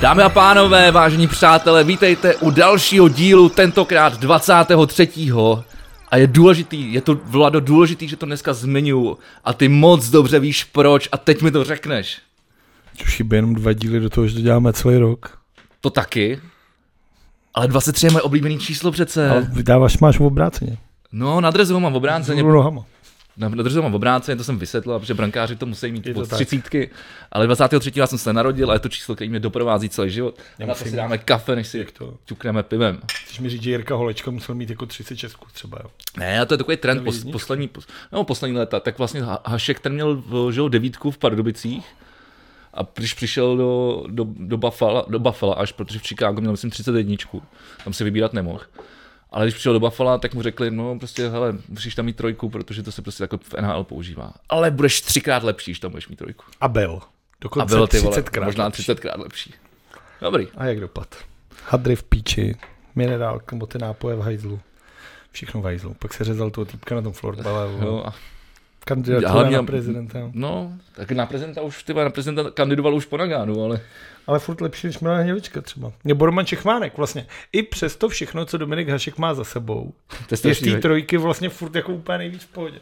Dámy a pánové, vážení přátelé, vítejte u dalšího dílu, tentokrát 23. A je důležitý, je to, Vlado, důležitý, že to dneska zmiňuji. A ty moc dobře víš proč a teď mi to řekneš. Už chybí jenom 2 díly do toho, že to děláme celý rok. To taky. Ale 23 je moje oblíbený číslo přece. Ale vydáváš, máš v obráceně. No, na drezu mám v obráceně. Nohama. Na drezu mám v obráceně, to jsem vysvětlil, protože brankáři to musí mít od 30. Ale 23. já jsem se narodil a je to číslo, který mě doprovází celý život. A na to si dáme kafe, než si ťukneme pivem. Chceš mi říct, že Jirka Holečka musel mít jako 36 třeba, jo? Ne, a to je takový trend poslední léta. Tak vlastně Hašek, ten měl 9 v Pardubicích a když přišel do Buffalo až, protože v Chicagu měl myslím 31, tam si vybírat nemohl. Ale když přišel do Buffalo, tak mu řekli, no prostě, hele, musíš tam mít 3, protože to se prostě jako v NHL používá. Ale budeš 3krát lepší, když tam budeš mít 3. A byl. Dokonce 30krát možná 30krát lepší. Dobrý. A jak dopad? Hadry v píči, minerálka, nebo ty nápoje v hajzlu. Všechno v hajzlu. Pak se řezal toho týpka na tom florbale. Kandidatura na prezidenta. No, tak na prezidenta kandidoval už po Nagánu, ale... Ale furt lepší než Milan Hnělička třeba. Nebo Roman Čechmánek vlastně. I přes to všechno, co Dominik Hašek má za sebou, je z té 3 vlastně furt jako úplně nejvíc v pohodě.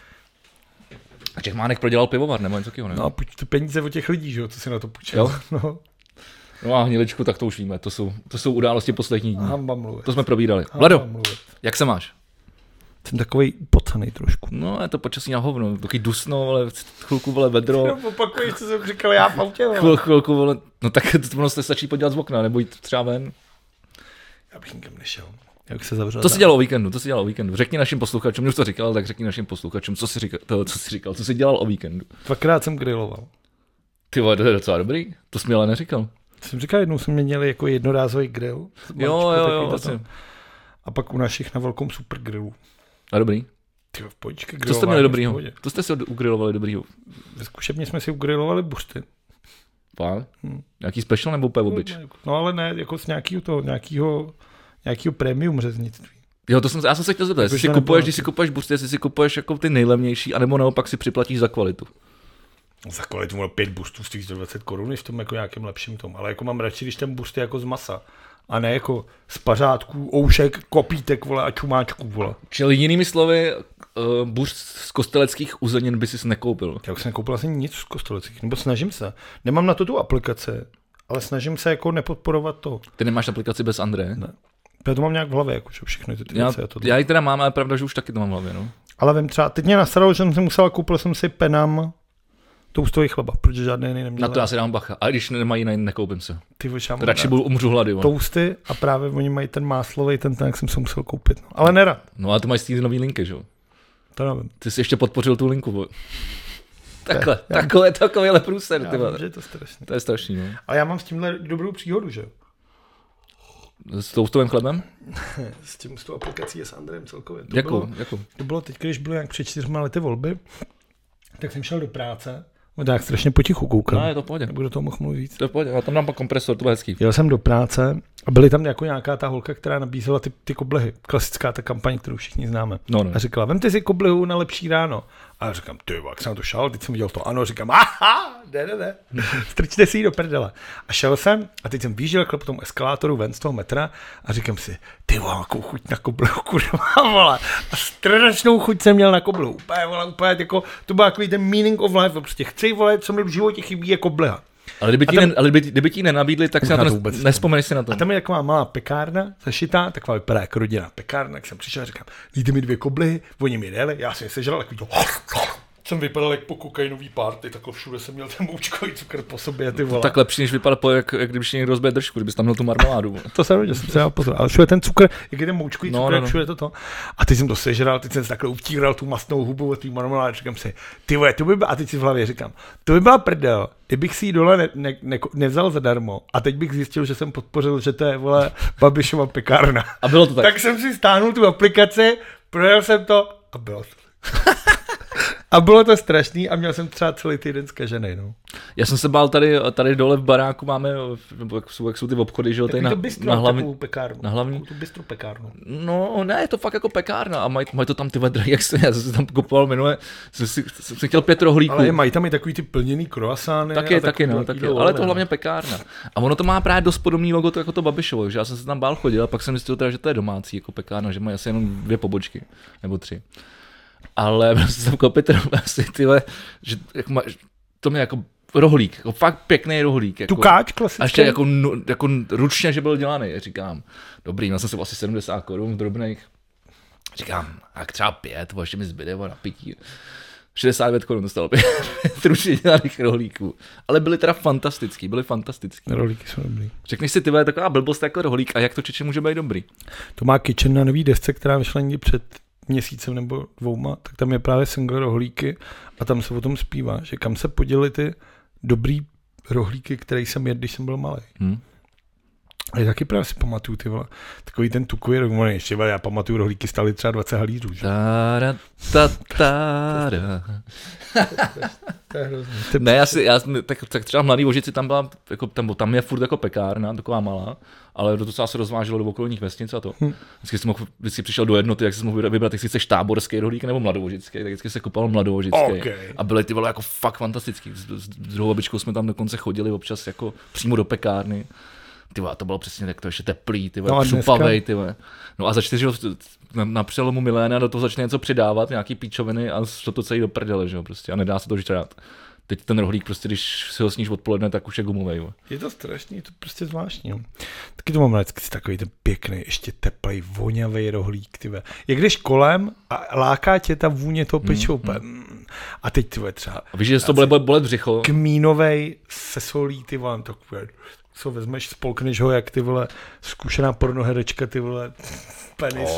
A Čechmánek prodělal pivovar, nebo něco takového, ne? No a ty peníze od těch lidí, že jo, co si na to půjčil. No a Hněličku, tak to už víme, to jsou události posledních dní. Hamba mluvit. To jsme probírali. Vlado, jak se máš? Jsem takovej pocanej trošku. No, je to počasí na hovno, taky dusno, ale chvilku, vole, vedro. No, opakuješ, co jsem říkal já v autě, chvilku, vole, no tak to se stačí podívat z okna, nebo jít třeba ven. Já bych nikam nešel. Jak se zavřel. To si dělal o víkendu, Řekni našim posluchačům, už to říkal, tak řekni našim posluchačům, co jsi dělal o víkendu. 2krát jsem griloval. Ty vole, to je docela dobrý, to jsi mi ale neříkal. Jsem říkal, jednou jsme měli jako jednorázový grill. Jo, vlastně. A pak u našich na velkom super grillu. A dobrý. Tyjo, v pojčky grilování. Co jste měli dobrýho? To jste si ugrilovali dobrýho? Ve zkušebně jsme si ugrilovali buřty. Fakt? Nějaký special nebo úplně obyč? No ale ne, jako z nějakého premium řeznictví. Jo, já jsem se chtěl zeptat, když si kupuješ buřty, jestli si kupuješ jako ty nejlevnější, anebo naopak si připlatíš za kvalitu. Za kvalitu měl 5 buřtů stojí 120 korun v tom jako nějakým lepším tom, ale jako mám radši, když ten buřt je jako z masa. A ne jako z pařádků, oušek, kopítek, vole, a čumáčků, vole. Čili jinými slovy, buřt z kosteleckých uzenin by si nekoupil. Já už jsem nekoupil asi nic z kosteleckých, nebo snažím se. Nemám na to tu aplikaci, ale snažím se jako nepodporovat to. Ty nemáš aplikaci bez Andreje? Ne. Já to mám nějak v hlavě, jako všechny ty věci. Já ji teda mám, ale pravda, že už taky to mám v hlavě, no. Ale vím třeba, teď mě nastaralo, že jsem si musel, koupil jsem si Penam toustový chleba, protože žádný jiný neměl. Na to já si dám bacha, a když nemají jiný, nekoupím se. Ty radši umřu hlady. Tousty a právě oni mají ten máslový, ten jak jsem se musel koupit. No. Ale nerad. No a to mají z té nový linky, že jo? To nevím. Ty jsi ještě podpořil tu linku, takovýhle průser, ty vole. Je to strašný. To je strašný, no. Ale já mám s tímhle dobrou příhodu, že jo? S toustovým chlebem? s tou aplikací je s Andrejem celkově. Jakou? To bylo teď, když bylo nějak před 4 lety volby, tak jsem šel do práce. Tak strašně potichu koukám. No, je to v pohodě. Nebudu do toho mohl mluvit. To je v pohodě, já tam dám pak kompresor, to bude hezký. Jel jsem do práce a byly tam jako nějaká ta holka, která nabízela ty koblehy. Klasická ta kampaň, kterou všichni známe. No. A říkala, vemte si koblihu na lepší ráno. A já říkám, ty jak jsem na to šel, teď jsem viděl to ano, říkám, aha, ne. Strčte si ji do prdele. A šel jsem a teď jsem výjížděl po tom eskalátoru ven z toho metra a říkám si, ty vole, jakou chuť na koblihu, kurva, vole. A strašnou chuť jsem měl na koblihu. Úplně jako, to byl takový ten meaning of life, prostě chci, vole, co mi v životě chybí, je kobliha. Ale kdyby ti nenabídli, tak si na to nespomeneš si na to. A tam je taková malá pekárna, zašitá, taková vypadá jako rodinná pekárna, jak jsem přišel a říkám, dejte mi 2 koblihy, oni mi dali, já jsem je sežral, takový to, jsem vypadal jak po kokainový party, takhle všude jsem měl ten moučkový cukr po sobě, ty vole. Tak lepší, než vypadal jak kdyby někdo rozbije držku, kdybys tam měl tu marmeládu. To jsem viděl, jsem se dal pozor, ale všude ten cukr, jak je ten moučkový cukr, jak všude toto. A teď jsem to sežral, teď jsem si takhle utíral tu mastnou hubu od té marmelády, říkám si, ty vole, to by byla, a teď si v hlavě říkám, to by byla prdel, kdybych si ji dole nevzal zadarmo a teď bych zjistil, že jsem podpořil, že to je, vole, Babišova pekárna. A bylo to tak. Tak jsem si stáhnul tu aplikaci, projel jsem to a bylo to. A bylo to strašný a měl jsem třeba celý týden zkažený, no. Já jsem se bál tady dole v baráku máme, jak jsou ty obchody, že jo, tady na hlavní. Pekárnu. Na hlavní. Tu bistro pekárnu. No, ne, je to fakt jako pekárna a mají to tam ty drahý, jak já jsem tam kupoval minule, jsem si chtěl 5 rohlíků. Ale mají tam i takový ty plněný croissány. Taky, ale to hlavně pekárna. A ono to má právě dost podobný logo jako to Babišovo, že já jsem se tam bál chodit, a pak jsem zjistil teda, že to je domácí jako pekárna, že mají asi jenom 2 pobočky, nebo 3. Ale prostě jsem koupit asi tyhle, že to mě jako rohlík, jako fakt pěkný rohlík. Jako, tukáč klasický. A ještě jako ručně, že byl dělaný, říkám. Dobrý, měl jsem si asi 70 korun v drobných. Říkám, jak třeba 5, ještě mi zbyde na pití. 69 korun dostal 5 ručně dělaných rohlíků. Ale byly teda fantastický. Rohlíky jsou dobrý. Řekneš si, tyhle, taková blbost jako rohlík a jak to čeče může být dobrý? To má Kitchen na nový desce, která vyšla někdy před měsícem nebo 2, tak tam je právě single rohlíky a tam se o tom zpívá, že kam se poděly ty dobrý rohlíky, který jsem jedl, když jsem byl malý. A já taky právě si pamatuju, ty vole, takový ten tukový rohlík, ještě já pamatuju, rohlíky stály třeba 20 halířů, že? To je hrozný. Ne, tak třeba Mladý Vožici tam byla, jako, tam je furt jako pekárna, taková malá, ale docela se rozváželo do okolních vesnic a to. Vždycky přišel do jednoty, jak jsi mohl vybrat, jestli chceš táborský rohlík nebo mladovožický, tak vždycky se kupoval mladovožický. Okay. A byly ty vole jako fakt fantastický. S druhou babičkou jsme tam dokonce chodili občas jako přímo do pekárny. Tyva, to bylo přesně tak, to ještě teplý, přupavej, No a začne, že na přelomu milénia do toho začne něco přidávat, nějaký píčoviny a to celý do prdele, že jo, prostě, a nedá se to žrát. Teď ten rohlík prostě, když si ho sníš odpoledne, tak už je gumovej. Je to strašný, je to prostě zvláštní. Jo. Taky to mám rád, takový ten pěkný, ještě teplej, voňavý rohlík, tyve. Jak jdeš kolem a láká tě ta vůně toho pečoupe. A teď tyve třeba. A víš, že to bude bolet břicho. Kmínovej se solí, ty vole, takové. Co vezmeš, spolkneš ho, jak ty vole, zkušená pornoherečka, ty vole, penis.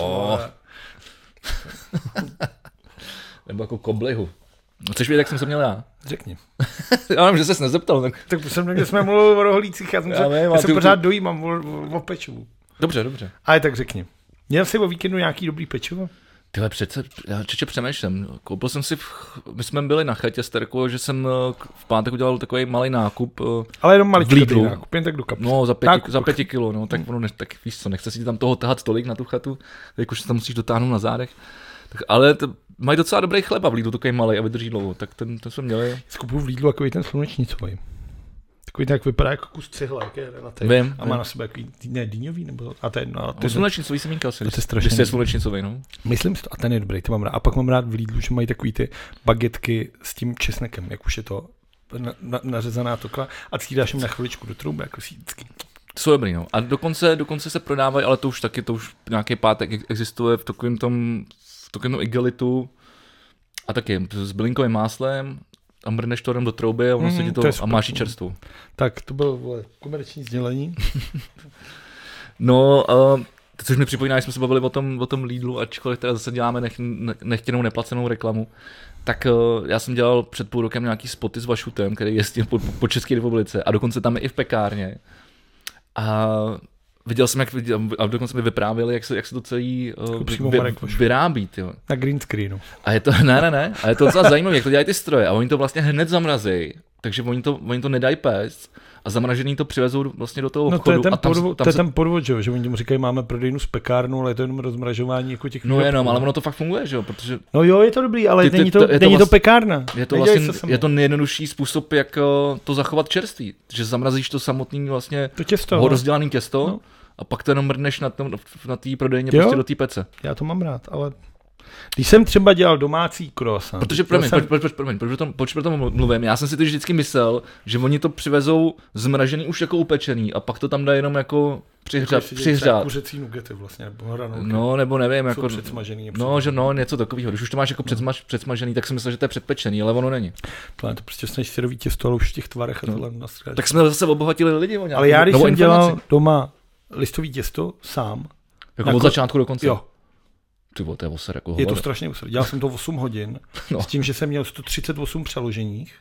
Nebo jako koblihu. No, chceš vědět, jak jsem se měl já? Řekni. Já vím, že ses nezeptal. Tak jsem někde jsme mluvili o rohlících, já jsem pořád dojímám o pečivu. Dobře. Ale tak řekni. Měl jsi o víkendu nějaký dobrý pečivo? Tyhle přece, já přemýšlím. Koupil jsem si, my jsme byli na chatě s Terkou, že jsem v pátek udělal takový malý nákup. Ale jenom maličký nákup, jen tak do kapsy. No, za 5 kilo, no, tak ono, tak víš co, nechce si tam toho tahat tolik na tu chatu, tak už tam musíš dotáhnout na zádech. Tak, ale mají docela dobrý chleba v Lidlu, takový malý a vydrží dlouho, tak ten jsme měli. Skupuju v Lidlu takový ten slunečnicový. Takový tak vypadá jako kus cihla, jak je na té. A má na sebe takový, ne, dýňový, nebo a ten. Slunečnicový jsem mínka asi. To je strašně. Je slunečnicový, no. Myslím si to, a ten je dobrý, to mám rád. A pak mám rád v Lidlu, že mají takový ty bagetky s tím česnekem, jak už je to nařezaná tokla a cídáš jim na chviličku do trouby, jako si vždycky. To jsou dobrý, no. A dokonce se prodávají, ale to už nějaký pátek existuje v takovém tom igelitu a taky s bylinkovým máslem a mrneš to do trouby a ono se ti to a máš ji čerstvou. Tak to bylo komerční sdělení. No, což mi připomíná, že jsme se bavili o tom Lidlu, ačkoliv teda zase děláme nechtěnou neplacenou reklamu, tak já jsem dělal před půl rokem nějaký spoty s Vašutem, který jezdil po České republice a dokonce tam je i v pekárně. A viděl jsem, a dokonce mi vyprávěli, jak se to celý vyrábí. Tyjo. Na green screenu. A je to, ne, a je to docela zajímavé, jak to dělají ty stroje. A oni to vlastně hned zamrazí, takže oni to nedají péct a zamražený to přivezou vlastně do toho obchodu. To je ten podvod, že oni mu říkají, máme prodejnu z pekárnu, ale je to jenom rozmražování jako těch. No jenom, ale ono to fakt funguje, že jo, protože. No jo, je to dobrý, ale není to pekárna. Je to nejjednodušší způsob, jak to zachovat čerstvý, že zamrazíš to samotný vlastně rozdělaný těsto. No. A pak to jenom mrneš na té prodejně prostě do té pece. Já to mám rád, ale když jsem třeba dělal domácí croissant. Protože, proč pro tom mluvím? Já jsem si to vždycky myslel, že oni to přivezou zmražený už jako upečený a pak to tam dají jenom jako přihřát. Kuřecí nugety vlastně, nebo hranolky. No, nebo nevím, jako předsmažený. Něco takového. Když už to máš jako předsmažený, tak jsem myslel, že to je předpečený, ale ono není. To prostě snažíš syrový těsto, ale už v těch tvarech a tohle nastřílet. Tak jsme zase obohatili lidi o nějakou. Ale já když jsem dělal doma listový těsto sám. Jako od začátku do konce? Jo. Tyvo, to je je to strašně osr. Dělal jsem to 8 hodin s tím, že jsem měl 138 přeloženích.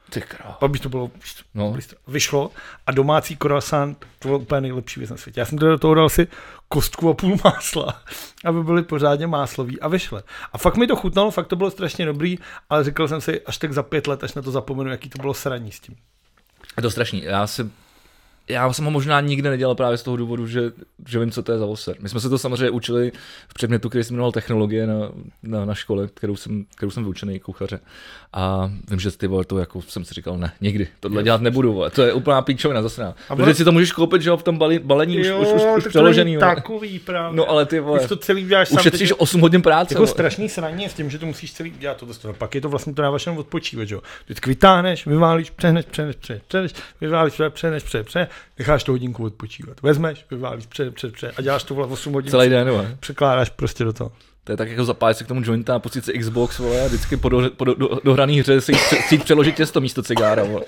Ty král. Pak by to bylo, vyšlo a domácí croissant, to bylo úplně nejlepší věc na světě. Já jsem do toho dal si kostku a půl másla, aby byly pořádně máslový a vyšle. A fakt mi to chutnalo, fakt to bylo strašně dobrý, ale říkal jsem si až tak za 5 let, až na to zapomenu, jaký to bylo sraní s tím. Je to strašný. Já jsem ho možná nikdy nedělal právě z toho důvodu, že vím, co to je za voser. My jsme se to samozřejmě učili v předmětu, který se jmenoval technologie na škole, kterou jsem vyučený kuchaře. A vím, že ty vole, to jako jsem si říkal, ne, nikdy, tohle dělat nebudu, vole. To je úplná píčovina zasraná. Protože si to můžeš koupit, že jo, v tom balení už přeložený. Takový právě. No ale ty vole, už to celý děláš ušetříš 8 hodin práce. Jako strašný sraní s tím, že to musíš celý dělat to. Pak je to vlastně to dáváš jenom odpočívat, že jo. Vždycky vytáhneš, vyválíš, přehneš, vyválíš, přehneš, necháš to hodinku odpočívat. Vezmeš, vyválíš, a děláš to 8 hodin. Celý den, vole. Překládáš prostě do toho. To je tak jako zapálit se k tomu jointa a pustit si Xbox, vole, a vždycky po dohraný hře si jít přeložit těsto místo cigára, vole.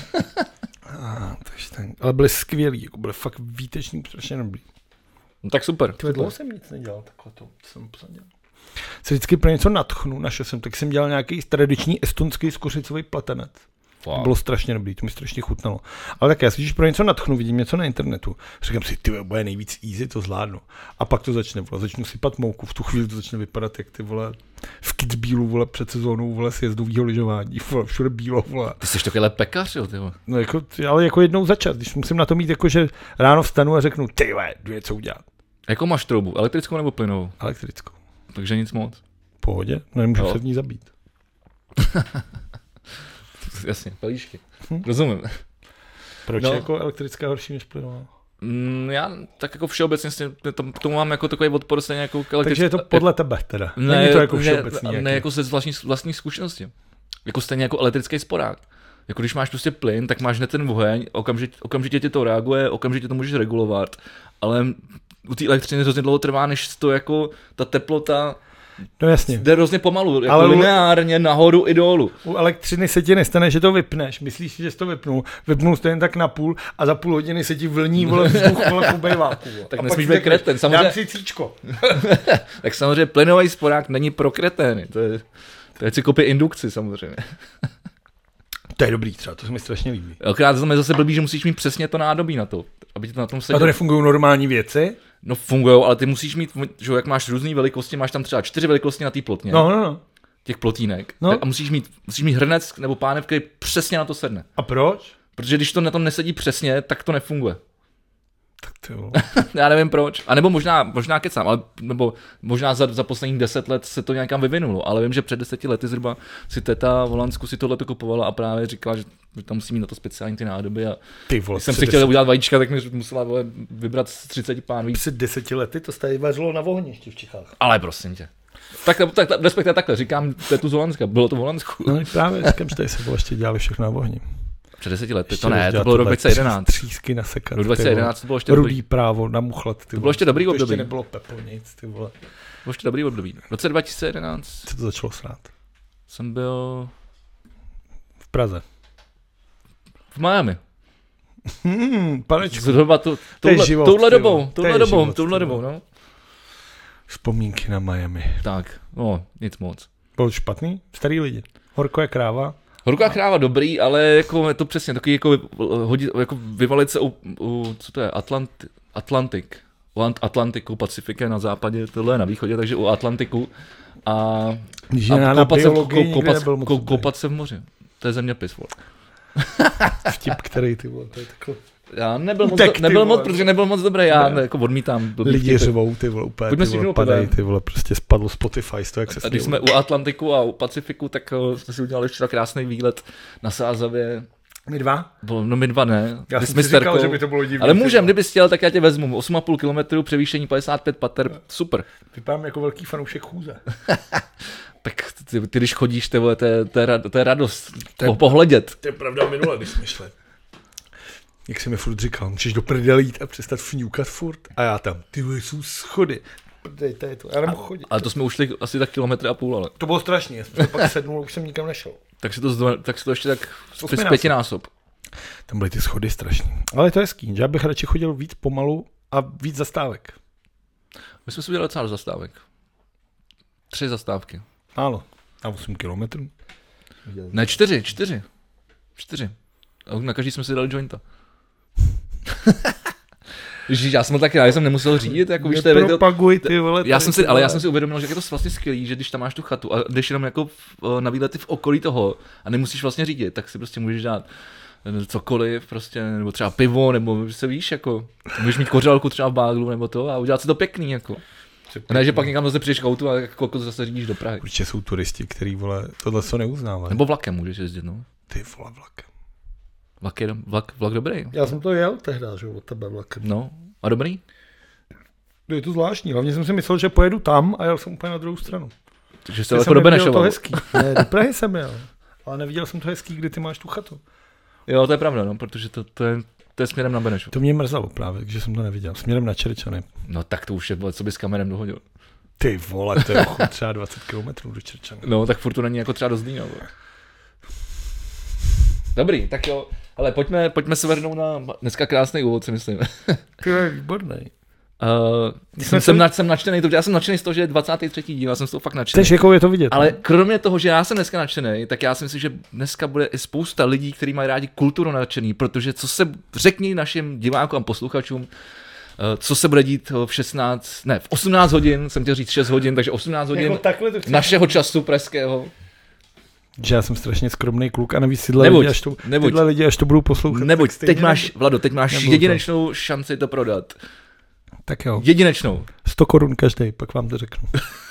Ale byly skvělý, jako byly fakt výteční, strašně dobrý. No tak super. Dlouho jsem nic nedělal, takhle to jsem posadil. Se vždycky pro něco nadchnu, tak jsem dělal nějaký tradiční estonský skořicový platanec. Wow. To bylo strašně dobrý, to mi strašně chutnalo. Ale tak já si, když pro něco nadchnu, vidím něco na internetu, říkám si, ty bude nejvíc easy, to zvládnu. A pak to začnu sypat mouku, v tu chvíli to začne vypadat jak ty vole v Kitzbühelu, vole před sezónou, vole sjezdovýho lyžování, vole všude bílo, vole. Ty jsi takovýhle pekař, jo, ty vole. No jako, ale jako jednou za čas, když musím na to mít jako, že ráno vstanu a řeknu, ty vole, jdu něco udělat. Jakou máš troubu, elektrickou nebo plynovou? Elektrickou. Takže nic moc. V pohodě, nemůžu se v ní zabít. Jasně, palíšky. Rozumím. Proč je jako elektrická horší než plynová? Já tak jako všeobecně k tomu mám jako takový odpor stejně jako elektrická. Takže je to podle tebe teda. Není to jako všeobecný. Ne jako ze vlastní zkušenosti. Jako stejně jako elektrický sporák. Jako když máš prostě plyn, tak máš hned ten oheň, okamžitě ti to reaguje, okamžitě to můžeš regulovat, ale u té elektřiny hrozně dlouho trvá, než to jako ta teplota. No jasně. Jde hrozně pomalu, jako ale lineárně nahoru i dolů. U elektřiny se ti nestane, že to vypneš. Myslíš si, že jsi to vypnul jsi jen tak na půl a za půl hodiny se ti vlní vzduch po bejváku. Tak nesmíš být kreten. Samozřejmě... Dám si cíčko. Tak samozřejmě plynový sporák není pro kretény. To je si koupit indukci samozřejmě. To je dobrý třeba, to se mi strašně líbí. Akorát to je zase blbý, že musíš mít přesně to nádobí na to, aby ti to na tom sedělo. A to nefungují normální věci? No fungujou, ale ty musíš mít, že jak máš různé velikosti, máš tam třeba 4 velikosti na té plotně. No. Těch plotínek. No. A musíš mít hrnec nebo pánev, který přesně na to sedne. A proč? Protože když to na tom nesedí přesně, tak to nefunguje. Tak to já nevím proč. A nebo možná kecám, ale nebo možná za posledních 10 let se to nějakam vyvinulo, ale vím, že před 10 lety zhruba si teta v Holandsku si tohleto kupovala a právě říkala, že tam musí mít na to speciální ty nádoby a jsem si chtěl udělat vajíčka, tak mi musela vybrat z 30 pánví. Před 10 lety to tady vařilo na ohništi v Čechách. Ale prosím tě. Tak respektive takhle, říkám tetu z Holandska, bylo to v Holandsku. No právě říkám, že tady se bylo ještě dělali všechno na ohni. Před 10 lety, to ne, to bylo rok 2011. Třísky nasekat. Rok 2011 to bylo ještě rudý právo, namuchlat. To bylo ještě dobrý období. To ještě nebylo Pepl nic, ty vole. Bylo ještě dobrý období. V roce 2011. Co to začalo srát? Jsem byl... V Praze. V Miami. Panečku. Zhruba touhle dobou, no. Vzpomínky na Miami. Tak, no, nic moc. Bylo špatný? Starý lidi. Horko je kráva. Horká kráva dobrý, ale jako je to přesně takový jako vyvalit se co to je, Atlantik. U Atlantiku, Pacifik je na západě, tohle je na východě, takže u Atlantiku a koupat se v moři. To je zeměpis, vole. Vtip, který ty vole, to je takhle. Já nebyl moc, protože nebyl moc dobrý, já jako odmítám. Lidi řvou, ty vole, úplně, ty vole, padají, ty vole, prostě spadlo Spotify, to jak se a když jsme u Atlantiku a u Pacifiku, tak jsme si udělali ještě krásný výlet na Sázavě. My dva? No my dva ne. Já jsem si říkal, že by to bylo divný. Ale můžem, kdybys chtěl, tak já tě vezmu. 8,5 kilometrů, převýšení 55 pater, super. Vypadám jako velký fanoušek chůze. Tak ty když chodíš, to je radost pohledět. To je pravda minule, když jsme šli. Jak jsi mi furt říkal, můžeš do prdele jít a přestat fňukat furt. A já tam, ty jsou schody. To je to, já nemohu chodit. Ale to jsme ušli asi tak 1,5 kilometru, ale. To bylo strašně, já jsem pak sednul, už jsem nikam nešel. Tak si to ještě tak z 5násob. Tam byly ty schody strašný. Ale to je hezký, že já bych radši chodil víc pomalu a víc zastávek. My jsme si udělali docela zastávek. 3 zastávky. Málo. A 8 kilometrů? Ne, 4. 4. A na každý jsme si dali jointa. Ježíš, já jsem taky, já jsem nemusel řídit, jako víš, nepropaguj, ty vole. Já jsem si uvědomil, že je to vlastně skvělý, že když tam máš tu chatu a jdeš jenom jako na výlety v okolí toho a nemusíš vlastně řídit, tak si prostě můžeš dát cokoliv prostě, nebo třeba pivo, nebo se víš, jako, můžeš mít kořálku třeba v báglu, nebo to a udělat si to pěkný, jako. A ne, že pak někam zase přijdeš k autu a jako zase řídíš do Prahy. Určitě jsou turisti, který, vole, tohle co neuznávají. Nebo vlakem můžeš jezdit, no. Ty vole, vlakem. Vlak dobrý. Já jsem to jel tehdy, že od tebe vlakem. No, a dobrý? Je to zvláštní, hlavně jsem si myslel, že pojedu tam a jel jsem úplně na druhou stranu. Takže jste jako do Benešova. To hezký. Ne, do Prahy jsem jel, ale neviděl jsem to hezký, kdy ty máš tu chatu. Jo, to je pravda, no, protože to je směrem na Benešov. To mě mrzelo právě, takže jsem to neviděl. Směrem na Čerčany. No tak to už je, co by s kamerem dohodil. Ty vole, to je třeba 20 km do Čerčany. No, tak furt to není jako třeba do Zlína. Dobrý, tak jo. Ale pojďme se vrhnout na dneska krásný úvod, si myslím. To je výborný. Jsem nadšený, já jsem nadšený z toho, že je 23. díl, já jsem z toho fakt nadšený. Chceš, jakou je to vidět? Ale kromě toho, že já jsem dneska nadšený, tak já si myslím, že dneska bude i spousta lidí, kteří mají rádi kulturu nadšený, protože řekni našim divákům a posluchačům, co se bude dít v 18 hodin, jsem chtěl říct 6 hodin, takže 18 hodin jako našeho času pražského. Že já jsem strašně skromný kluk a navíc tyhle lidi, až to budou poslouchat. Nebuď, teď máš jedinečnou šanci to prodat. Tak jo. Jedinečnou. 100 korun každý, pak vám to řeknu.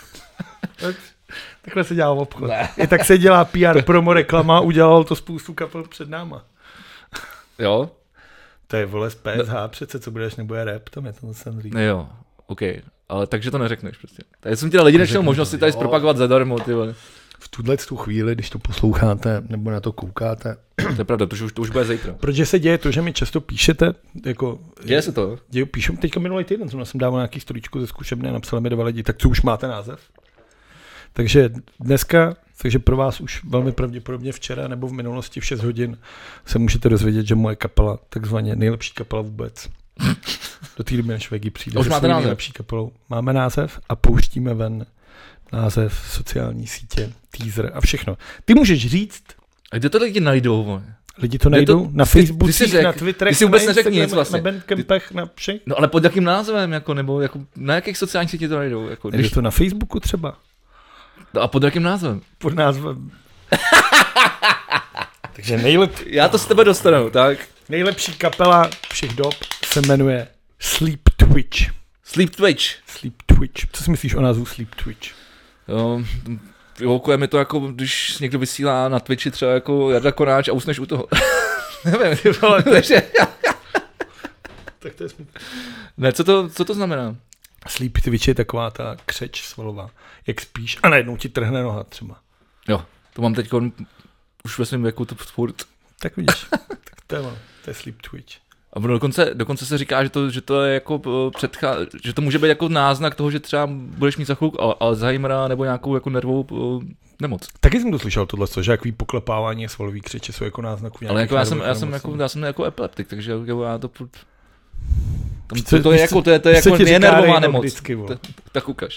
Takhle se dělá obchod. I tak se dělá PR, promo, reklama, udělal to spoustu kapel před náma. Jo? To je vole z PSH přece, co budeš, nebude rap, tam je to jsem říct. Jo, OK, ale takže to neřekneš prostě. Takže jsem ti dal jedinečnou možnost si tady zpropagovat zadarmo, ty vole. V tu chvíli, když to posloucháte nebo na to koukáte. To je pravda, to už bude zítra. Protože se děje to, že mi často píšete, jako... Děje se to? Píšu teďka minulý týden, jsem dával nějaký storíčku ze zkušebny a napsali mi 2 lidi, tak co už máte název? Takže dneska, pro vás už velmi pravděpodobně včera nebo v minulosti v 6 hodin se můžete dozvědět, že moje kapela, takzvaně nejlepší kapela vůbec, do té doby, než Vegi přijde. Už máte název? Nejlepší kapelou. Máme název a pouštíme ven název, sociální sítě, teaser a všechno. Ty můžeš říct... A kde to lidi najdou? Lidi to najdou na Facebookích, na Twitterech, na Instagramech, vlastně. Na Bandcampech, na všech. No ale pod jakým názvem, jako, nebo jako, na jakých sociálních sítích to najdou? Jako, když... to na Facebooku třeba. No a pod jakým názvem? Pod názvem. Takže nejlepší. Já to s tebe dostanu, tak? Nejlepší kapela všech dob se jmenuje Sleep Twitch. Sleep Twitch. Sleep Twitch. Co si myslíš o názvu Sleep Twitch? Vyvolkuje mi to jako, když někdo vysílá na Twitchi třeba jako Jarda Konáč a usneš u toho. Nevím, ty vole, tak to je smutné. Ne, co to znamená? Sleep Twitch je taková ta křeč svalová. Jak spíš a najednou ti trhne noha třeba. Jo, to mám teď už ve svém věku to furt. Tak vidíš, tak to je Sleep Twitch. A dokonce se říká, že to je jako že to může být jako náznak toho, že třeba budeš mít za chvilku Alzheimera nebo nějakou jako nervovou nemoc. Taky jsem to slyšel tohle, že jaký poklepávání a svalový křeče jsou jako náznak. Ale jako já jsem jako epileptik, takže já to to je jako nervová nemoc. Tak ukaž.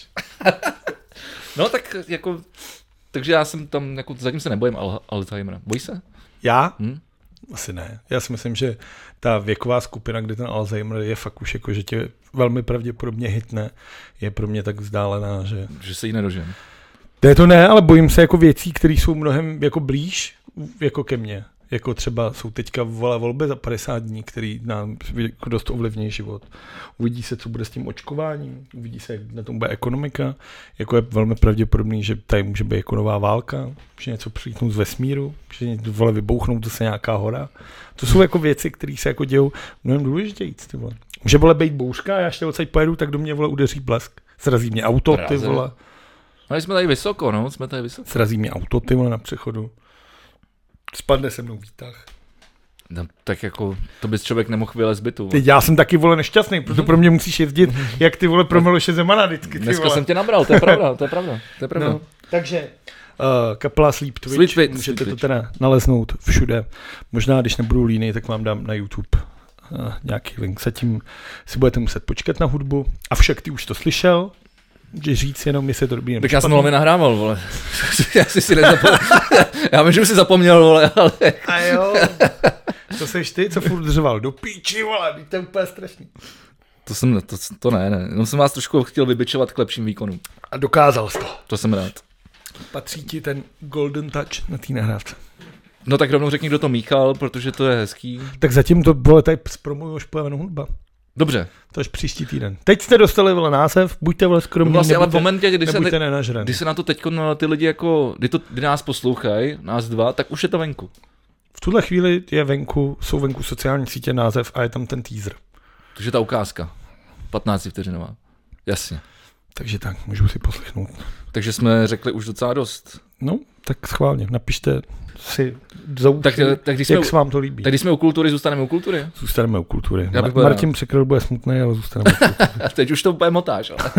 No tak jako, takže já jsem tam, jako zatím se nebojím Alzheimera. Bojíš se? Já? Asi ne. Já si myslím, že ta věková skupina, kdy ten Alzheimer je fakt už jako, že tě velmi pravděpodobně hitne, je pro mě tak vzdálená, že... Že se jí nedožen. To ne, ale bojím se jako věcí, které jsou mnohem jako blíž jako ke mně. Jako třeba jsou teďka volby za 50 dní, který nám dost ovlivní život. Uvidí se, co bude s tím očkováním, uvidí se, jak na tom bude ekonomika. Jako je velmi pravděpodobný, že tady může být jako nová válka, že něco přilítnout z vesmíru, že vybouchnout zase nějaká hora. To jsou jako věci, které se jako dějou mnohem důležitějíc. Může být bouřka a já ještě odsaď pojedu, tak do mě udeří blesk. Srazí mě auto, ty vole. Ale jsme tady vysoko, no, Srazí mě auto, ty vole, na přechodu. Spadne se mnou výtah. No, tak jako, to bys člověk nemohl vylézt z bytu. Já jsem taky, vole, nešťastný, proto pro mě musíš jezdit, jak ty, vole, pro Miloše Zemana vždycky, ty, dneska vole. jsem tě nabral, to je pravda. No, takže kapela Sleep Twitch, můžete to teda naleznout všude. Možná, když nebudu línej, tak vám dám na YouTube nějaký link. Zatím si budete muset počkat na hudbu. Avšak ty už to slyšel. Můžeš říct jenom, jestli to dobrý. Tak já jsem hlavně nahrával, vole. Já si nezapomněl. Já vím, že už si zapomněl, vole, ale... A jo. To seš ty, co furt držoval. Do píči, vole, to je úplně strašný. To ne. Jenom jsem vás trošku chtěl vybičovat k lepším výkonům. A dokázal jsi to. To jsem rád. Patří ti ten golden touch na té nahrávce. No tak rovnou řekni, kdo to míchal, protože to je hezký. Tak zatím to bylo tady zpromuju už pojevenou hudba. Dobře. To až příští týden. Teď jste dostali, vole, název, buďte, vole, skromní, no vlastně, ale v momentě, když se na to teď ty lidi jako, kdy nás poslouchají, nás dva, tak už je to venku. V tuhle chvíli jsou venku sociální sítě, název a je tam ten teaser. Takže ta ukázka. 15 vteřinová. Jasně. Takže tak, můžu si poslechnout. Takže jsme řekli už docela dost. No, tak schválně, napište si jak se vám to líbí. Tak když jsme u kultury, zůstaneme u kultury? Zůstaneme u kultury. Martin Překryl bude smutný, ale zůstaneme u kultury. Teď už to úplně motáš, ale...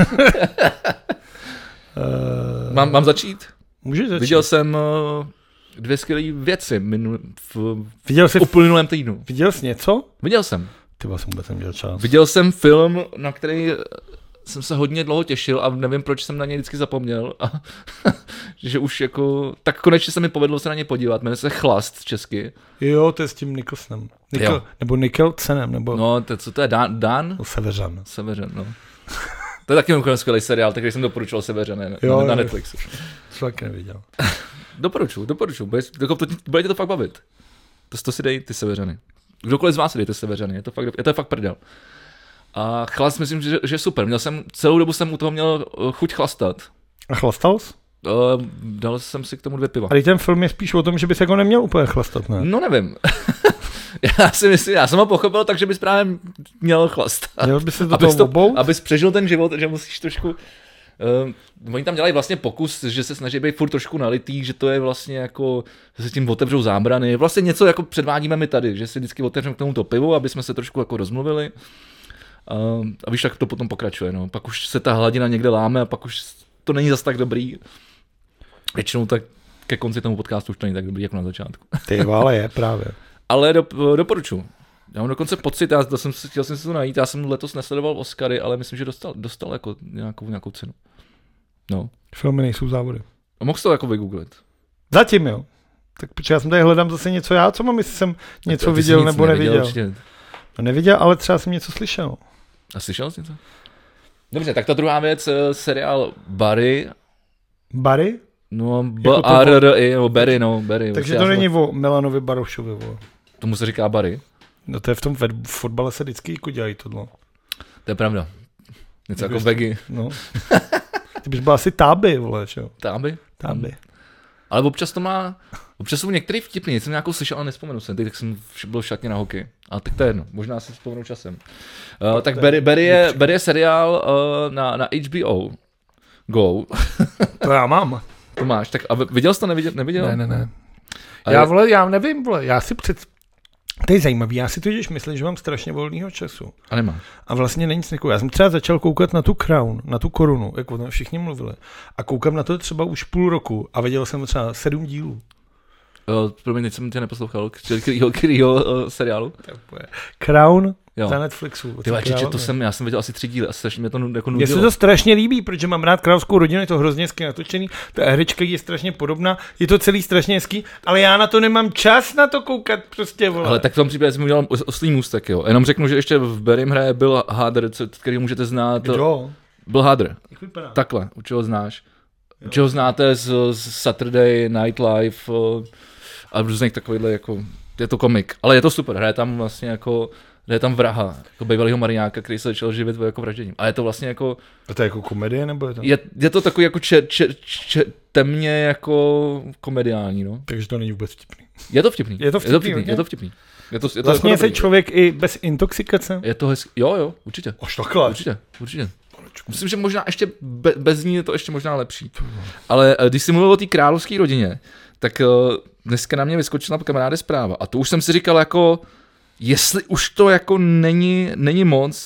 mám začít? Můžeš začít. Viděl jsem 2 skvělé věci v uplynulém týdnu. Viděl jsi něco? Viděl jsem. Ty vás vůbec neměl čas. Viděl jsem film, na který jsem se hodně dlouho těšil a nevím, proč jsem na něj vždycky zapomněl. A že už jako... Tak konečně se mi povedlo se na ně podívat. Jmenuje se Chlast česky. Jo, to je s tím Nicholsonem. Nebo Nicholsonem, nebo... No, co to je? Dan? Severan, no. To je taky mimochodem skvělý seriál, takže jsem doporučoval Severany na Netflixu. To taky neviděl. Doporučuji. Bude tě to fakt bavit. To si dej ty Severany. Kdokoliv z vás dejte Severany, je to fakt prdel. A chlast myslím, že super. Celou dobu jsem u toho měl chuť chlastat. A chlastal jsi? Dal jsem si k tomu 2 piva. Ale ten film je spíš o tom, že bys jako neměl úplně chlastat, ne? No nevím. Já si myslím, já jsem ho pochopil, takže bys právě měl chlastat. Měl bys se do toho obout? Abys přežil ten život, že musíš trošku... Oni tam dělají vlastně pokus, že se snaží být furt trošku nalitý, že to je vlastně jako, že se tím otevřou zábrany. Vlastně něco jako předvádíme my tady, že si vždycky otevřeme k tomuto pivu, aby jsme se trošku jako rozmluvili. A víš, tak to potom pokračuje. No. Pak už se ta hladina někde láme a pak už to není zas tak dobrý. Většinou tak ke konci tomu podcastu už to není tak dobrý jako na začátku. Ty ale je právě. Ale doporučuji. Já mám dokonce pocit, chtěl jsem si to najít, já jsem letos nesledoval Oscary, ale myslím, že dostal jako nějakou cenu. No. Filmy nejsou závody. A mohl jsi to jako vygooglit? Zatím jo. Tak protože já jsem tady hledám zase něco co mám, jestli jsem něco viděl nebo neviděl. No neviděl, ale třeba jsem něco slyšel. A slyšel jsi něco? Dobře, tak ta druhá věc, seriál Barry. Barry? No, B-A-R-R-I, nebo Barry, no, Barry. Takže to není o Milanovi Barošovi, Tomu se říká Barry? No to je v tom fotbale se vždycky jako dělají tohle. To je pravda. Něco jako Vegy. No. Ty bys byl asi Táby, vole, čo? Táby? Ale občas jsou některý vtipný, jsem nějakou slyšel, ale nespomenu se, tak jsem byl v šatně na hokej. Ale tak to je jedno, možná si vzpomenu časem. Tak Barry je seriál na HBO Go. To já mám. To máš, tak a viděl jsi to, neviděl? Ne. Já nevím, já si to je zajímavý, já si totiž myslím, že mám strašně volného času. A nemá. A vlastně není nic nekou. Já jsem třeba začal koukat na tu Crown, na tu Korunu, jak o tom všichni mluvili. A koukám na to třeba už půl roku a viděl jsem třeba 7 dílů. Promiň, teď jsem tě neposlouchal. Kterýho seriálu? Crown na Netflixu. Já jsem viděl asi 3 díly a strašně mě to jako nudilo. Mně se to strašně líbí, protože mám rád královskou rodinu, je to hrozně hezky natočený, ta herečka je strašně podobná, je to celý strašně hezký, ale já na to nemám čas na to koukat prostě, vole. Ale tak v tom případě jsem udělal oslý můstek, jo. Jenom řeknu, že ještě v Barrym hraje Bill Hader, který můžete znát. Kdo? Bill Hader. Takhle, určitě ho znáš. Určitě ho znáte z Saturday Night Live a různých takovýhle jako, je to komik, ale je to super, hraje tam vlastně jako, hraje tam vraha, jako bývalýho mariáka, který se začal živit jako vražděním. A je to vlastně jako... A to je jako komedie, nebo je to? Je to takový jako temně jako komediální, no. Takže to není vůbec vtipný. Je to vtipný. Je to vtipný. Vlastně jako se člověk i bez intoxikace? Je to hezký. Jo, určitě. Až takhle. Určitě. Myslím, že možná ještě bez ní je to ještě možná lepší. Ale když jsi mluvil o té královské rodině, tak dneska na mě vyskočila kamaráde zpráva. A to už jsem si říkal jako, jestli už to jako není moc.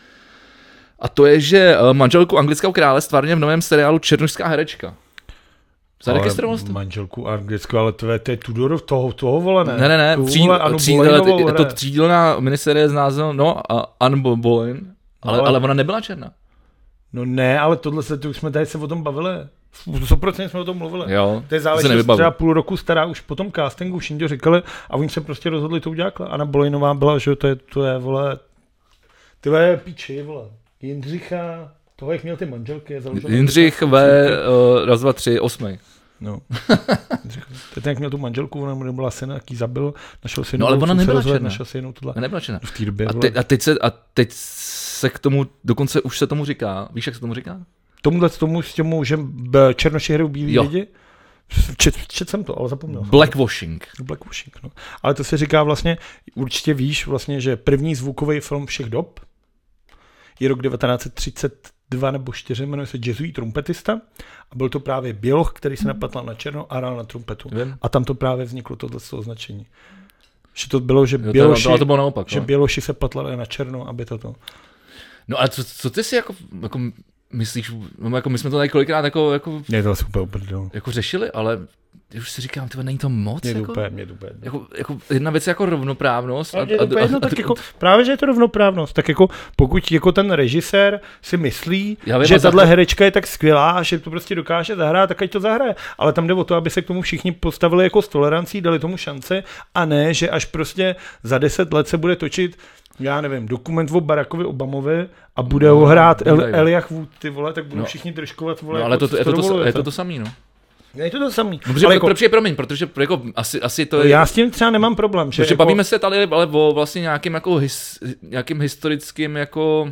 A to je, že manželku anglického krále stvárně v novém seriálu černošská herečka. Zaregistroval jsi to? Manželku anglickou, ale to je Tudorov toho vole, ne? Ne, je to třídílná miniserie s názvem Anne Boleyn, ale ona nebyla černá. No ne, ale tohle už jsme tady se o tom bavili. 100% jsme o tom mluvili. Jo, to je záležitost třeba půl roku stará, už po tom castingu už jinde říkali a oni se prostě rozhodli to udělat. Anna Bolejnová byla, že to je vole, ty je píči, vole, Jindřicha, toho jak měl ty manželky. Jindřich raz, dva, tři, 8. No. Ten jak měl tu manželku, ona nebyla syna, jaký zabil, našel si no, ale ona nebyla černá. Našel si jenom tohle. Nebyla černá. V té době, a teď se k tomu, dokonce už se tomu říká, víš, jak se tomu říká? Tomu s těmu, že černoši hrajou bílí lidi? Čet jsem to, ale zapomněl. Blackwashing. Blackwashing, no. Ale to se říká vlastně, určitě víš vlastně, že první zvukový film všech dob je rok 1932 nebo 4, jmenuje se Jazzují trumpetista a byl to právě běloch, který se napatlal na černo a hrál na trumpetu. A tam to právě vzniklo tohle označení. Že to bylo, že to bylo naopak, že běloši se patlali na černo, aby toto. No a co ty si jako myslíš, jako my jsme to tady kolikrát jako mě to asi úplně uprdilo. Jako řešili, ale už si říkám, tyhle, není to moc? Mě jako? Úplně. Jako jedna věc je jako rovnoprávnost. Tak jako, právě, že je to rovnoprávnost. Tak jako pokud jako ten režisér si myslí, že tahle herečka je tak skvělá, že to prostě dokáže zahrát, tak ať to zahraje. Ale tam jde o to, aby se k tomu všichni postavili jako s tolerancí, dali tomu šance a ne, že až prostě za 10 let se bude točit já nevím, dokument o Barackovi Obamovi a bude ho hrát Elijah Wood, ty vole, tak budou všichni držkovat, vole. No, ale je to samý, no. Je to samý. No, protože jako asi to je... Já s tím třeba nemám problém. Protože jako... bavíme se tady ale o vlastně nějakým jako nějakým historickým jako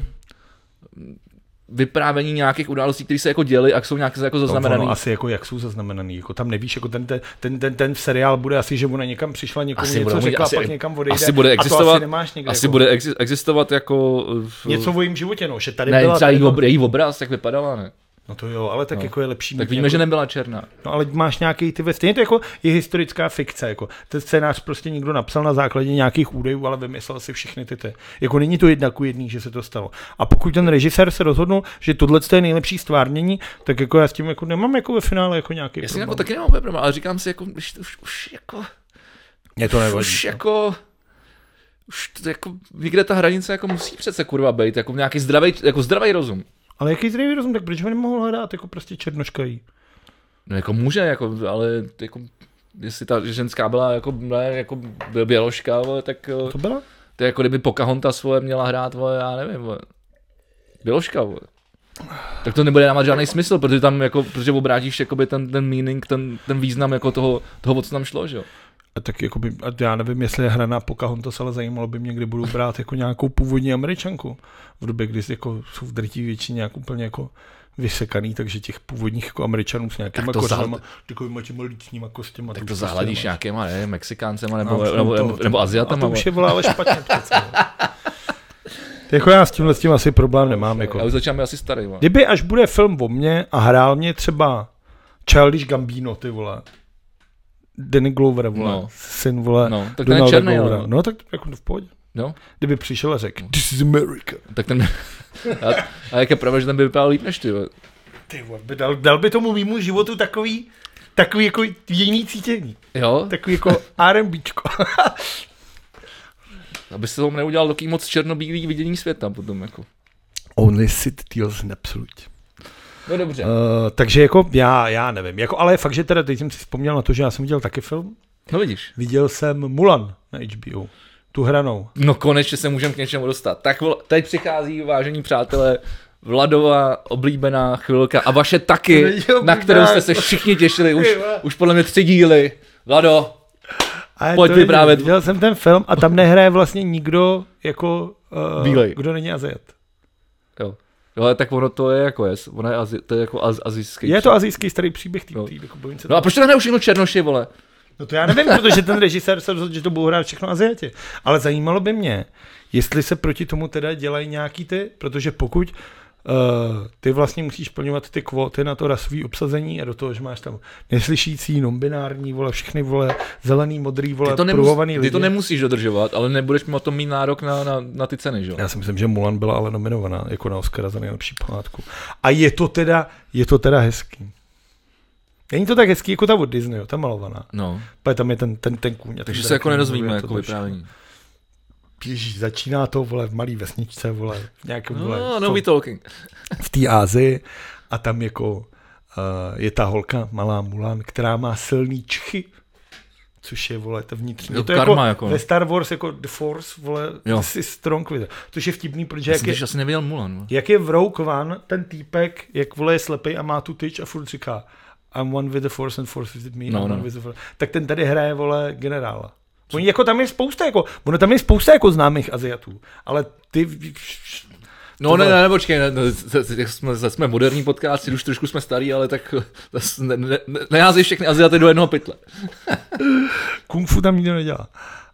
vyprávění nějakých událostí, které se jako děly a jsou nějaké jako zaznamenaný. No, asi jako jak jsou zaznamenaný, jako tam nevíš, jako ten seriál bude asi, že ona někam přišla, někomu asi něco řekla, pak někam odejde. Asi bude existovat, a to asi nemáš někde. Asi jako, bude existovat jako něco o jejím životě, no, že tady ne, byla. Třeba její obraz, jak vypadala, ne? No to jo, ale tak jako je lepší. Tak víme, že nebyla černá. No ale máš nějaký ty stejně to jako je historická fikce, jako ten scénář prostě někdo napsal na základě nějakých údajů, ale vymyslel si všechny ty. Jako není to 1:1, že se to stalo. A pokud ten režisér se rozhodnul, že tohle je nejlepší stvárnění, tak jako já s tím jako nemám jako ve finále jako nějaký problém. Já jako taky nemám problém, ale říkám si jako už jako mě to nevadí. Už jako někde ta hranice jako musí přece kurva být, jako nějaký zdravý rozum. Ale jaký zdravý rozum, tak proč ho nemohl hledat jako prostě černoškají? No jako může, jako, ale jako, jestli ta ženská byla jako běložka, tak to byla? To je jako kdyby Pocahontas svoje měla hrát, já nevím, běložka, tak to nebude dávat žádný smysl, protože tam jako, protože obrátíš jakoby ten meaning, ten význam jako toho, o co tam šlo, že jo. A tak jako by, já nevím, jestli je hraná Pocahontas, ale zajímalo by mě, kdy budou brát jako nějakou původní Američanku. V době, kdy jako jsou v drtivé většině nějak úplně jako vysekaný, takže těch původních jako Američanů s nějakýma kořenama, takovýma těma lícníma kostěma. Tak to zahladíš nějakýma, ne, Mexikáncema nebo Aziatama. A to už je vole, ale špatně. Jako já s tímhle asi problém nemám. Jako. Já už začínám asi starý. Kdyby až bude film o mně a hrál mě třeba Childish Gambino, ty vole, Danny Glover, vole, syn, vole, tak ten je černý, no tak jako v pohodě. No. Kdyby přišel a řekl, this is America. Tak ten, a jak je pravda, že ten by vypadal líp než ty, vole. Ty vole, dal by tomu mýmu životu takový jako jiný cítění. Jo. Takový jako R&Bčko. Aby se tomu neudělal taký moc černobílý vidění světa potom, jako. Only sit deals in absolute. No dobře. Takže jako já nevím, jako, ale fakt, že teda teď jsem si vzpomněl na to, že já jsem viděl taky film. No vidíš. Viděl jsem Mulan na HBO, tu hranou. No konečně se můžeme k něčemu dostat. Tak teď přichází, vážení přátelé, Vladova oblíbená chvilka a vaše taky, na kterou jste se všichni těšili, už podle mě 3 díly. Vlado, pojď vyprávět. Viděl jsem ten film a tam nehraje vlastně nikdo jako, kdo není Aziat. Jo. Ale tak ono to je jako to je jako azijský. Je to azijský starý příběh jako no a proč to nehrajou všechno černoši, vole? No to já nevím, protože ten režisér se rozhodl, že to budou hrát všechno Aziati. Ale zajímalo by mě, jestli se proti tomu teda dělají nějaký protože pokud ty vlastně musíš plňovat ty kvóty na to rasové obsazení a do toho, že máš tam neslyšící, non-binární, vole, všechny, vole, zelený, modrý, vole, pruhovaný lidi. Ty to nemusíš dodržovat, ale nebudeš o tom mít nárok na ty ceny, že jo? Já si myslím, že Mulan byla ale nominovaná jako na Oscara za nejlepší pohádku. A je to teda hezký. Není to tak hezký jako ta od Disney, ta malovaná. No. Tam je ten kůň. Takže se jako nedozvíme jako vyprávění. Ježíš, začíná to, vole, v malý vesničce, vole, v nějakém, vole, no we talking. v té Ázii a tam jako je ta holka, malá Mulan, která má silný čchy, což je, vole, to vnitřní. Je to karma, jako ve Star Wars, jako The Force, vole, this is strong with it. Což je vtipný, protože asi neviděl Mulan. Jak je v Rogue One, ten týpek, jak, vole, je slepej a má tu tyč a furt říká I'm one with the Force and Force with me, with the Force. Tak ten tady hraje, vole, generála. Oni jako tam je spousta, jako známých Aziatů, ale ty... No ne, počkej, jsme moderní podcast, už trošku jsme starý, ale tak neházej všechny Aziaty do jednoho pytle. Kung fu tam nikdo nedělá.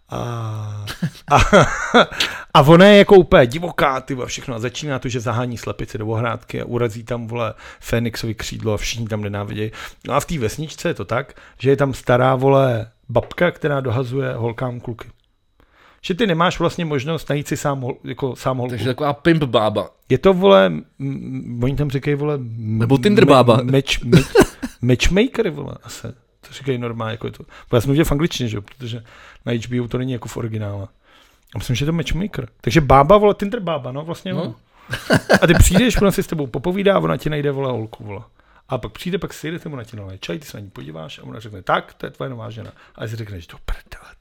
A ona je jako úplně divoká, ty všechno. A začíná to, že zahání slepici do ohrádky a urazí tam, vole, Fénixovi křídlo a všichni tam nenávidějí. No a v té vesničce je to tak, že je tam stará, vole, babka, která dohazuje holkám kluky. Že ty nemáš vlastně možnost najít si sám holku. Takže taková pimp bába. Je to, vole, oni tam říkají, vole... Nebo Tinder bába. Matchmaker, vole, asi. To říkají normálně, jako je to. Bo já jsem viděl v angličtině, že jo, protože na HBO to není jako v originále. A myslím, že je to matchmaker. Takže bába, vole, Tinder bába, no, vlastně. No. A ty přijdeš, ona si s tebou popovídá a ona ti najde, vole, holku, vole. A pak přijde, pak si jdete, ona ti naleje čaj, ty se na ní podíváš a ona řekne, tak, to je tvoje nová žena. A si řekneš, to prdele.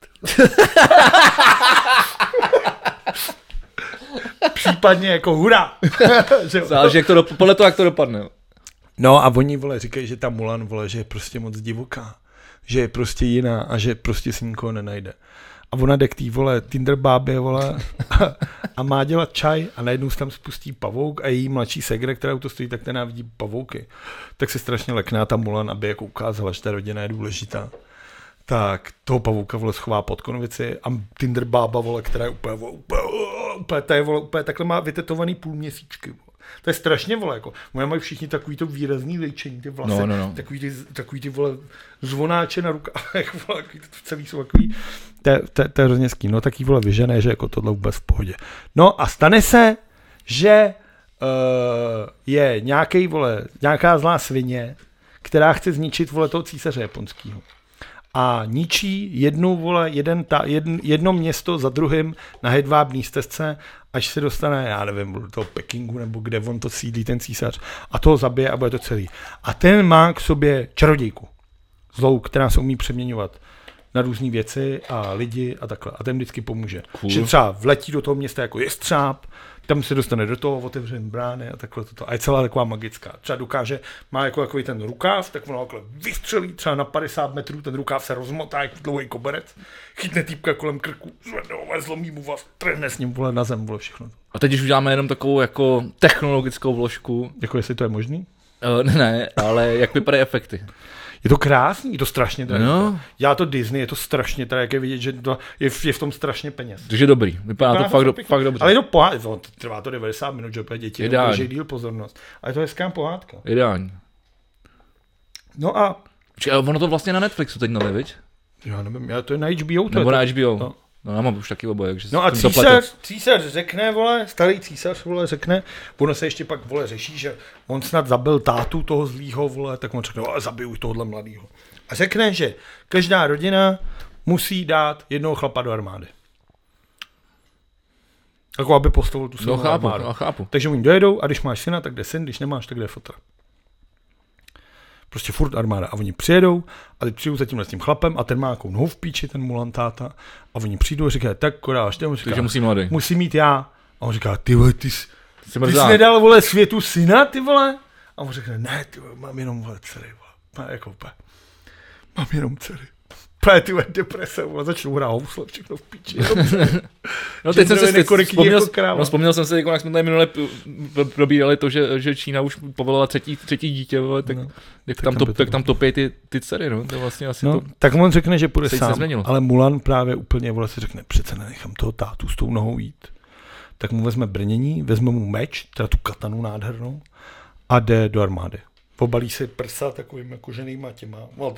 Případně jako hurá. Záleží, jak to podle toho, jak to dopadne. No a oni, vole, říkají, že ta Mulan, vole, že je prostě moc divoká. Že je prostě jiná a že prostě si nikoho nenajde. A ona jde k tý, vole, Tinder bábě, vole, a má dělat čaj a najednou se tam spustí pavouk a její mladší segre, která u to stojí, tak ten návidí pavouky. Tak se strašně lekná ta Mulan, aby jako ukázala, že ta rodina je důležitá. Tak toho pavouka, vole, schová pod konvici a Tinder bába, vole, která je úplně takhle má vytetovaný půlměsíčky. To je strašně, vole, jako. Moje mají všichni takový to výrazný líčení, ty vlasy, no. Takový ty, vole, zvonáče na rukách, vole, celý jsou takový, to je hrozně hezký. No taky, vole, vyžené, že jako tohle vůbec v pohodě. No a stane se, že je nějaká zlá svině, která chce zničit, vole, toho císaře japonského. A ničí jedno město za druhým na hedvábný stezce, až se dostane, já nevím, do toho Pekingu, nebo kde on to sídlí, ten císař, a toho zabije a bude to celý. A ten má k sobě čarodějku, zlou, která se umí přeměňovat na různé věci a lidi a takhle. A ten vždycky pomůže. Cool. Že třeba vletí do toho města jako jestřáb, tam se dostane do toho, otevře brány a takhle toto. A je celá taková magická. Třeba dokáže, má jako takový ten rukáv, tak ono takhle vystřelí třeba na 50 metrů, ten rukáv se rozmotá jako dlouhý koberec, chytne týpka kolem krku, zvedne, zlomí mu vás, trhne s ním, vole, na zem, vole, všechno. A teď už uděláme jenom takovou jako technologickou vložku. Jako jestli to je možný? Ne, ale jak vypadají efekty. Je to krásný, je to strašně drahé. No. Já to Disney, je to strašně drahé, jak je vidět, že to je v tom strašně peněz. Takže dobrý, vypadá to fakt dobře. Ale je to trvá to 90 minut, že děti nedožij díl pozornost. Ale je to hezká pohádka. Ideální. No a... ono to vlastně na Netflixu teď nové, viď? Já nevím, to je na HBO. Nebo na HBO. No já mám už taky oboje, takže no a císař řekne, vole, starý císař, vole, řekne, ono se ještě pak, vole, řeší, že on snad zabil tátu toho zlýho, vole, tak on řekne, zabiju tohle mladýho. A řekne, že každá rodina musí dát jednoho chlapa do armády. Jako aby postavil tu svou armádu. No, chápu. Takže oni dojedou a když máš syna, tak jde syn, když nemáš, tak jde fotra. Prostě furt armáda. A oni přijedou a teď přijdou za tímhle s tím chlapem a ten má nějakou nohu v píči, ten Mulan táta. A oni přijdou a říkají, tak kodáš, ten říká, takže musí mít já. A on říká, ty vole, ty jsi nedal, vole, světu syna, ty vole? A on řekne, ne, ty vole, mám jenom, vole, dcery, vole. Mám jenom dcery. Právě ty deprese, vole, začnou hrát housle, všechno v píči. No teď jsem se vzpomněl jsem se, jak jsme tady minule probírali to, že Čína už povolila třetí dítě, vole, tak tam topí ty dcery, no, to vlastně asi to... Tak on řekne, že půjde sám, ale Mulan právě úplně, vole, si řekne, přece nenechám toho tátu s tou nohou jít. Tak mu vezme brnění, vezme mu meč, teda tu katanu nádhernou a jde do armády. Pobalí si prsa takovým koženýma těma,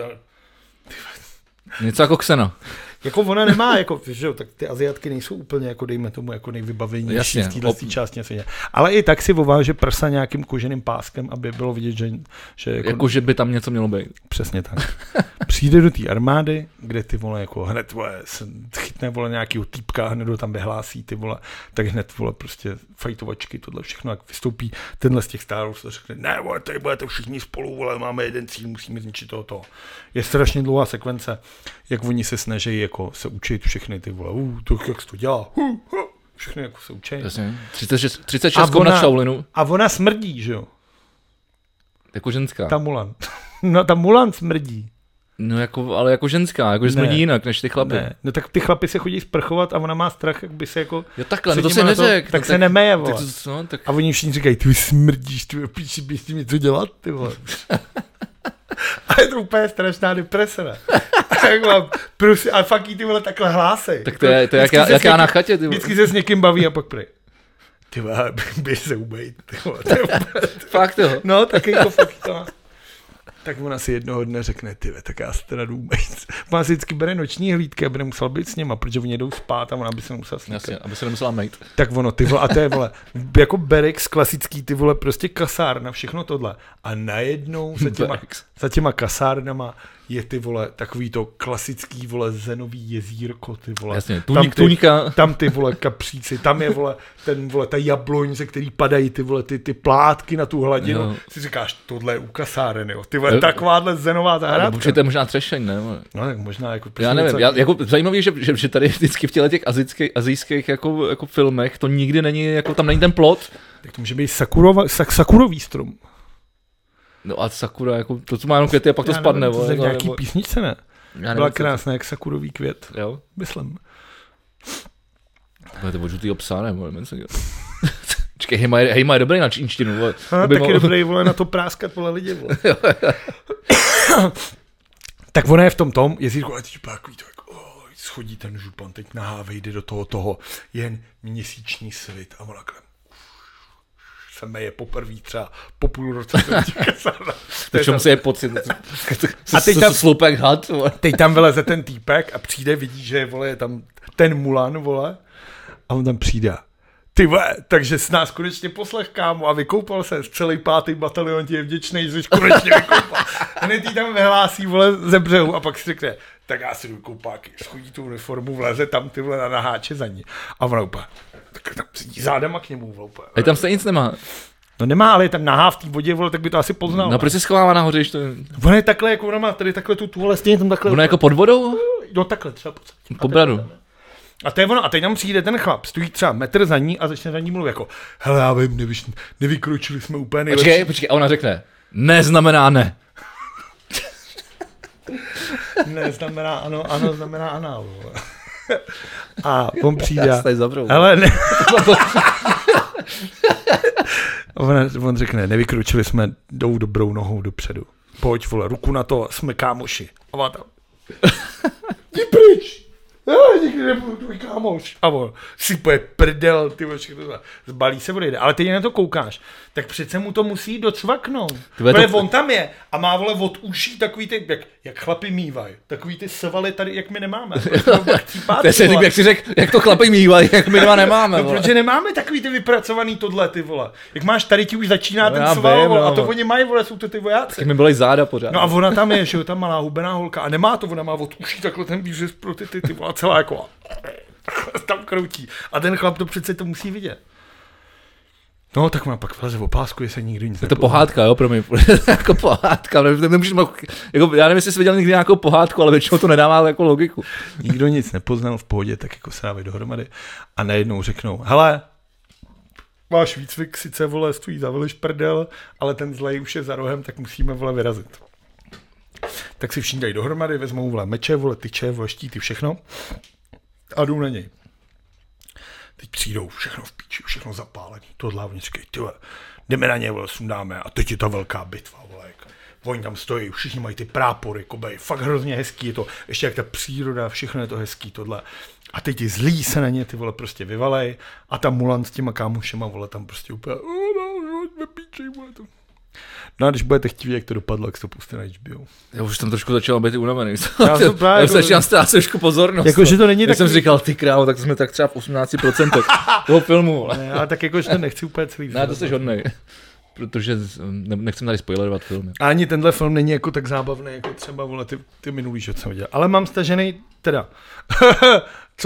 něco jako Xena. Jako ona nemá, jako, že jo, tak ty Aziatky nejsou úplně, jako dejme tomu, jako nejvybavenější v této části na světě. Ale i tak si ováže prsa nějakým koženým páskem, aby bylo vidět, že jako že by tam něco mělo být. Přesně tak. Přijde do té armády, kde ty vole, jako hned, vole, chytne, vole, nějakýho týpka, hned ho tam vyhlásí, ty vole, tak hned, vole, prostě fajtovačky, tohle všechno, jak vystoupí tenhle z těch stárů, se řekne, ne, vole, tady budete všichni spolu, vole, máme jeden cíl, musíme zničit toho. Je strašně dlouhá sekvence, jak oni se snaží, jako se učit všechny ty, vole, to jak se to dělá, všechny jako se učí. 36 na Shaolinu. A ona smrdí, že jo? Jako ženská. Ta Mulan. No, ta Mulan smrdí. No ale jako ženská, jako že smrdí jinak než ty chlapy. Ne, no tak ty chlapy se chodí sprchovat a ona má strach, jak by se jako... Jo takhle, no to se neřek. Tak se nemeje, vole. Tak... A oni všichni říkají, ty smrdíš, ty píči, bys tím něco dělat, ty vole. A je to úplně strašná deprese, ne? A fakt jí ty vole takhle hlásej. Tak to je jak já na chatě, ty vole. Vždycky se s někým baví a pak prej. Ty vole, běž se ubejt, ty vole. Fakt jo. No, tak jako fakt to. Tak ona si jednoho dne řekne, ty tak já se teda jdu ubejt. Ona si vždycky bere noční hlídky a bude musela být s nima, protože oni jdou spát a ona by se musela sníkat. Jasně, aby se nemusela mejt. Tak ono, ty vole, a to je, vole, jako Berex klasický, ty vole, prostě kasárna, všechno tohle. A najednou za těma kasárnama je, ty vole, takový to klasický, vole, zenový jezírko, ty vole. Jasně, tuňka. Tam ty, vole, kapříci, tam je, vole, ten, vole, ta jabloň, ze který padají, ty, vole, ty plátky na tu hladinu. No. Si říkáš, tohle je u kasáren, jo. Ty, vole, takováhle zenová zahrádka. Určitě to je možná třešeň, ne? No, tak možná, jako... Já nevím, jako zajímavý, že tady vždycky v těch asijských jako filmech to nikdy není, jako tam není ten plot. Tak to může být sakurový strom. No a sakura, jako to, co má jenom květy a pak to spadne. To je nějaký písničce, ne? Byla krásná, jak sakurový květ. Jo? Myslím. To je žlutýho psa, nebo Čekej, Hejma je dobrý na čínštinu. Tak je dobrý, vole, na to práskat, vole, lidi, vole. Tak ona je v tom jezírku, a teď takový to, jako, schodí ten župan, teď nahá, vejde do toho, jen měsíční svit a ona se meje poprvé třeba po půl roce. To čemu se je pocit. A teď tam sloupek had. Teď tam vyleze ten týpek a přijde, vidí, že vole, je tam ten Mulan, vole, a on tam přijde. Ty vole, takže s nás konečně poslech, kámo, a vykoupal se, celý 5. batalion ti je vděčný, že jsi konečně vykoupal. Hned jí tam vyhlásí, vole, ze břehu a pak si řekne, tak já si jdu koupáky, schodí tu uniformu, vleze tam, ty vole, na naháče za ní. A ona úplně, tak tam sedí zádama k němu, vole. A tam se nic nemá. No nemá, ale je tam nahá v té vodě, vole, tak by to asi poznal. No proč se schovává nahoře, když to je... Ona je takhle, jako ona má tady takhle tu tuhle stěně, tam takhle... Ona jako pod vodou? No takhle třeba. Po bradu. A to je ono, a teď tam přijde ten chlap, stojí třeba metr za ní a začne za ní mluvit jako, hele, já vím, nevykročili jsme úplně nejlepší. Počkej, a ona řekne, ne znamená ne. Ne znamená ano, ano znamená anál. A on přijde. Já se tady zavřou. Hele, ne. On řekne, nevykročili jsme, jdou dobrou nohou dopředu. Pojď, vole, ruku na to, jsme kámoši. A on tam. Jdi pryč. Já nikdy nebudu tvůj kámoš. A on sype prdel, ty všechno zbalí se odejde. Ale ty na to koukáš, tak přece mu to musí docvaknout. On tam je a má, vole, od uší takový ty, jak chlapi mývají. Takový ty svaly tady, jak my nemáme. Jak si řekl, jak to chlapi mývají, jak my dva nemáme. No, protože nemáme takový ty vypracovaný tohle, ty vole. Jak máš tady, ti už začíná ten sval, vole, a to oni mají, vole, jsou to ty vojáci. Tak mi byly záda pořád. No a ona tam je, že jo, ta malá hubená holka a nemá to, ona má od uší takhle ten výřez pro ty vole, celá jako tam kroutí. A ten chlap to přece to musí vidět. No, tak má pak vleze v opásku, jestli nikdy nic je to pohádka, jo, pro mě. Jako pohádka. Jako, já nevím, jestli jsi viděl někdy nějakou pohádku, ale většinou to nedává jako logiku. Nikdo nic nepoznal v pohodě, tak jako se dávají dohromady. A najednou řeknou, hele, máš výcvik, sice, vole, stojí zaviliš prdel, ale ten zlej už je za rohem, tak musíme, vole, vyrazit. Tak si všichni dají dohromady, vezmou, vole, meče, vole, tyče, vole, štíty, všechno a jdou na něj. Teď přijdou, všechno v píči, všechno zapálený, tohle, oni říkají, tyhle, jdeme na ně, vole, sundáme a teď je ta velká bitva, vole, oni tam stojí, všichni mají ty prápory, kobej, fakt hrozně hezký je to, ještě jak ta příroda, všechno je to hezký, tohle. A teď ty zlí se na ně, ty, vole, prostě vyvalej a ta Mulan s těma kámošema, vole, tam prostě úplně, píči, vole, to. No a když budete chtít, jak to dopadlo, jak to pustíte na HBO. Já už jsem trošku začal být unavený. Já jsem začal ztrácet trošku pozornost. Jakože to není tak. Jsem říkal, ty krávo, tak jsme tak třeba v 18% toho filmu. Ne, ale tak jakože to nechci úplně celý. Ne, to jsi hodnej. protože nechcem tady spoilerovat film. Ani tenhle film není jako tak zábavný, jako třeba vole, ty minulý, že jsem viděl. Ale mám stažený, teda, co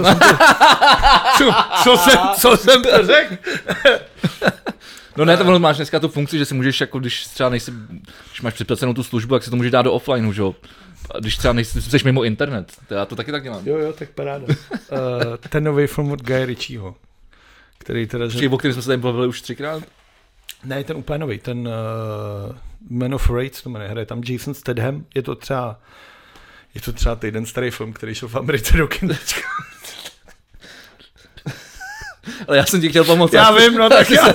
jsem to řekl? No ne, to máš dneska tu funkci, že si můžeš, jako když třeba když máš předplacenou tu službu, tak si to můžeš dát do offlineu, že jo? A když třeba jsi mimo internet, já to taky tak dělám. Jo, tak paráda. Ten nový film od Guy Ritchieho, který teda... O kterém jsme se tady bavili už 3krát? Ne, ten úplně nový, ten Man of Raids, to jmenuje, hraje tam Jason Statham, je to třeba týden starý film, který šel v Americe do kinečka. Ale já jsem ti chtěl pomoct. Já vím, no tak já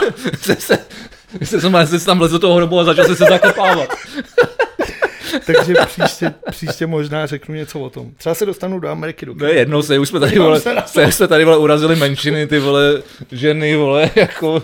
jsem tam vlez do toho hrobu a začal se zakopávat. Takže příště možná řeknu něco o tom. Třeba se dostanu do Ameriky. No jednou už jsme tady urazili menšiny, ty vole, ženy, vole, jako...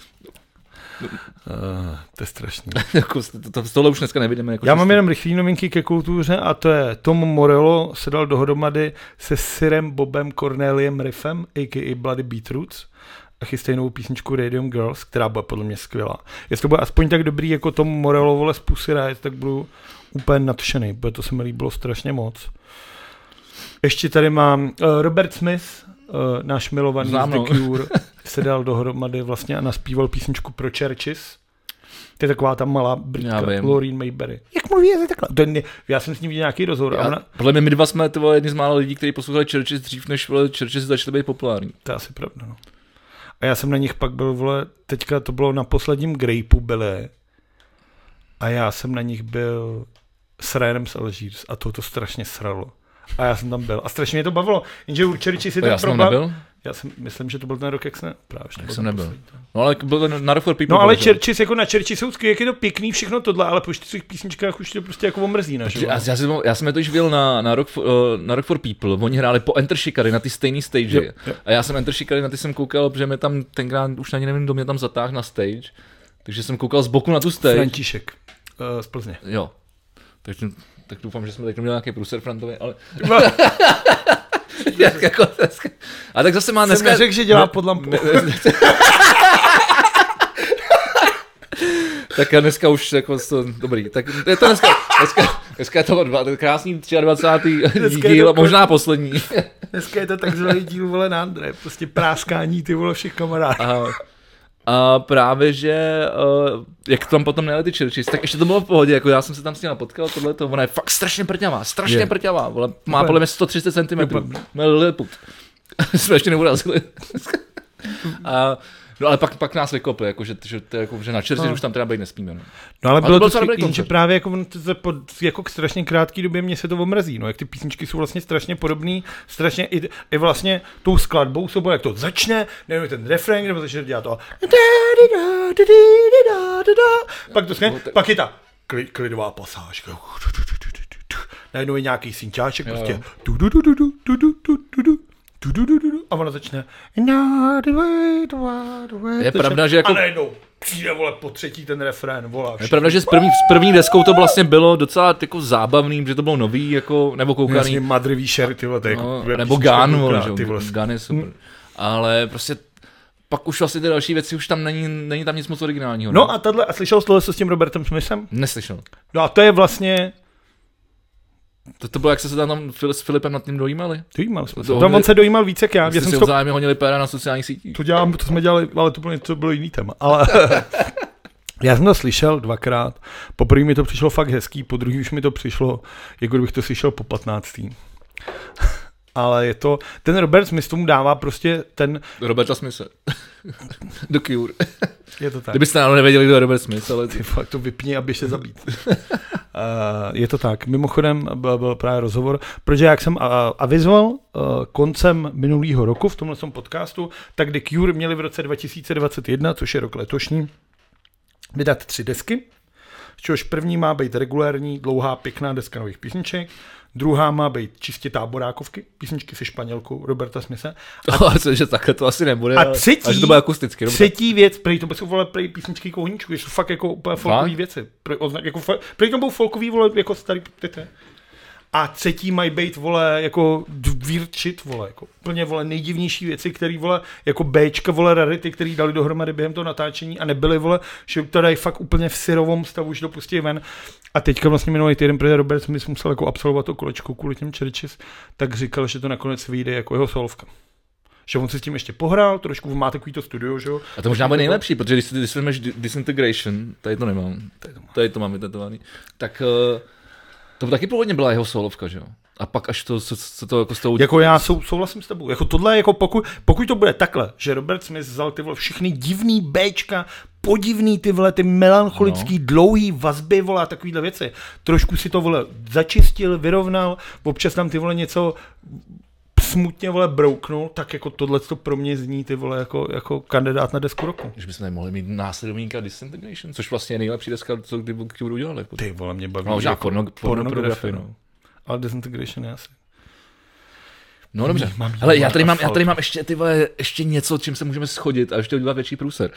To je strašný. Z tohle už dneska nevidíme. Jako já mám jenom rychlý novinky ke kultuře a to je Tom Morello se dal dohromady se Sirem Bobem Corneliem Riffem, a.k.a. Bloody Beetroots, a chystají novou písničku Radium Girls, která bude podle mě skvělá. Jestli to bude aspoň tak dobrý jako Tom Morello vole z Pussy Riot, tak budu úplně nadšený, protože to se mi líbilo strašně moc. Ještě tady mám Robert Smith, náš milovaný z The Cure, se dal dohromady vlastně a naspíval písničku pro Churches. To je taková ta malá Britka, Laureen Mayberry. Jak mluví je takhle? Já jsem s ním viděl nějaký rozhovor. Podle mě my dva jsme jedni z mála lidí, kteří poslouchali Churches dřív, než Churches začaly být populární. To je asi pravda, no. A já jsem na nich pak byl, vole, teďka to bylo na posledním Grapeu byli a já jsem na nich byl s Ryanem z Algiers a to strašně sralo. A já jsem tam byl. A strašně mě to bavilo. Jenže u Churches si ten problém... Nebyl? Já myslím, že to byl ten rok, jak jsem právě. Jak jsem nebyl. No ale byl na Rock for People. No ale Churches, jako na Churches jsou jak je to pěkný všechno tohle, ale po 4 písničkách už to prostě jako omrzí. Já jsem to již viděl na Rock for People. Oni hráli po Enter Shikari na ty stejný stage. Jo. A já jsem Enter Shikari na ty jsem koukal, protože mě tam tenkrát už ani nevím, kdo mě tam zatáhl na stage. Takže jsem koukal z boku na tu stage. František z Plzně. Jo. Tak doufám, že jsme teď měli nějaký průser Frantovi, ale... A tak zase má dneska... Jsem neřekl, že dělá pod lampou. Tak dneska už jako dobrý. Tak je to dneska je to krásný 23. díl, možná poslední. Dneska je to takzvaný díl, vole, na André. Prostě práskání, ty vole, všech kamarádů. A právě, že jak tam potom nejeli ty Churches, tak ještě to bylo v pohodě, jako já jsem se tam s ním potkal, tohleto, ona je fakt strašně prťavá, vole, má podle mě 130 cm, Lilliput. Jsme ještě neurazili. No ale pak nás vykopli, jako, že na Churches už tam teda být nesmíme. No ale bylo to že právě jako k strašně krátké době mě se to omrzí, no jak ty písničky jsou vlastně strašně podobný, strašně i vlastně tou skladbou jsou, jak to začne, nevím, ten refrén, nebo začne dělat to pak je ta klidová pasáž, najednou je nějaký synťáček, prostě a ona začne je pravda, že jako... A najednou přijde, vole, po třetí ten refrén, vole. Je pravda, že s první deskou to vlastně bylo docela jako zábavný, že to bylo nový, jako, nebo koukaný. Jasně, Madrivý Sher, ty vole, no, nebo Gun, vole, Gun je super. Ale prostě pak už vlastně ty další věci, už tam není tam nic moc originálního. No a tato, a slyšel jsi tohle s tím Robertem Smithem? Neslyšel. No a to je vlastně... To bylo, jak se tam s Filipem nad tím dojímali? Dojímal jsme se. Tam on se dojímal víc jak já. Jste si vzájemně honili péra na sociálních sítích. To jsme dělali, ale to bylo jiný téma. Ale já jsem to slyšel 2krát. Poprvé mi to přišlo fakt hezký, po druhý už mi to přišlo, jako kdybych to slyšel po 15. Ale je to, ten Robert Smith tomu dává prostě ten... Roberta Smithe. The Cure. Je to tak. Kdybyste náhodou nevěděli, kdo je Robert Smith, ale... Ty fakt to vypni a běž se zabít. Je to tak. Mimochodem byl právě rozhovor, protože jak jsem avizoval koncem minulého roku v tomhle podcastu, tak The Cure měli v roce 2021, což je rok letošní, vydat 3 desky, z čehož první má být regulární, dlouhá, pěkná deska nových písniček, druhá má být čistě táborákovky, písničky se Španělkou Roberta Smithe. Že takhle to asi nebude, a třetí, až to bude akusticky. Třetí věc, prý to jsou vole písničky Kohníčku, jsou fakt jako úplně folkové věci. Prý to budou folkový vole jako starý tyte. a třetí mají být, vole, jako weird shit, vole, jako úplně, vole, nejdivnější věci, které, vole, jako Bčka, vole, rarity, které dali dohromady během toho natáčení a nebyly, vole, že to dají fakt úplně v syrovém stavu, už to pustí ven. A teďka vlastně minulý týden, protože Robert Smith musel jako absolvovat to kolečko kvůli těm Churches, tak říkal, že to nakonec vyjde jako jeho solovka. Že on se s tím ještě pohrál, trošku má takový to studio, že jo. A to možná bude nejlepší, protože když si vezmeš Disintegration, tady to nemám, tady to mám vytetovaný, tak to taky původně byla jeho solovka, že jo. A pak až to, co to jako s tou... Jako já souhlasím s tebou. Jako tohle, jako pokud to bude takhle, že Robert Smith vzal ty vole všechny divný Bčka, podivný ty vole, ty melancholický, dlouhý vazby, vole, a takovýhle věci. Trošku si to, vole, začistil, vyrovnal, občas tam ty vole něco smutně, vole, brouknul, tak jako tohleto pro mě zní, ty vole, jako kandidát na desku roku. Že bychom mohli mít následovníka Disintegration, což vlastně je nejlepší deska, co kdy budou udělali. Ty vole, mě baví. No, možná pornografie, no. Ale Disintegration je asi. No dobře. Hele, já tady mám ještě, ty vole, ještě něco, čím se můžeme shodit a ještě udělat větší průser.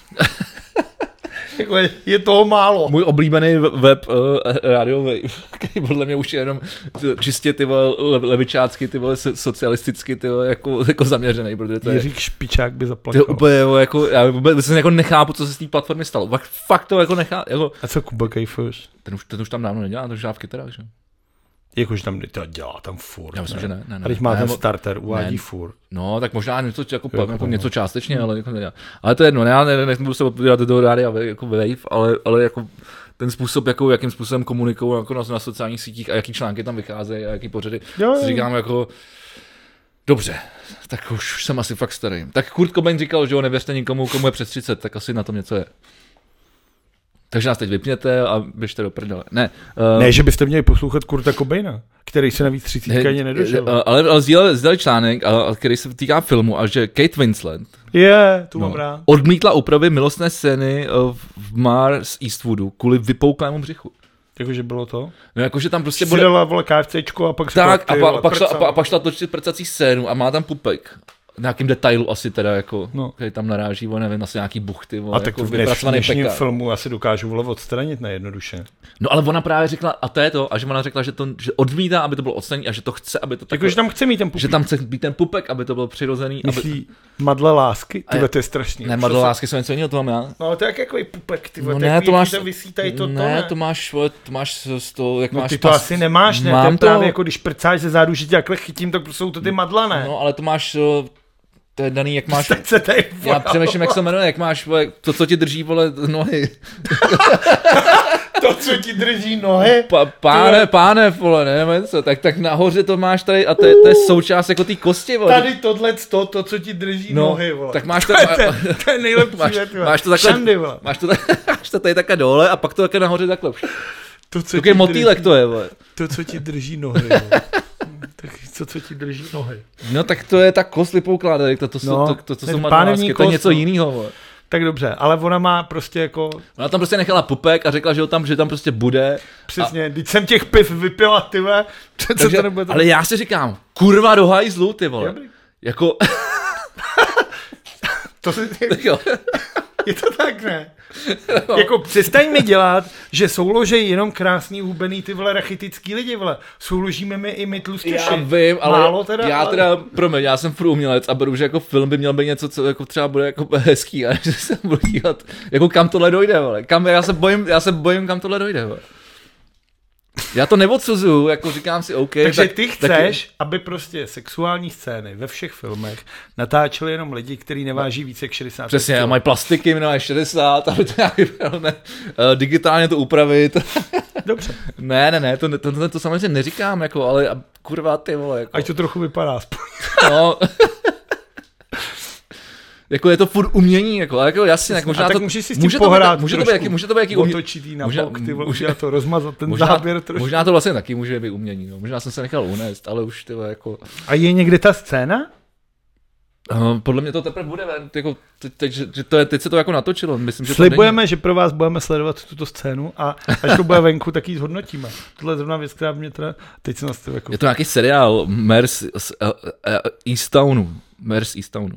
Je toho málo. Můj oblíbený web Radio Wave, který podle mě už je jenom čistě ty vole levičácky, ty vole socialisticky, ty vole jako zaměřený, protože to je... Jiřík Špičák by zaplakal. To úplně jako, já vůbec jako nechápu, co se z té platformy stalo. Fakt to jako nechápu. Jako... A co Kuba Kejfoš? Ten už tam dávno nedělá, to žádá v kytarách, že? Jakože tam dělá tam furt. Já myslím, že ne. A teď má ten starter, uvádí furt. No, tak možná něco, jako něco částečně, ale jako nedělá. Ale to je jedno, já nebudu se odpovídat do rádia jako Wave, ale jako ten způsob, jako, jakým způsobem komunikují jako na sociálních sítích a jaký články tam vycházejí a jaký pořady, si říkám jako dobře, tak už jsem asi fakt starý. Tak Kurt Cobain říkal, že ho nevěřte nikomu, komu je přes 30, tak asi na tom něco je. Takže nás teď vypněte a běžte do prdele. Ne, že byste měli poslouchat Kurta Cobaina, který se navíc 30 ani nedošel. Ale sdílel článek, který se týká filmu a že Kate Winslet mám rád. Odmítla úpravy milostné scény v Mars Eastwoodu kvůli vypouklému břichu. Jakože bylo to? No jakože tam prostě bude... Přidala, vole, KFCčko a pak tak, a pak šla točit prcací scénu a má tam pupek. Nějakým detailu asi teda, jako, který tam naráží, nevím, asi nějaký buchty, a tak jako to v dnešním filmu asi dokážu, vole, odstranit nejednoduše. No ale ona právě řekla, a to je to, a že ona řekla, že odmítá, aby to bylo odstraněné a že to chce, aby to tak. Jakože tam chce mít ten pupek. Že tam chce být ten pupek, aby to bylo přirozený. Myslí madle lásky? Tyhle, to je strašný. Ne, madle lásky jsou něco jiného, to mám já. No ale to je jaký pupek, ty vole, no, ne, to máš, to vysí tady to, ne, to máš z toho, jak máš ty to asi nemáš, ne, to je právě jako když prcáš ze zádu, že tě takhle chytím, tak jsou to ty madla, ne? No, ale to máš to je daný, jak máš... Já přemýšlím, jak se jmenuje, jak máš, vole, to, co ti drží, vole, nohy. To, co ti drží nohy? Páne, vole, nevím co, tak nahoře to máš tady, a to je součást jako té kosti, vole. Tady to, co ti drží nohy, vole. Tak máš to... To je nejlepší věc, vole. Máš to takhle, máš to tady takhle dole a pak to takhle nahoře takhle. To je motýlek to je, vole. To, co ti drží nohy, vole. Tak co ti drží nohy? No tak to je ta kost vypouklá, to jsou madlásky, to je něco jiného. Tak dobře, ale ona má prostě jako... Ona tam prostě nechala pupek a řekla, že tam prostě bude. Přesně, když jsem těch piv vypila, ty vole, přece to nebude... Ale já si říkám, kurva do hajzlu, ty vole. Dobrý. Jako... To si... Je to tak, ne? No. Jako přestaň mi dělat, že souložej jenom krásný hubený ty vole rachitický lidi, vole. Souložíme mi i my tlustěši. Já vím, ale málo teda, promiň, já jsem furt umělec a beru, že jako film by měl být něco, co jako třeba bude jako hezký, a že se budu dívat, jako kam tohle dojde, vole. Já se bojím, kam tohle dojde, vole. Já to neodsuzuju, jako říkám si OK. Takže ty chceš, aby prostě sexuální scény ve všech filmech natáčeli jenom lidi, kteří neváží více jak 60. Přesně, a mají plastiky, mají 60, aby to nějak digitálně to upravit. Dobře. Ne, to samozřejmě neříkám, jako, ale kurva ty vole. Jako. Ať to trochu vypadá aspoň. No. Jako je to furt umění, jako, ale jako jasně, tak možná tak to můžeš si s tím pohrát může to být jaký otočitý na bok, ty vole, může to rozmazat ten záběr trošku. Možná to vlastně taky může být umění, no. Možná jsem se nechal unést, ale už ty jako... A je někde ta scéna? Podle mě to teprve bude, jako, teď se to jako natočilo. Myslím, že slibujeme, že pro vás budeme sledovat tuto scénu a až to bude venku, tak ji zhodnotíme. Tohle je zrovna věc, která mě teda teď se nastavuje. Jako... Je to nějaký seriál Mers Easttownu. Mers Easttownu.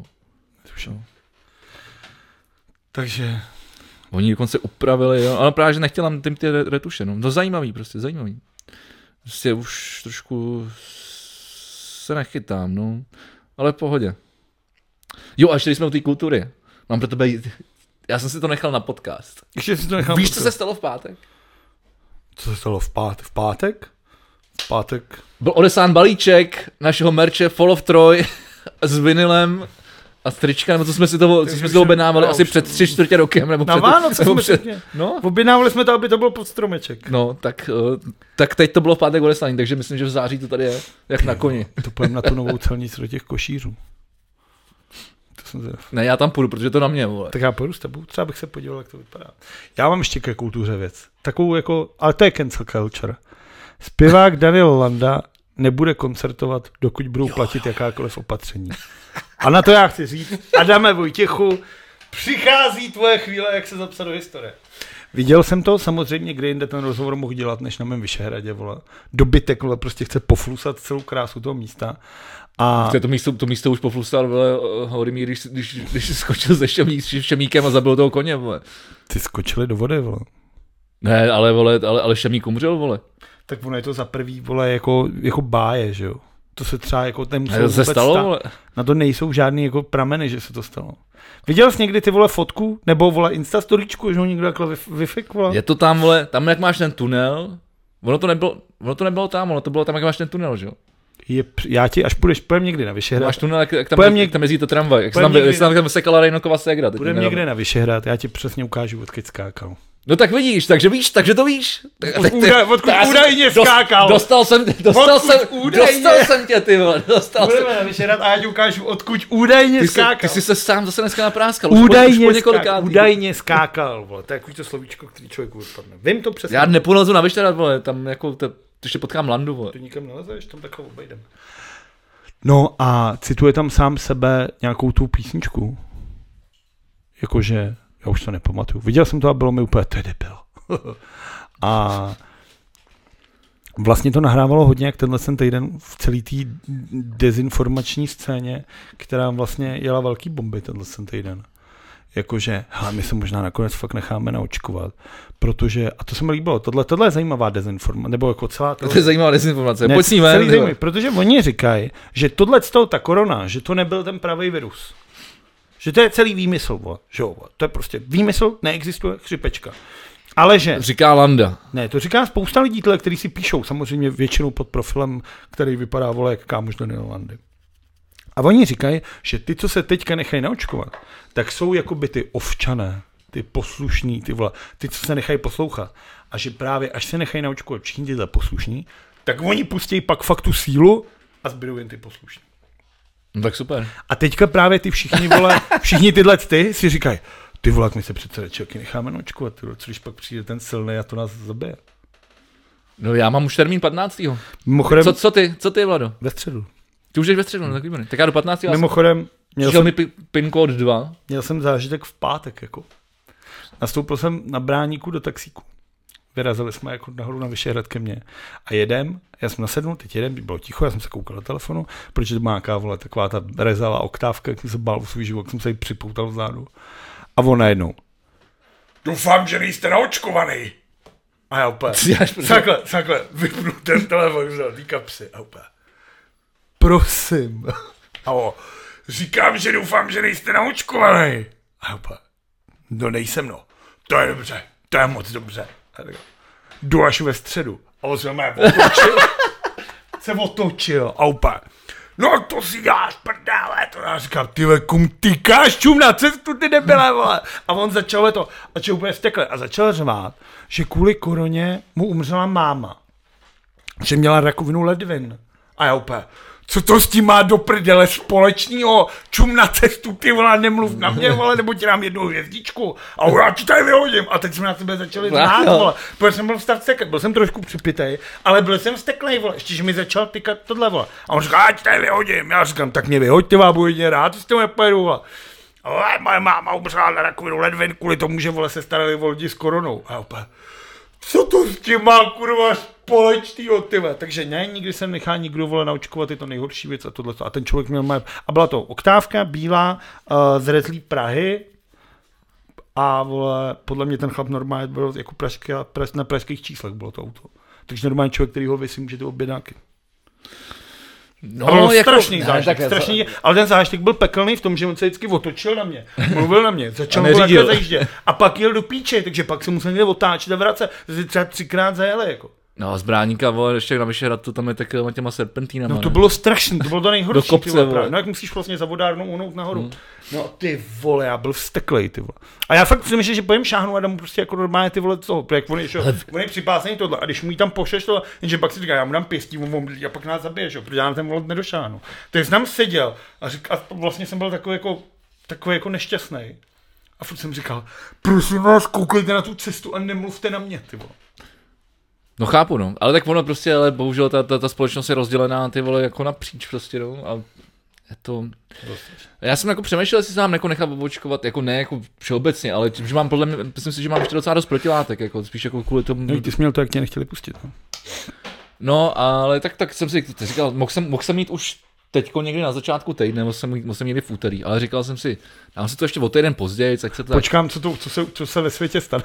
Takže... Oni dokonce upravili, jo, ale právě, že nechtěla tím ty retuše, no. To zajímavý, prostě zajímavý. Prostě už trošku se nechytám, no. Ale v pohodě. Jo, a ještě když jsme u té kultury. Mám pro tebe... Já jsem si to nechal na podcast. Ještě si to nechal. Víš, co se stalo v pátek? Co se stalo v pátek? V pátek? Byl odesán balíček našeho merče Fall of Troy s vinylem a trička, nebo co jsme si to objednávali asi před 3/4 rokem. Nebo na Vánoce jsme před... No. Objednávali jsme to, aby to bylo pod stromeček. No, tak teď to bylo v pátek odesání, takže myslím, že v září to tady je, jak na koni. To půjdeme na tu novou celnici do těch košířů. Ne, já tam půjdu, protože to na mě, vole. Tak já půjdu s tebou, třeba bych se podíval, jak to vypadá. Já mám ještě ke kultuře věc. Takovou jako, ale to je cancel culture. Zpěvák Daniel Landa nebude koncertovat, dokud budou platit jakákoliv opatření. A na to já chci říct, Adame Vojtěchu, přichází tvoje chvíle, jak se zapsat do historie. Viděl jsem to, samozřejmě, kde jinde ten rozhovor mohl dělat, než na mém Vyšehradě, vole. Dobytek, vole, prostě chce poflusat celou krásu toho místa. A to místo už poflusal, vole, Horymír, když skočil se Šemíkem a zabil toho koně, vole. Ty skočili do vody, vole. Ne, ale Šemík umřel, vole. Tak ono je to za prvý, vole, jako báje, že jo. To se třeba jako nemuselo vůbec stalo. Na to nejsou žádný jako prameny, že se to stalo. Viděl jsi někdy ty, vole, fotku? Nebo, vole, instastoríčku, že ho někdo takhle vyfik, vole? Je to tam, vole, tam jak máš ten tunel, ono to nebylo tam, ono to bylo tam, jak máš ten tunel, že jo? Já ti, až pojem někdy na Vyšehrad. Máš tunel, jak tam jezdí to tramvaj, jak se tam sekala Rejnokova ségra. Půjdeme někde na Vyšehrad, já ti přesně ukážu, odkud skákal. No tak vidíš, takže to víš. Odkud údajně skákal. Dostal jsem tě, ty vole. Budeme na Vyšehradě a já ti ukážu, odkud údajně skákal. Ty jsi se sám zase dneska napráskal. Údajně skákal, vole. To je takový to slovíčko, který člověku vypadne. Vím to přesně. Já nepollezu na Vyšehrad, vole, tam jako ještě potkám Landu, vole. Ty nikam nelezeš, tam takovou obejdem. No a cituje tam sám sebe nějakou tu písničku. Jakože já už to nepamatuju. Viděl jsem to a bylo mi úplně, to je debil. A vlastně to nahrávalo hodně, jak tenhle týden v celý té dezinformační scéně, která vlastně jela velký bomby tenhle týden. Jakože, hele, my se možná nakonec fakt necháme naočkovat, protože, a to se mi líbilo, tohle je zajímavá dezinformace, nebo jako celá... To je zajímavá dezinformace, pojď s ní ven. Protože oni říkají, že ta korona, že to nebyl ten pravý virus. Že to je celý výmysl, že jo, to je prostě výmysl, neexistuje chřipečka. Ale že... Říká Landa. Ne, to říká spousta lidí, kteří si píšou, samozřejmě většinou pod profilem, který vypadá, vole, jak kámoš Daniel Landy. A oni říkají, že ty, co se teďka nechají naočkovat, tak jsou jakoby ty ovčané, ty poslušní, ty, co se nechají poslouchat. A že právě, až se nechají naočkovat všichni tyhle poslušní, tak oni pustí pak fakt tu sílu a zbydou jen ty poslušní. No tak super. A teďka právě ty všichni tyhle si říkají, ty vole, jak my se přece radši necháme naočkovat, co když pak přijde ten silný a to nás zabije. No já mám už termín 15. Mimochodem, co ty, Vlado? Ve středu. Ty už jdeš ve středu, no tak výborně. Tak já do 15. Mimochodem, měl mi PIN kód 2. Měl jsem zážitek v pátek, jako. Nastoupil jsem na bráníku do taxíku. Vyrazili jsme jako nahoru na Vyšehrad ke mně. A jedem, já jsem nasednul, teď jedem, bylo ticho, já jsem se koukal do telefonu, protože to má nějaká, vole, taková ta rezavá oktávka, jak jsem se bál o svůj život, jak jsem se jí připoutal vzadu. A on najednou. Doufám, že nejste naočkovaný. A já úplně, takhle, vypnu ten telefon, vzal tý kapsy. A úplně, prosím. A říkám, že doufám, že nejste naočkovaný. A já úplně, no nejsem, no. To je dobře, to je moc dobře. Jdu až ve středu. A on se mě otočil. A úplně, no to si děláš prdele. To já říkám, tyhle, kum tykáš čum na cestu, ty debile, vole. A on začal to, a čo úplně vztekle. A začal řvát, že kvůli koroně mu umřela máma. Že měla rakovinu ledvin. A já úplně, co to s tím má do prdele společného? Čum na cestu, ty vole, nemluv na mě, vole, nebo ti dám jednu hvězdičku. A já ti tady vyhodím. A teď jsme na tebe začali znát, vole. Protože jsem byl vztekl, byl jsem trošku připitej, ale byl jsem vzteklej, vole. Ještě, že mi začal tykat tohle, vole. A on říká, já ti tady vyhodím. Já říkám, tak mě vyhoďte, vám budu jedině rád, s tím nepojedu, vole. Ale moje máma umřela na rakovinu ledvin, kvůli tomu, že, vole, se starali o lidi s koronou. A opět, co to s tím má, kurva, společnýho, tyhle. Takže ne, nikdy se nechá nikdo, vole, naočkovat, je to nejhorší věc a tohleto. A ten člověk měl a byla to oktávka bílá z rezlí Prahy a, vole, podle mě ten chlap normálně byl jako na pražských číslech bylo to auto. Takže normální člověk, který ho si může ty objednáky. No, jako, strašný zážitek, strašný, ale ten zážitek byl pekelný v tom, že on se vždycky otočil na mě, mluvil na mě, začal mu takhle zajíždět a pak jel do píče, takže pak se musel někde otáčet a vracet, třeba 3krát zajeli jako. No a z Bráníka, vole, ještě na Vyšehrad, to tam je takovýma těma serpentínama. No to bylo strašný, to bylo to nejhorší. Do kopce, vole. No jak musíš vlastně za vodárnou unout nahoru. No ty vole, já byl vzteklej, ty vole. A já fakt si myslím, že pojem šáhnu a dám mu prostě jako normálně ty vole toho, jak on je připásený tohle a když mu jí tam pošleš tohle, jenže pak si říká, já mu dám pěstí, a pak nás zabiješ, jo, protože já na ten volet nedošáhnu. Takže jsem tam seděl a vlastně jsem byl takový jako nešťastný. A furt jsem říkal, prosím vás, koukejte na tu cestu a nemluvte na mě, ty vole. No chápu, no, ale tak ono prostě, ale bohužel ta společnost je rozdělená, ty vole, jako napříč prostě, no, a je to... Já jsem jako přemýšlel, jestli se nám jako nechat obočkovat, jako ne jako všeobecně, ale tím, že mám podle mě, myslím si, že mám ještě docela dost protilátek, jako spíš jako kvůli tomu... No, ty jsi měl to, jak tě nechtěli pustit, no. No, ale tak jsem si říkal, mohl jsem mít už teďko někdy na začátku týdne, mohl jsem někdy v úterý, ale říkal jsem si, dám si to ještě o týden později, tak se to... Počkám, co se ve světě stane.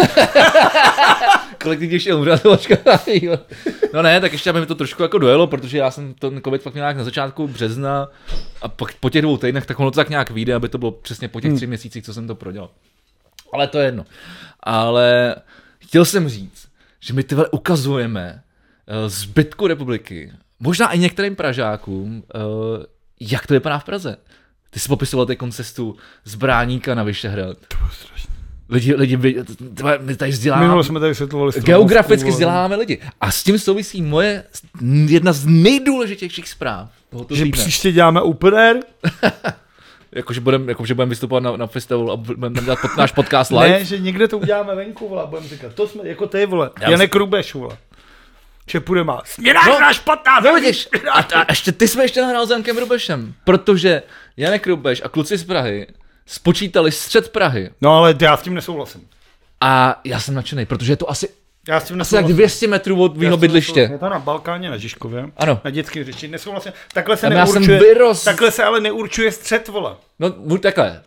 Kolik lidí ještě umřel, no ne, tak ještě aby mi to trošku jako dojelo, protože já jsem ten covid fakt nějak na začátku března a pak po těch 2 týdnech, tak ono to tak nějak vyjde, aby to bylo přesně po těch 3 měsících, co jsem to prodělal. Ale to je jedno. Ale chtěl jsem říct, že my tyhle ukazujeme zbytku republiky, možná i některým Pražákům, jak to vypadá v Praze. Ty jsi popisoval té cestu z Bráníka na Vyšehrad. To bylo strašné. Lidi, my tady vzděláváme. Minule jsme tady vysvětlovali. Geograficky vzděláváme lidi. A s tím souvisí moje jedna z nejdůležitějších zpráv. Že příště děláme open air? Jakože budeme vystupovat na festivalu a budeme dělat náš podcast live? Ne, že někde to uděláme venku, vole, budeme říkat. To jsme, jako ty, vole. Janek Rubeš, vole. Že půjdeme. Směnáš náš podcast! No vidíš, a ještě ty jsme ještě nahrál s Jankem Rubešem, protože Janek Rubeš a kluci z Prahy spočítali střed Prahy. No ale já s tím nesouhlasím. A já jsem nadšenej, protože je to asi tak 200 metrů od mýho bydliště. Je to na Balkáně, na Žižkově. Ano. Na dětským řeči. Nesouhlasím. Takhle se neurčuje. Takhle se ale neurčuje střed, vole. No takhle.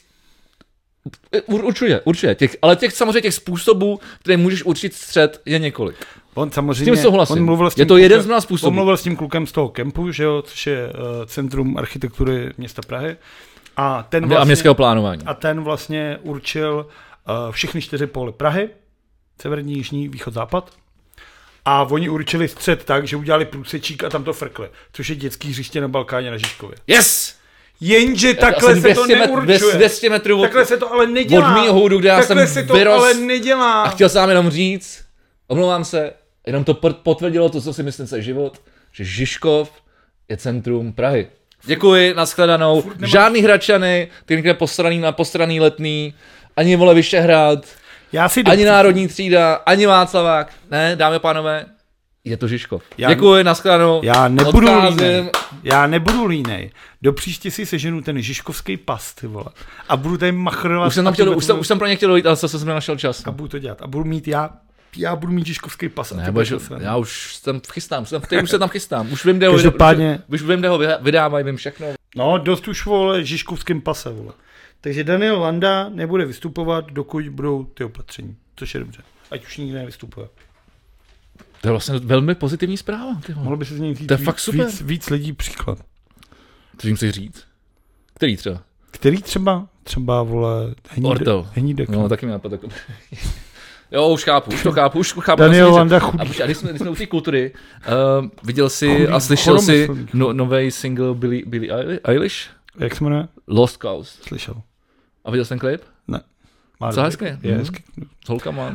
Určuje. Ale samozřejmě těch způsobů, které můžeš určit střed, je několik. On samozřejmě, s tím souhlasím. Je to jeden z mnoha způsobů. On mluvil s tím klukem z toho kempu, že jo, což je Centrum architektury města Prahy. A městského plánování. A ten vlastně určil všechny 4 póly Prahy. Severní, jižní, východ, západ. A oni určili střed tak, že udělali průsečík a tam to frkli. Což je dětský hřiště na Balkáně na Žižkově. Yes! Jenže takhle se to neurčuje. 200 metrů od, takhle se to ale nedělá. Od mýho hůdu, kde já jsem vyrost. Ale nedělá. A chtěl jsem vám jenom říct, omlouvám se, jenom to potvrdilo to, co si myslím celý život, že Žižkov je centrum Prahy. Děkuji, nashledanou. Žádný Hradčany, ty někde postraný Letný, ani vole Vyšehrad, ani Národní třída, ani Václavák. Ne, dámy a pánové, je to Žižkov. Děkuji, nashledanou. Já nebudu línej. Do příště si seženu ten žižkovský pas, ty vole. A budu tady machrovat. Už jsem pro ně chtěl dojít, ale zase jsem nenašel čas. A budu to dělat. A budu mít já budu mít žižkovský pas. Ne, já už jsem chystám. Už se tam chystám. Už vím, kde ho vydávají, vím všechno. No, dost už, vole, žižkovským pase, vole. Takže Daniel Landa nebude vystupovat, dokud budou ty opatření. Což je dobře. Ať už nikdy nevystupuje. To je vlastně velmi pozitivní zpráva. Mohlo by se z něj říct to je fakt super. Víc lidí příklad. Co jim chci říct? Který třeba? Třeba, vole, Henídek. No, taky mě napadá. Jo, už chápu. Daniel Landa chudý. A když jsme u té kultury, viděl jsi a slyšel si nový single Billie Eilish? Jak se jmenuje? Lost Coast. Slyšel. A viděl jsi ten klip? Ne. Co hezky? Je hezky. S holkama.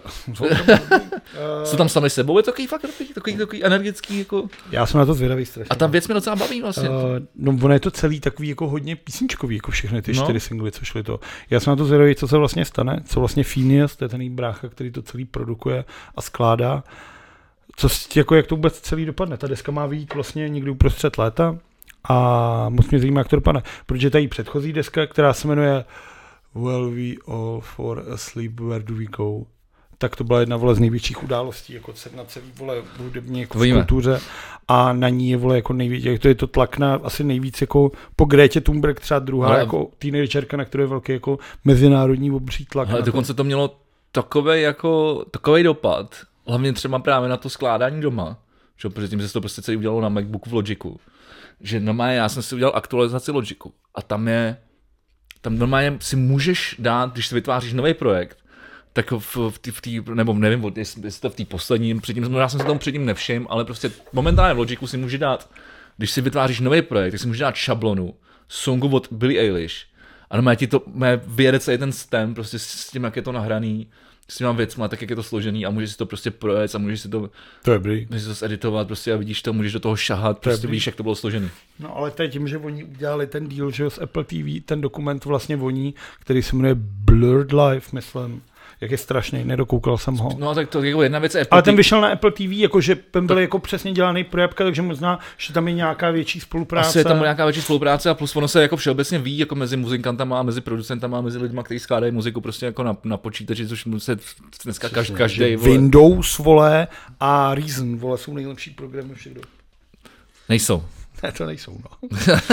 Jsou tam sami sebou, je to takový energický. Jako... Já jsem na to zvědavý strašně. A ta věc mě docela baví vlastně. No ono je to celý takový jako hodně písničkový, jako všechny ty 4 singly, co šly to. Já jsem na to zvědavý, co se vlastně stane, co vlastně Phineas, to je ten brácha, který to celý produkuje a skládá. Jako jak to vůbec celý dopadne. Ta deska má vyjít vlastně někdy uprostřed léta a moc mě zajímá, jak to dopadne. Protože ta její předchozí deska, která se jmenuje Well we all for asleep, where do we go? Tak to byla jedna, vole, z největších událostí, jako na celý, vole, hudební jako v kultuře a na ní je, vole, jako nejvíc, jak to je to tlak na asi nejvíc jako po Grétě Thunberg, třeba druhá jako teenagerka, na kterou je velký jako mezinárodní obří tlak. Ale dokonce to mělo takovej dopad, hlavně třeba právě na to skládání doma, že protože tím se to prostě celý udělalo na MacBooku v Logicu, že normálně já jsem si udělal aktualizaci Logicu a tam normálně si můžeš dát, když si vytváříš nový projekt, tak v té, nebo nevím, jestli to v té poslední, já jsem se tomu předtím nevšiml, ale prostě momentálně v Logicu si může dát, když si vytváříš nový projekt, tak si můžeš dát šablonu songu od Billie Eilish a normálně ti to vyjede celý ten stem, prostě s tím, jak je to nahraný, s těma věcma, tak jak je to složený a můžeš si to prostě projet a můžeš si to editovat prostě a vidíš to, můžeš do toho šahat, prostě vidíš, jak to bylo složený. No ale teď tím, že oni udělali ten deal, že s Apple TV, ten dokument vlastně voní, který se jmenuje Blurred Life, myslím. Jak je strašný, nedokoukal jsem ho. No tak to je jako jedna věc. Ale ten vyšel na Apple TV, jakože ten byl jako přesně dělaný pro Apple, takže možná, že tam je nějaká větší spolupráce. Asi je tam nějaká větší spolupráce a plus ono se jako všeobecně ví jako mezi muzikantama a mezi producentama a mezi lidmi, kteří skládají muziku prostě jako na počítači, což se dneska každý Windows, vole, a Reason, vole, jsou nejlepší programy všech dob. Nejsou. Ne, to nejsou, no.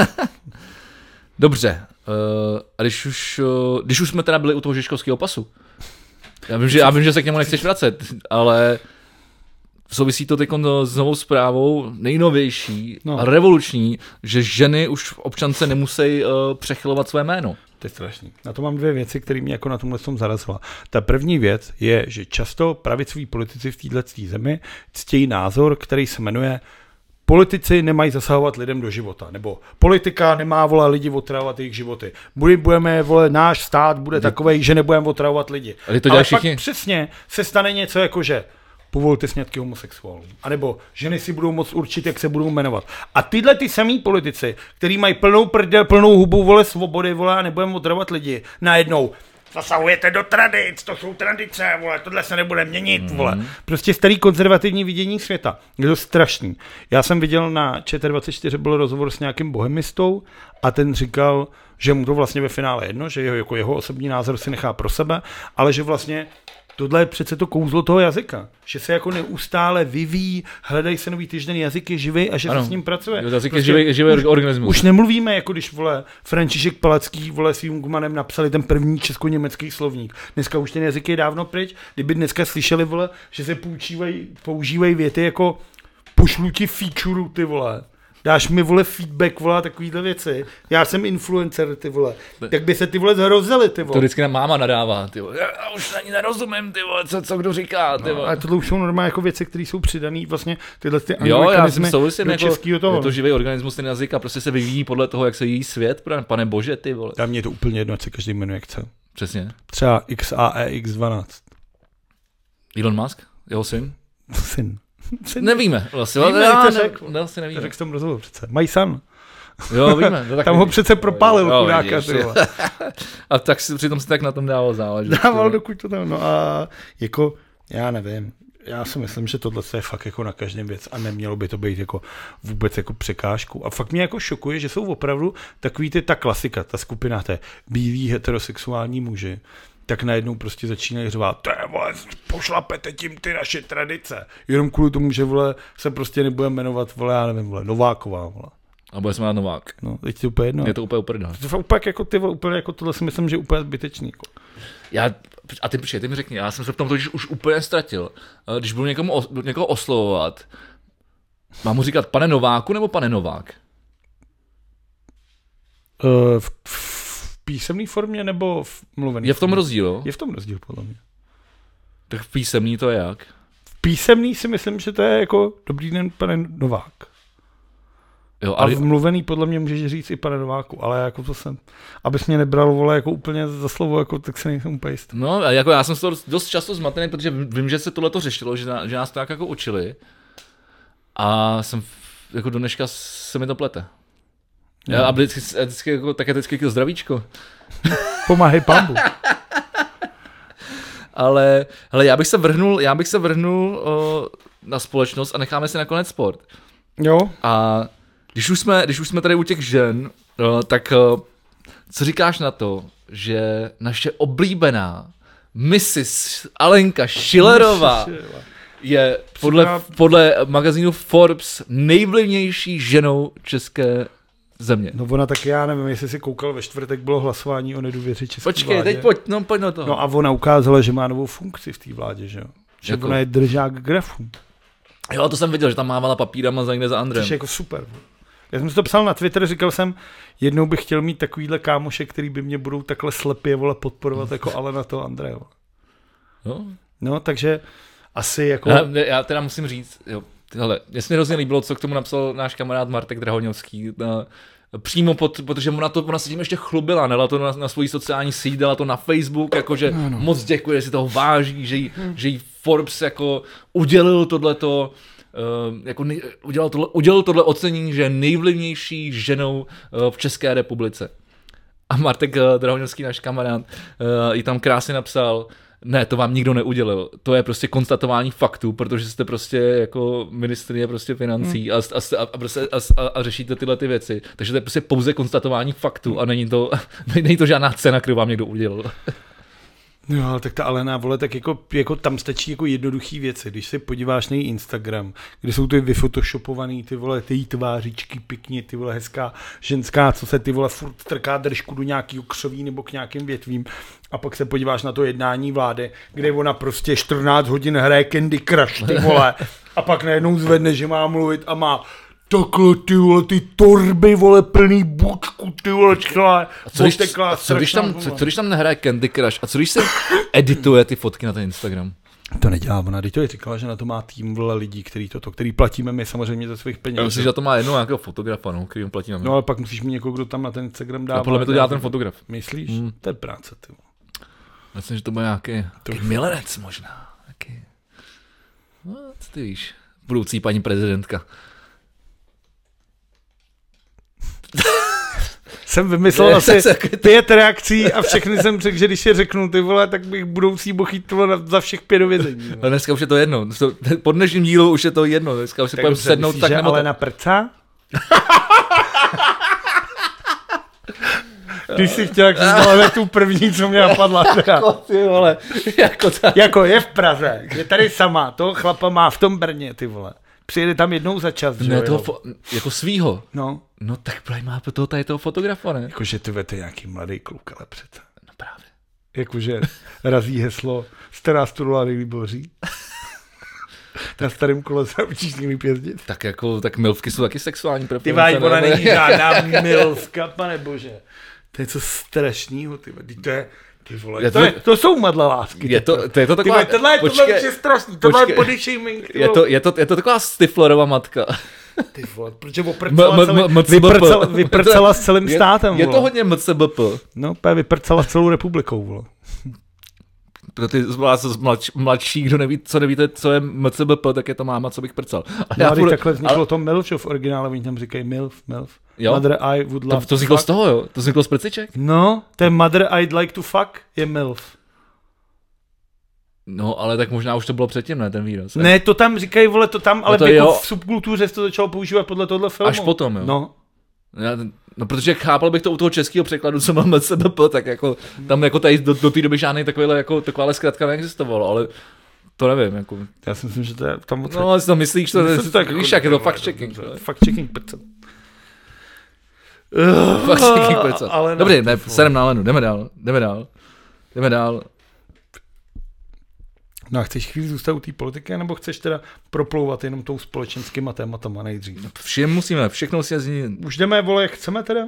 Dobře. A když už jsme teda byli u toho Žižkovského pasu, já vím, že se k němu nechceš vracet, ale souvisí to teď s novou zprávou, nejnovější a revoluční, že ženy už v občance nemusí přechylovat své jméno. To je strašný. Na to mám dvě věci, které mě jako na tomhle tom zarazila. Ta první věc je, že často pravicoví politici v této zemi ctějí názor, který se jmenuje politici nemají zasahovat lidem do života, nebo politika nemá, vole, lidi otravovat jejich životy. Budeme, vole, náš stát bude takovej, že nebudeme otravovat lidi. Ale pak přesně se stane něco jako, že povolte sňatky homosexuálů. A nebo ženy si budou moct určit, jak se budou jmenovat. A tyhle ty samý politici, kteří mají plnou prdel, plnou hubu, vole, svobody, vole, a nebudeme otravovat lidi, najednou zasahujete do tradic, to jsou tradice, vole, tohle se nebude měnit, vole. Prostě starý konzervativní vidění světa. Je to strašný. Já jsem viděl na ČT24 byl rozhovor s nějakým bohemistou a ten říkal, že mu to vlastně ve finále jedno, že jeho osobní názor si nechá pro sebe, ale že vlastně tohle je přece to kouzlo toho jazyka, že se jako neustále vyvíjí, hledají se nový týžden, jazyk je živý a že se s ním pracuje. Jazyk je živý organismus. Už nemluvíme, jako když, vole, František Palacký, vole, s Jungmanem napsali ten první česko-německý slovník. Dneska už ten jazyk je dávno pryč. Kdyby dneska slyšeli, vole, že se používají věty jako pošlu ti feature, ty vole. Dáš mi, vole, feedback, vole, takovýhle věci. Já jsem influencer, ty vole. Tak by se ty, vole, zhrozili, ty vole. To vždycky na máma nadává, ty vole. Já už ani nerozumím, ty vole, co kdo říká, ty vole. No, ale tohle už jsou normálně jako věci, které jsou přidané vlastně tyhle ty anglikanizmy do českého toho. Je to živý organismus, ten jazyk a prostě se vyvíjí podle toho, jak se jí svět, pane bože, ty vole. Tam mě je to úplně jedno, ať se každý jmenuje, jak chce. Přesně. Třeba XAEX12. Elon Musk? Jeho syn? Syn. Nevíme vlastně. Vlastně nevíme. To řekl jsem rozhovor přece. Mají san. Jo, víme. No, tak tam ho přece propálil chudáka. A tak přitom si tak na tom dával záležet. Dával, dokud to tam. No a jako, já nevím. Já si myslím, že tohle je fakt jako na každém věc a nemělo by to být jako vůbec jako překážku. A fakt mě jako šokuje, že jsou opravdu takový ta klasika, ta skupina té bílí heterosexuální muži, tak najednou prostě začínají řvát, to je, vole, pošlapete tím ty naše tradice. Jenom kvůli tomu, že, vole, se prostě nebudeme jmenovat, vole, já nevím, vole, Nováková, vole. A bude se jmenovat Novák. No, teď to úplně jedno. Je to úplně uprdele. To úplně jako ty, úplně jako tohle si myslím, že je úplně zbytečný. Jako. Ty mi řekni, já jsem se v tom totiž už úplně ztratil. Když budu někoho oslovovat, mám mu říkat pane Nováku nebo pane Novák? V písemné formě nebo v mluvené? Je v tom rozdíl? Je v tom rozdíl, podle mě. Tak v písemný to je jak? V písemný si myslím, že to je jako dobrý den, pane Novák. Jo, ale... A v mluvený podle mě můžeš říct i pane Nováku, ale jako to jsem, abys mě nebral, vole, jako úplně za slovo, jako, tak se nejsem úplně jist. No, jako já jsem z toho dost často zmatený, protože vím, že se tohleto řešilo, že nás to tak jako učili a jsem, jako do dneška se mi to plete. Já, a vždycky jako, tak je vždycky zdravíčko. Pomáhej pambu. Ale já bych se vrhnul na společnost a necháme si nakonec sport. Jo. A když už jsme tady u těch žen, tak co říkáš na to, že naše oblíbená Mrs. Alenka Schillerová je podle magazínu Forbes nejvlivnější ženou české země. No ona taky, já nevím, jestli si koukal, ve čtvrtek bylo hlasování o nedůvěře české vládě. Počkej, teď pojď na to. No a ona ukázala, že má novou funkci v té vládě, že jo. Že jako... ona je držák grafů. Jo, to jsem viděl, že tam mávala papírama za někde za Andrem. Což je jako super. Já jsem si to psal na Twitter, říkal jsem, jednou bych chtěl mít takovýhle kámoše, který by mě budou takhle slepě podporovat jako Alena toho Andreje. No, takže asi jako... Já teda musím říct, jo, hele, mě se mi hrozně líbilo, co k tomu napsal náš kamarád Martek Drahoňovský, přímo protože ona se tím ještě chlubila, dala to na svoji sociální síť, dala to na Facebook, jakože moc děkuje, že si toho váží, že jí Forbes jako udělil tohleto, jako udělal tohle ocenění, že je nejvlivnější ženou v České republice. A Martek Drahoňovský, náš kamarád, ji tam krásně napsal: ne, to vám nikdo neudělil. To je prostě konstatování faktů, protože jste prostě jako ministryně prostě financí a řešíte tyhle ty věci. Takže to je prostě pouze konstatování faktů a není to žádná cena, kterou vám někdo udělal. No, ale tak ta Alena, vole, tak jako tam stačí jako jednoduchý věci. Když se podíváš na její Instagram, kde jsou ty vyfotoshopovaný, ty vole, ty tvářičky pěkně, ty vole, hezká ženská, co se ty vole furt trká držku do nějakého křoví nebo k nějakým větvím. A pak se podíváš na to jednání vlády, kde ona prostě 14 hodin hraje Candy Crush, ty vole. A pak najednou zvedne, že má mluvit a má takhle, ty vole, ty torby, vole, plný bučku, ty vole, celé. Co když tam nehraje Candy Crush? A co když se edituje ty fotky na ten Instagram? To nedělá ona, teď to je říkala, že na to má tým, vole, lidí, který platíme my samozřejmě ze svých peněz. Já myslím, že to má jednou nějakého fotografa, no, který platíme. No ale pak musíš mít někoho, kdo tam na ten Instagram dává. A podle mě to dělá ten fotograf. Myslíš? To je práce, ty vole. Myslím, že to bude nějaký milenec možná. No, co ty víš? Budoucí paní prezidentka. Jsem vymyslel asi 5 reakcí a všechny jsem řekl, že když je řeknu, ty vole, tak bych budoucí mohl jít za všech 5 do vězení. Ale dneska už je to jedno. Po dnešním dílu už je to jedno. Dneska už se pojďme sednout myslíš, tak nebo Alena prcá? Když jsi chtěl, jak jsi znala tu první, co mě napadla. Jako ty vole. Jako je v Praze, je tady sama, toho chlapa má v tom Brně, ty vole. Přijede tam jednou za čas, že jo? Jako svýho. No. No tak právě má toho fotografa, ne? Jakože ty je nějaký mladý kluk, ale přece. No právě. Jakože razí heslo, stará studula nejlíp hoří. Na starém kole se učíš nejlíp jezdit. Tak milfky jsou taky sexuální preference. Ty váj, ona není žádná milfka, pane bože. To je co strašnýho, ty je... Ty vole, to jsou madla lásky. Je to taková... Tohle je strašný, tohle je body shaming. Je to taková Stiflerová matka. Ty vole, protože vyprcala s celým státem. Je to hodně MCBP. No, vyprcala s celou republikou, vole. Pro ty mladší, kdo nevíte, co je MCBP, tak je to máma, co bych prcal. Ale takhle vzniklo to MILF, v originále oni tam říkají MILF. Jo? Mother I would love to vzniklo z toho, jo? To vzniklo z prciček? No, ten Mother I'd like to fuck je MILF. No, ale tak možná už to bylo předtím, ne, ten výraz. Ne, to tam říkají, vole, to tam, ale to jako v subkultuře se to začalo používat podle tohle filmu. Až potom, jo? No. No, protože chápal bych to u toho českého překladu, co mám MCBP, tak jako tam jako tady do té doby žádný takováhle zkratka neexistovalo, ale to nevím, jako. Já si myslím, že to je tam moc. No, ale si to myslíš, víš, jak je to fact checking. Fact checking prce. Dobrý, ne, serem na Alenu, jdeme dál. No a chceš chvíli zůstat u té politiky, nebo chceš teda proplouvat jenom tou společenskýma tématama nejdřív? Všechno musíme změnit. Už jdeme, vole, jak chceme teda?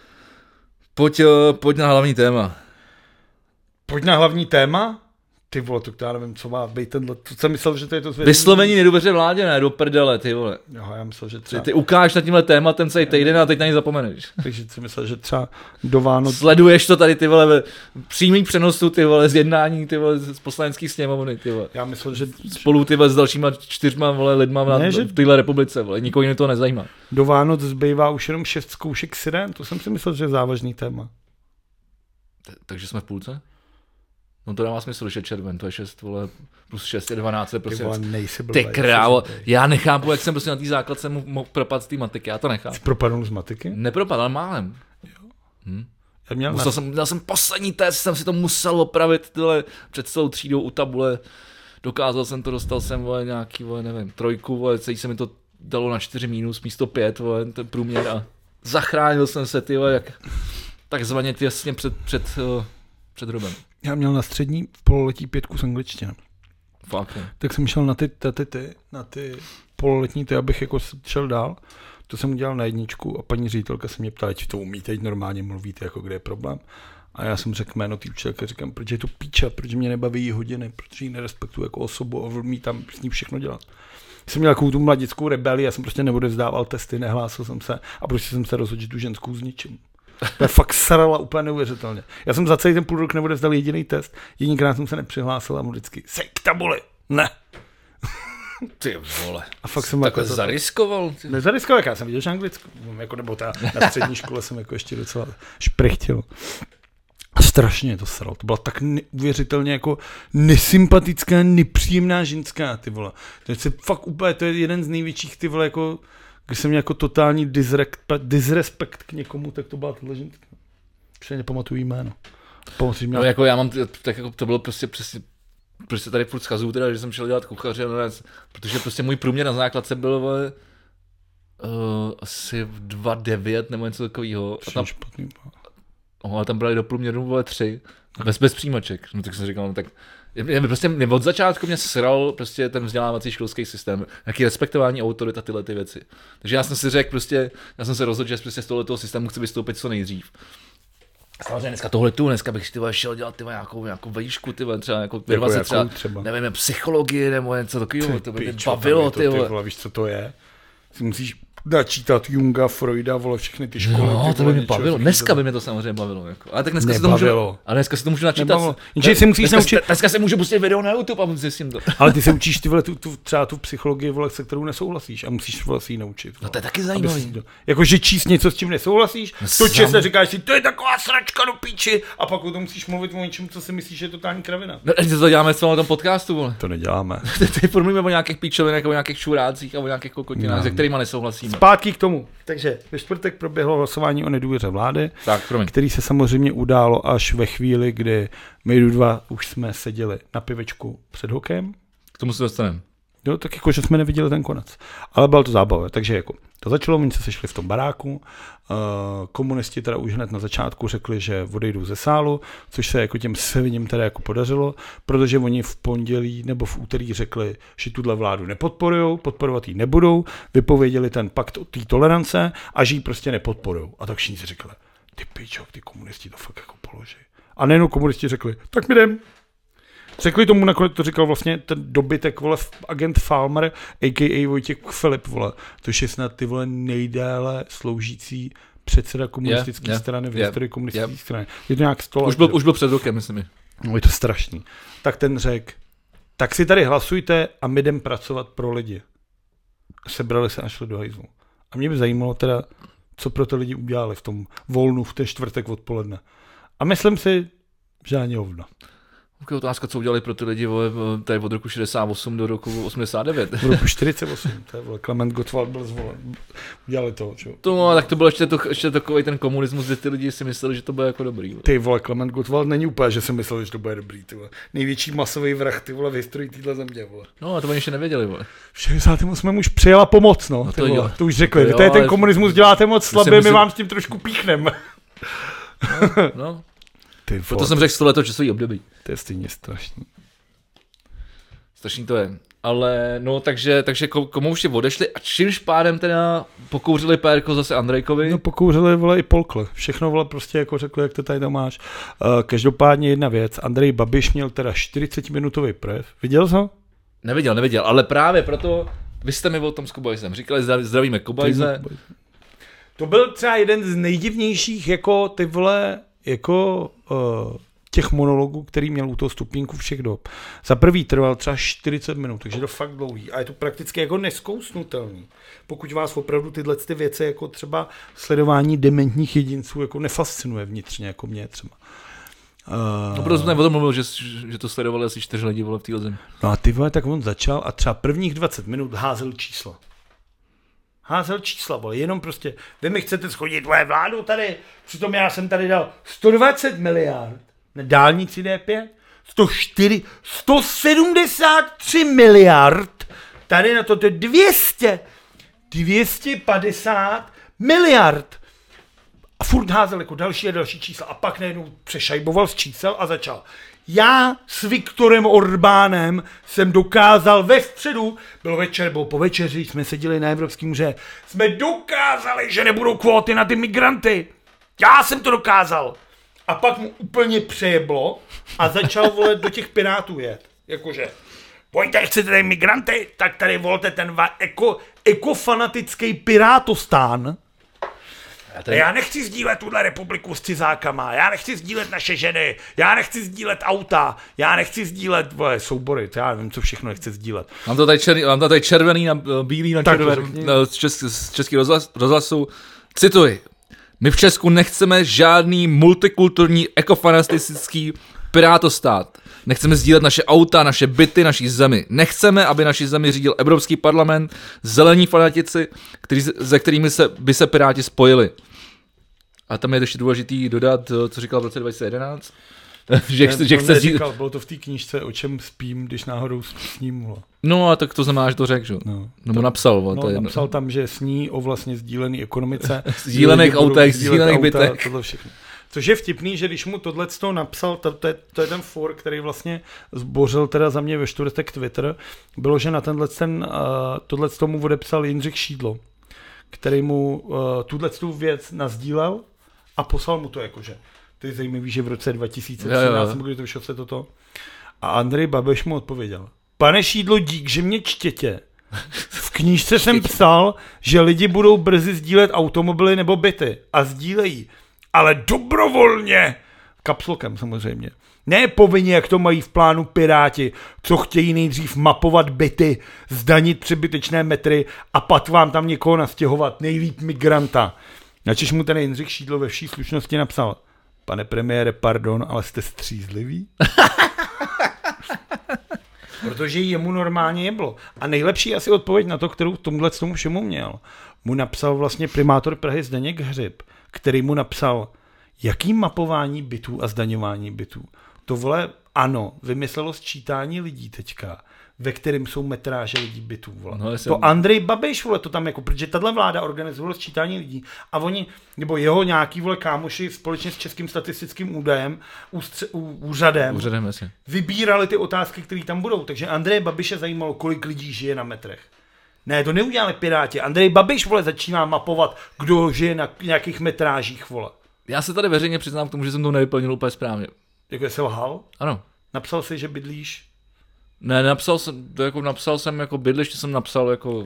Pojď na hlavní téma. Pojď na hlavní téma? Ty vole, to já nevím, co má být tenhle, to jsem myslel, že to je to zvědění. Vyslovení nedůvěře vládě, ne, do prdele, ty vole. Jo, já myslel, že třeba... Ty ukáž na tímhle tématem celý týden a teď na něj zapomeneš. Takže si myslel, že třeba do Vánoc... Sleduješ to tady, ty vole, přímý přenosu, ty vole, z jednání, ty vole, z poslanecký sněmovny, ty vole. Já myslel, že... Spolu, ty vole, s dalšíma 4 vole, lidma v téhle republice, vole, nikoho jiného to nezajímá. Do Vánoc zbývá už jenom 6 zkoušek siren, to jsem si myslel, že je závažný téma. Takže jsme v půlce? No to dává smysl, že červen, to je 6, vole, plus 6 je 12, prostě. Ty krávo, já nechápu, jak jsem prostě na té základce mohl propadl z té matiky, já to nechápu. Jsi propadl z matiky? Nepropadl, ale málem. Jo. Měl jsem poslední test, jsem si to musel opravit, tyhle, před celou třídou u tabule. Dokázal jsem to, dostal jsem, vole, nějaký, vole, nevím, 3, vole, celý se mi to dalo na 4 minus, místo 5, vole, ten průměr a zachránil jsem se, ty vole, jak takzvaně těsně před hrobem. Já měl na střední v pololetí 5 z angličtiny. Fakt. Tak jsem šel na ty pololetní, abych jako šel dál. To jsem udělal na 1 a paní ředitelka se mě ptala, či to umíte, normálně mluvíte, jako kde je problém. A já jsem řekl jméno té učitelky, říkám, proč je to píča, proč mě nebaví jí hodiny, protože ji nerespektuju jako osobu a umí tam s ní všechno dělat. Jsem měl takovou tu mladickou rebelii, já jsem prostě neodevzdával testy, nehlásil jsem se a prostě jsem se rozhodl, že tu ženskou zničím. To je fakt sarala úplně neuvěřitelně. Já jsem za celý ten půl rok neodevzdal jediný test, jedinkrát jsem se nepřihlásil a mu vždycky, sej k tabuli, ne. Ty vole. A fakt jsem takhle jako zariskoval? Nezariskoval, já jsem viděl, že anglicko. Jako, nebo na střední škole jsem jako ještě docela šprechtil. A strašně to sral. To byla tak neuvěřitelně jako nesympatická, nepříjemná ženská, ty vole. To je fakt úplně, to je jeden z největších, ty vole, jako, když jsem měl jako totální disrespekt k někomu, tak to byla tato ženská. Už se nepamatuju jméno. No jako já mám, tak jako to bylo prostě přesně, prostě tady furt schazuju teda, že jsem šel dělat kuchaře, protože prostě můj průměr na základce byl asi 2,9 nebo něco takového. Ale tam brali do průměru 3, bez přijímaček. No tak jsem říkal, no tak prostě od začátku mě sral prostě ten vzdělávací školský systém, jaký respektování autorit a tyhle ty věci. Takže já jsem si řekl prostě, já jsem se rozhodl, že prostě z tohoto systému chci vystoupit co nejdřív. Samozřejmě dneska bych šel dělat nějakou vejšku, třeba jako věnovat se třeba, nevím, psychologii nebo něco takového, to by mě bavilo, ty vole. Víš, co to je? Si musíš načítat Junga, Freuda, vole, všechny ty školy. No, to by mě bavilo. Dneska by mě to samozřejmě bavilo. Jako. Ale tak dneska si to můžu načítat. Dneska se můžu pustit video na YouTube a zjistím to. Ale ty se učíš ty vole, třeba tu psychologii, vole, se kterou nesouhlasíš a musíš vole si ji naučit. No to je taky zajímavé. Jakože číst něco, s čím nesouhlasíš, to čestně říkáš si, to je taková sračka do píči a pak o tom musíš mluvit o něčem, co si myslíš, že je totální kravina. No, to děláme s tom podcastu, vole. To neděláme. Teď formujeme o nějakých píčovinách, o nějakých šurácích a o nějakých kokotinách, se kterýma nesouhlasíme. Zpátky k tomu. Takže ve čtvrtek proběhlo hlasování o nedůvěře vlády, který se samozřejmě událo až ve chvíli, kdy my dva už jsme seděli na pivečku před hokejem. K tomu se dostaneme. Jo, tak jako, že jsme neviděli ten konec. Ale bylo to zábava. Takže jako to začalo, oni se sešli v tom baráku. Komunisti teda už hned na začátku řekli, že odejdou ze sálu, což se jako těm sviním teda jako podařilo, protože oni v pondělí nebo v úterý řekli, že tuhle vládu nepodporujou, podporovat ji nebudou, vypověděli ten pakt o té tolerance a že ji prostě nepodporujou. A tak všichni si řekli, ty pičo, ty komunisti to fakt jako položí. A nejenom komunisti řekli, tak my jdem. Řekli tomu, nakonec to říkal vlastně ten dobytek, vole, agent Falmer, a.k.a. Vojtěch Filip, vole, to je snad ty, vole, nejdéle sloužící předseda komunistické strany v historii komunistické strany. Je to nějak 100 let. Už byl před rokem, myslím. No, je to strašný. Tak ten řekl, tak si tady hlasujte a my jdem pracovat pro lidi. Sebrali se a šli do hajzlu. A mě by zajímalo teda, co pro ty lidi udělali v tom volnu v ten čtvrtek odpoledne. A myslím si, že ani hovno. Okay, otázka, co udělali pro ty lidi tady od roku 68 do roku 89. V roku 48, to je, vole, Klement Gottwald byl zvolen. Udělali to, čo? No, tak to byl ještě takový ten komunismus, kde ty lidi si mysleli, že to bude jako dobrý. Ty vole, Klement Gottwald není úplně, že si mysleli, že to bude dobrý, ty vole. Největší masový vrah, ty vole, v historii téhle země, vole. No, a to oni ještě nevěděli, vole. V 68 už přijela pomoc, no ty vole, to už řekli. To je ten komunismus, děláte moc slabě, my vám s tím trošku píchneme. No. Proto jsem řekl 100 let časový období. To je stejně strašný. Strašný to je. Ale no, takže komu už odešli a čímž pádem teda pokouřili pérko zase Andrejkovi? No pokouřili, vole, i Polkle. Všechno, vole, prostě jako řekli, jak to tady tam máš. Každopádně jedna věc. Andrej Babiš měl teda 40-minutový projev. Viděl jsi ho? Neviděl, ale právě proto vy jste mi o tom s Kobajzem říkali, zdravíme Kobajze. To byl třeba jeden z nejdivnějších, jako ty vole, jako těch monologů, který měl u toho stupínku všech dob. Za prvý trval třeba 40 minut, takže to fakt dlouhý. A je to prakticky jako neskousnutelný. Pokud vás opravdu tyhle ty věci, jako třeba sledování dementních jedinců, jako nefascinuje vnitřně, jako mě třeba. No, protože jsem o tom mluvil, že to sledovali asi 4 lidi, vole, v téhle zemi. No a ty vole, tak on začal a třeba prvních 20 minut házel čísla. Vole, jenom prostě, vy mi chcete schodit tvoje vládu tady, přitom já jsem tady dal 120 miliard na dálnici D5, 173 miliard, tady na to je 250 miliard A furt házel jako další a další čísla a pak najednou přešajboval z čísel a začal. Já s Viktorem Orbánem jsem dokázal ve středu, byl večer, byl po večeři, jsme seděli na Evropském moře, jsme dokázali, že nebudou kvóty na ty migranty. Já jsem to dokázal. A pak mu úplně přejeblo a začal volet do těch Pirátů jet. Jakože, pojďte, chcete tady migranty, tak tady volte ten ekofanatický Pirátostán. Já nechci sdílet tuhle republiku s cizákama, já nechci sdílet naše ženy, já nechci sdílet auta, já nechci sdílet soubory, já nevím, co všechno nechci sdílet. Mám to tady červený, bílý na červený z českého rozhlasu. Cituji. My v Česku nechceme žádný multikulturní, ekofanatistický pirátostát. Nechceme sdílet naše auta, naše byty, naší zemi. Nechceme, aby naši zemi řídil Evropský parlament, zelení fanatici, se kterými by se Piráti spojili. A tam je ještě důležitý dodat, co říkal v roce 2011. že chce neříkal, bylo to v té knížce, o čem spím, když náhodou sním. No a tak to znamená, že to řekl, že? Nebo napsal. Napsal tam, že sní o vlastně sdílený ekonomice. Sdílených autech, sdílených bytech. Tohle všechno. Což je vtipný, že když mu tohleto napsal, to je ten for, který vlastně zbořil teda za mě ve čtvrtek Twitter, bylo, že na tohleto mu odepsal Jindřich Šídlo, který mu tuto věc nasdílel a poslal mu to jakože. To je zajímavý, že v roce 2013, kdy to vyšlo se toto. A Andrej Babiš mu odpověděl. Pane Šídlo, dík, že mě čtěte. V knížce jsem psal, že lidi budou brzy sdílet automobily nebo byty. A sdílejí. Ale dobrovolně. Kapslokem samozřejmě. Ne povinně, jak to mají v plánu Piráti, co chtějí nejdřív mapovat byty, zdanit přebytečné metry a pak vám tam někoho nastěhovat, nejlíp migranta. Načež mu ten Jindřich Šídlo ve vší slušnosti napsal. Pane premiére, pardon, ale jste střízlivý? Protože jemu normálně jeblo. A nejlepší asi odpověď na to, kterou tomu všemu měl, mu napsal vlastně primátor Prahy Zdeněk Hřib, který mu napsal, jaký mapování bytů a zdaňování bytů. To vole, ano, vymyslelo sčítání lidí teďka, ve kterém jsou metráže lidí bytů, vole. No, to Andrej Babiš, vole, to tam jako, protože tahle vláda organizovala sčítání lidí a oni, nebo jeho nějaký, vole, kámoši společně s Českým statistickým úřadem vybírali ty otázky, které tam budou. Takže Andrej Babiše zajímalo, kolik lidí žije na metrech. Ne, to neudělali Piráti. Andrej Babiš, vole, začíná mapovat, kdo žije na nějakých metrážích, vole. Já se tady veřejně přiznám k tomu, že jsem to nevyplnil úplně správně. Jako jsi lhal? Ano. Napsal jsi, že bydlíš? Ne, napsal jsem jako bydliště, jsem napsal jako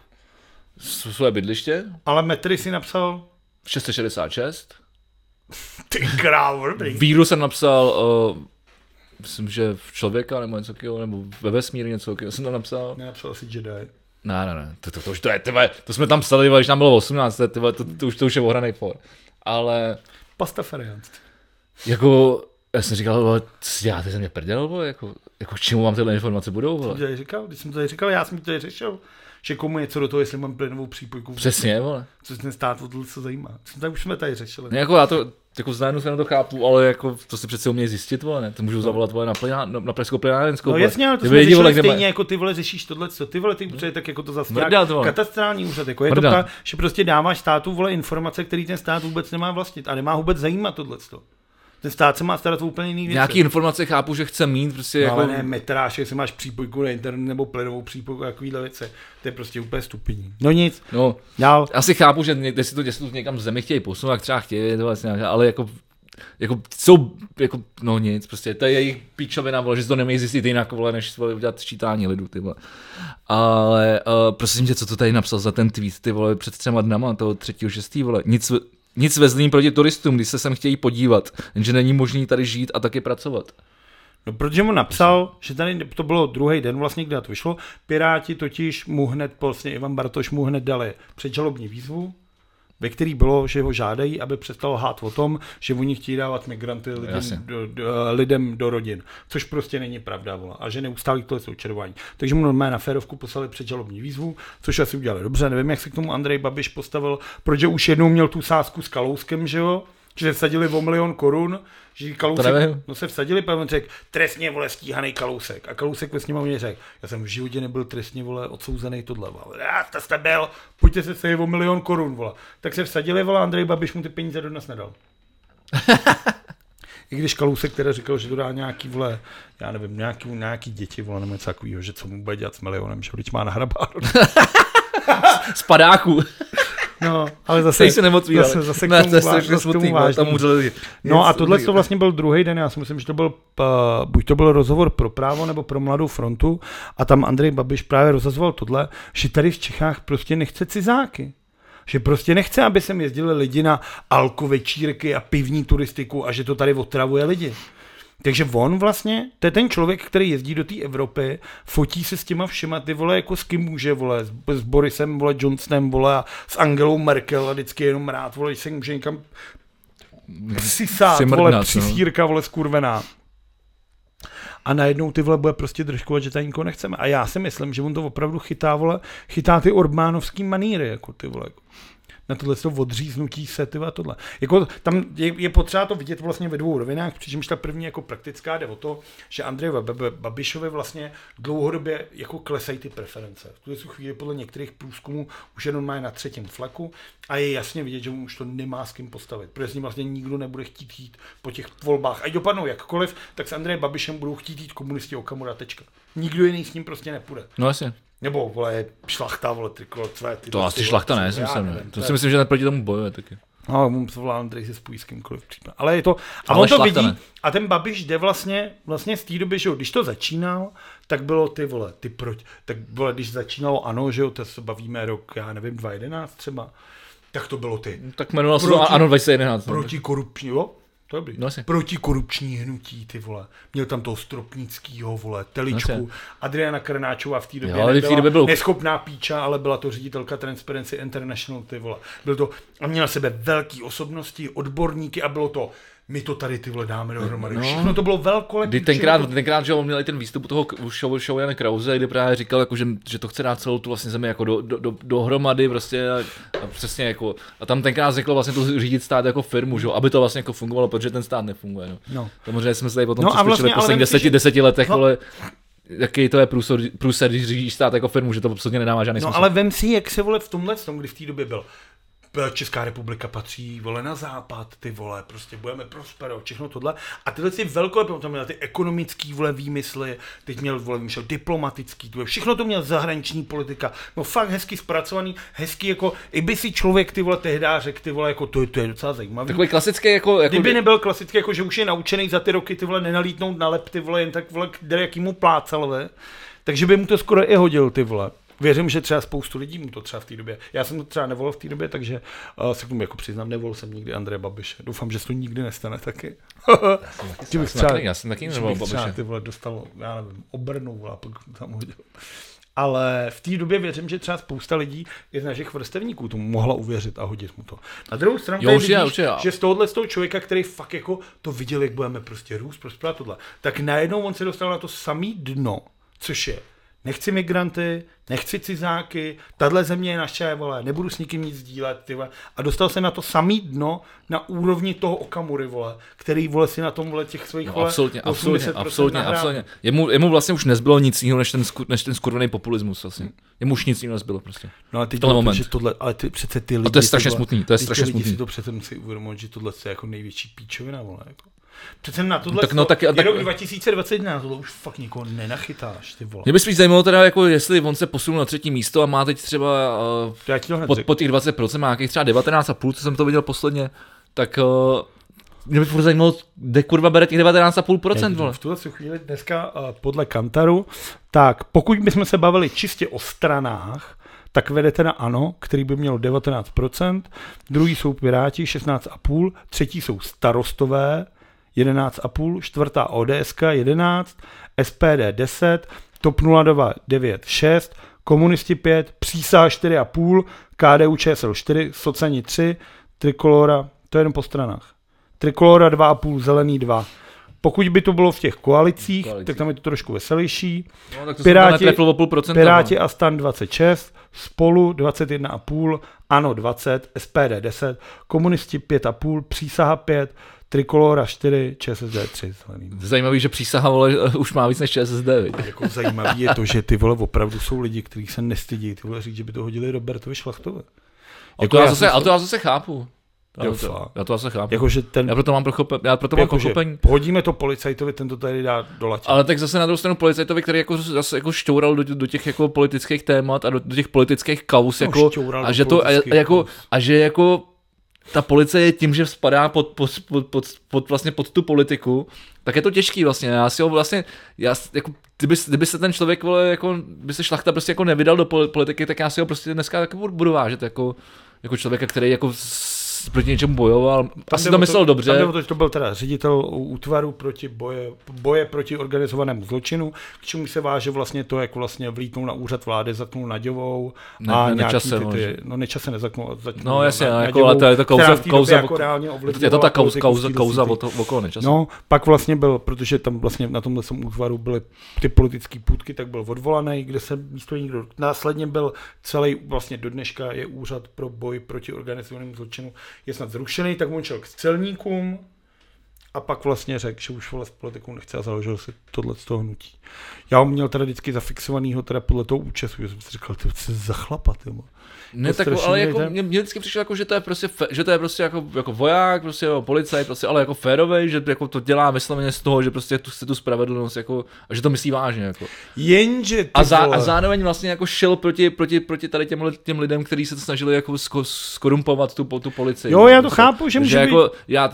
své bydliště. Ale metry si napsal? 666. Ty krávo, dobrý. Víru jsem napsal, myslím, že v člověka nebo něco takového, nebo ve vesmíru něco takového jsem to napsal. Nenapsal si Jedi. Ne, to jsme tam psali, když nám bylo 18, to už je ohranej for. Ale... Pastafariánství. Jako, já jsem říkal, co děláte ze mě prdel, jako k čemu vám tyhle informace budou, vole? Když jsem to tady říkal, já jsem to tady řešil, že komu něco do toho, jestli mám plynovou přípojku. Přesně, vole. Co ten stát tohle co zajímá. Už jsme tady řešili. Ne, jako já to, jako z se na to chápu, ale jako to si přece umějí zjistit, vole, ne? To můžu zavolat, vole, na Pražskou plenárenskou. No jasně, ale to jsme řešili stejně, jako ty vole řešíš tohleto. Ty vole, ty tak jako to zase katastrální úřad, jako je to tak, že prostě dáváš státu, vole, informace, který ten stát vůbec nemá vlastnit a nemá vůbec zajímat tohleto. Ten stát se má starat o úplně jiný věci. Nějaký informace chápu, že chce mít prostě no, jako... ale ne metráž, jestli máš přípojku na internet nebo plynovou přípojku, takovýhle věci. To je prostě úplně stupidní. No nic. No, dál. Asi chápu, že jestli to někam v zemi chtějí posunout, jak třeba chtějí, to vlastně, ale jako jsou, jako, no nic, prostě to je jejich píčovina, vole, že to nemají zjistit jinak, vole, než udělat sčítání lidu, ty vole. Ale prosím tě, co to tady napsal za ten tweet, ty vole, před 3 dnama, toho 3.6., vole, nic ve zlým proti turistům, když se sem chtějí podívat, jenže není možný tady žít a taky pracovat. No, protože mu napsal, že tady to bylo druhý den vlastně, kdy to vyšlo, Piráti totiž mu hned, vlastně Ivan Bartoš mu hned dali předžalobní výzvu, ve který bylo, že ho žádají, aby přestal lhát o tom, že oni chtějí dávat migranty lidem do rodin, což prostě není pravda, vole, a že neustálí tohle součervání. Takže mu normálně na férovku poslali předžalobní výzvu, což asi udělali dobře, nevím, jak se k tomu Andrej Babiš postavil, protože už jednou měl tu sázku s Kalouskem, že jo, že se vsadili o 1 000 000 korun, že Kalousek, no se vsadili, pan řekl, trestně, vole, stíhaný Kalousek. A Kalousek ve sněmovně řekl, já jsem v životě nebyl trestně, vole, odsouzený tohle, vole. To jste byl, pojďte se vsadit o 1 000 000 korun, vole. Tak se vsadili, vole, Andrej Babiš mu ty peníze dodnes nedal. I když Kalousek teda říkal, že to dá nějaký, vole, já nevím, nějaký děti, vole, nebo něco takového, že co mu bude dělat s milionem, že když má na hrabáru. Z padáků. No, ale zase se nemocví, zase k tomu vážný. No a tohle to vlastně byl druhý den, já si myslím, že to byl, buď to byl rozhovor pro Právo nebo pro Mladou frontu a tam Andrej Babiš právě rozhazoval tohle, že tady v Čechách prostě nechce cizáky. Že prostě nechce, aby sem jezdili lidi na alkovečírky a pivní turistiku a že to tady otravuje lidi. Takže on vlastně, to je ten člověk, který jezdí do té Evropy, fotí se s těma všema, ty vole, jako s kým může, vole, s Borisem, vole, Johnsonem, vole, a s Angelou Merkel a vždycky jenom rád, vole, se může někam přisát, vole, přisírka, vole, skurvená. A najednou ty vole bude prostě držkovat, že tady nikoho nechceme. A já si myslím, že on to opravdu chytá, vole, chytá ty orbánovský maníry, jako ty vole, na tohle odříznutí se, ty a tohle. Jako tam je potřeba to vidět vlastně ve dvou rovinách, přičemž ta první jako praktická jde o to, že Andreji Babišovi vlastně dlouhodobě jako klesají ty preference. V tuhle chvíli podle některých průzkumů už jenom má na 3. fleku a je jasně vidět, že mu už to nemá s kým postavit, protože s ním vlastně nikdo nebude chtít jít po těch volbách. Ať dopadnou jakkoliv, tak s Andrejem Babišem budou chtít jít komunisti Okamura, tečka. Nikdo jiný s ním prostě nepůjde. No jasně. Nebo, vole, Šlachta, vole, Trikol, ty. To asi Šlachta ne, to si myslím, že proti tomu bojuje taky. No, mu to volá Andrej se spojí s kýmkoliv případem. Ale je to, a on to vidí, ne. A ten Babiš jde vlastně z té doby, že jo, když to začínal, tak bylo ty vole, ty proč, tak vole, když začínalo ANO, že jo, to se bavíme rok, já nevím, 2011 třeba, tak to bylo ty. Tak jmenoval se to ANO 2011. Protikorupční, jo? To je dobrý. No, protikorupční hnutí, ty vole. Měl tam toho Stropnickýho, vole, Teličku, no, Adriana Krnáčová v té době nebyla neschopná píča, ale byla to ředitelka Transparency International, ty vole. Byl to, a měl na sebe velký osobnosti, odborníky a bylo to, my to tady ty vole dáme dohromady. Všechno to bylo velkolepý. Tenkrát, že on měl i ten výstup toho show Jana Krause, kdy právě říkal, jako, že to chce dát celou tu vlastně zemi jako dohromady prostě a přesně jako, a tam tenkrát řekl vlastně to řídit stát jako firmu, že, aby to vlastně jako fungovalo, protože ten stát nefunguje. No. Samozřejmě jsme se tady potom přesvědčili v posledních 10 letech, vole, jaký to je průser, když řídíš stát jako firmu, že to absolutně nedává žádný smysl. No ale vem si, jak se vole v tomhle, kdy v té době byl. Česká republika patří, vole, na západ, ty vole, prostě budeme prosperovat, všechno tohle. A tyhle si velkolepé, tam měl ty ekonomický, vole, výmysly, teď měl, vole, vymýšlel diplomatický, všechno to měl zahraniční politika. No fakt hezky zpracovaný, hezky jako, i by si člověk, ty vole, tehdá řekl, ty vole, jako to je docela zajímavý. Takový klasický jako kdyby nebyl klasický, jako že už je naučený za ty roky, ty vole, nenalítnout na lep, ty vole, jen tak, vole, jaký mu plácal, ve. Takže by mu to skoro i hodil, ty vole. Věřím, že třeba spoustu lidí mu to třeba v té době. Já jsem to třeba nevolil v té době, takže se k tomu jako přiznám, nevolil jsem nikdy Andreje Babiše. Doufám, že se to nikdy nestane taky. Já jsem taky nevolil Babiše. Ty vole dostal, já nevím, obrnou a pak tam hodil. Ale v té době věřím, že třeba spousta lidí i z našich vrstevníků tomu mohla uvěřit a hodit mu to. Na druhou stranu vidíš, že z tohohle člověka, který fakt jako to viděl, jak budeme prostě růst, prosperovat tohle, tak najednou on se dostal na to samý dno, což je nechci migranty, nechci cizáky, tahle země je naše, vole, nebudu s nikým nic sdílet, ty vole. A dostal se na to samý dno na úrovni toho Okamury, vole, který, vole, si na tom, vole, těch svých, vole, absolutně. Jemu vlastně už nezbylo nic jiného, než ten skurvený populismus, vlastně. Jemu už nic jiného nezbylo, prostě. No a teď přece ty lidi... A to je strašně smutný, to je strašně smutný. Si to přece musí uvědomit, že tohle je jako největší píčovina, vole, jako. Přece na tohle je rok 2021, tohle už fakt nikoho nenachytáš, ty vole. Mě by spíš zajímalo teda, jako jestli on se posunul na 3. místo a má teď třeba po těch 20% má nějakých třeba 19,5, co jsem to viděl posledně, tak mě by furt zajímalo, kde kurva bere těch 19,5%, vole. V tuhle chvíli dneska podle Kantaru, tak pokud bychom se bavili čistě o stranách, tak vede teda ANO, který by měl 19%, druhý jsou Piráti 16,5%, třetí jsou Starostové 11,5%, čtvrtá ODS 11%, SPD 10%, TOP 09 6%, Komunisti 5%, Přísah 4,5%, KDU ČSL 4%, Socani 3%, Trikolora, to je jenom po stranách. Trikolora 2,5%, Zelený 2%. Pokud by to bylo v těch koalicích, tak tam je to trošku veselější. No, tak to Piráti a STAN 26, Spolu 21,5, ANO 20, SPD 10, komunisti 5,5, Přísaha 5, Trikolora 4, ČSSD 3. Zajímavý, že Přísaha, vole, už má víc než ČSSD. Jako zajímavý je to, že ty vole opravdu jsou lidi, kteří se nestydí, ty vole říct, že by to hodili Robertovi Šlachtovi. Jako ale to já zase chápu. Já to zase chápu. Jako, já proto mám pochopení. Hodíme to policajtovi, ten to tady dá do latě. Ale tak zase na druhou stranu policajtovi, který jako zase jako šťoural do těch jako politických témat a do těch politických kauz jako a že jako ta policie tím, že spadá pod tu politiku, tak je to těžký vlastně. Kdyby se ten člověk, vole, jako by se Šlachta prostě jako nevydal do politiky, tak já si ho prostě dneska jako budu vážit jako člověka, který jako proti něčemu bojoval. Asi to myslel dobře. Tam to byl teda ředitel útvaru proti boje proti organizovanému zločinu, k čemu se váže vlastně to, jak vlastně vlítnul na úřad vlády, zatknul Naďovou a Nečase, Nečase nezaknul. No jasně, jako, ale to je to kauza jako je to ta kauza okolo Nečase. No, pak vlastně byl, protože tam vlastně na tomhle útvaru byly ty politické půtky, tak byl odvolaný, kde se místo nikdo. Následně byl celý, vlastně do dneška je úřad pro boj proti organizovanému zločinu, je snad zrušený, tak on šel k celníkům a pak vlastně řekl, že už vole s politikou nechce a založil si tohle z toho hnutí. Já ho měl teda vždycky zafixovanýho teda podle toho účesu, že jsem si říkal, ty co za chlapa, ty. Ne, tak, ale jako mě vždycky přišlo jako, že to je prostě jako voják, prostě jako policajt, prostě, ale jako férovej, že jako to dělá vysloveně z toho, že prostě tu spravedlnost jako, a že to myslí vážně jako. Jenže a zároveň vlastně jako šel proti tady těm lidem, kteří se to snažili jako skorumpovat tu policii. Jo, já to chápu, že může jako,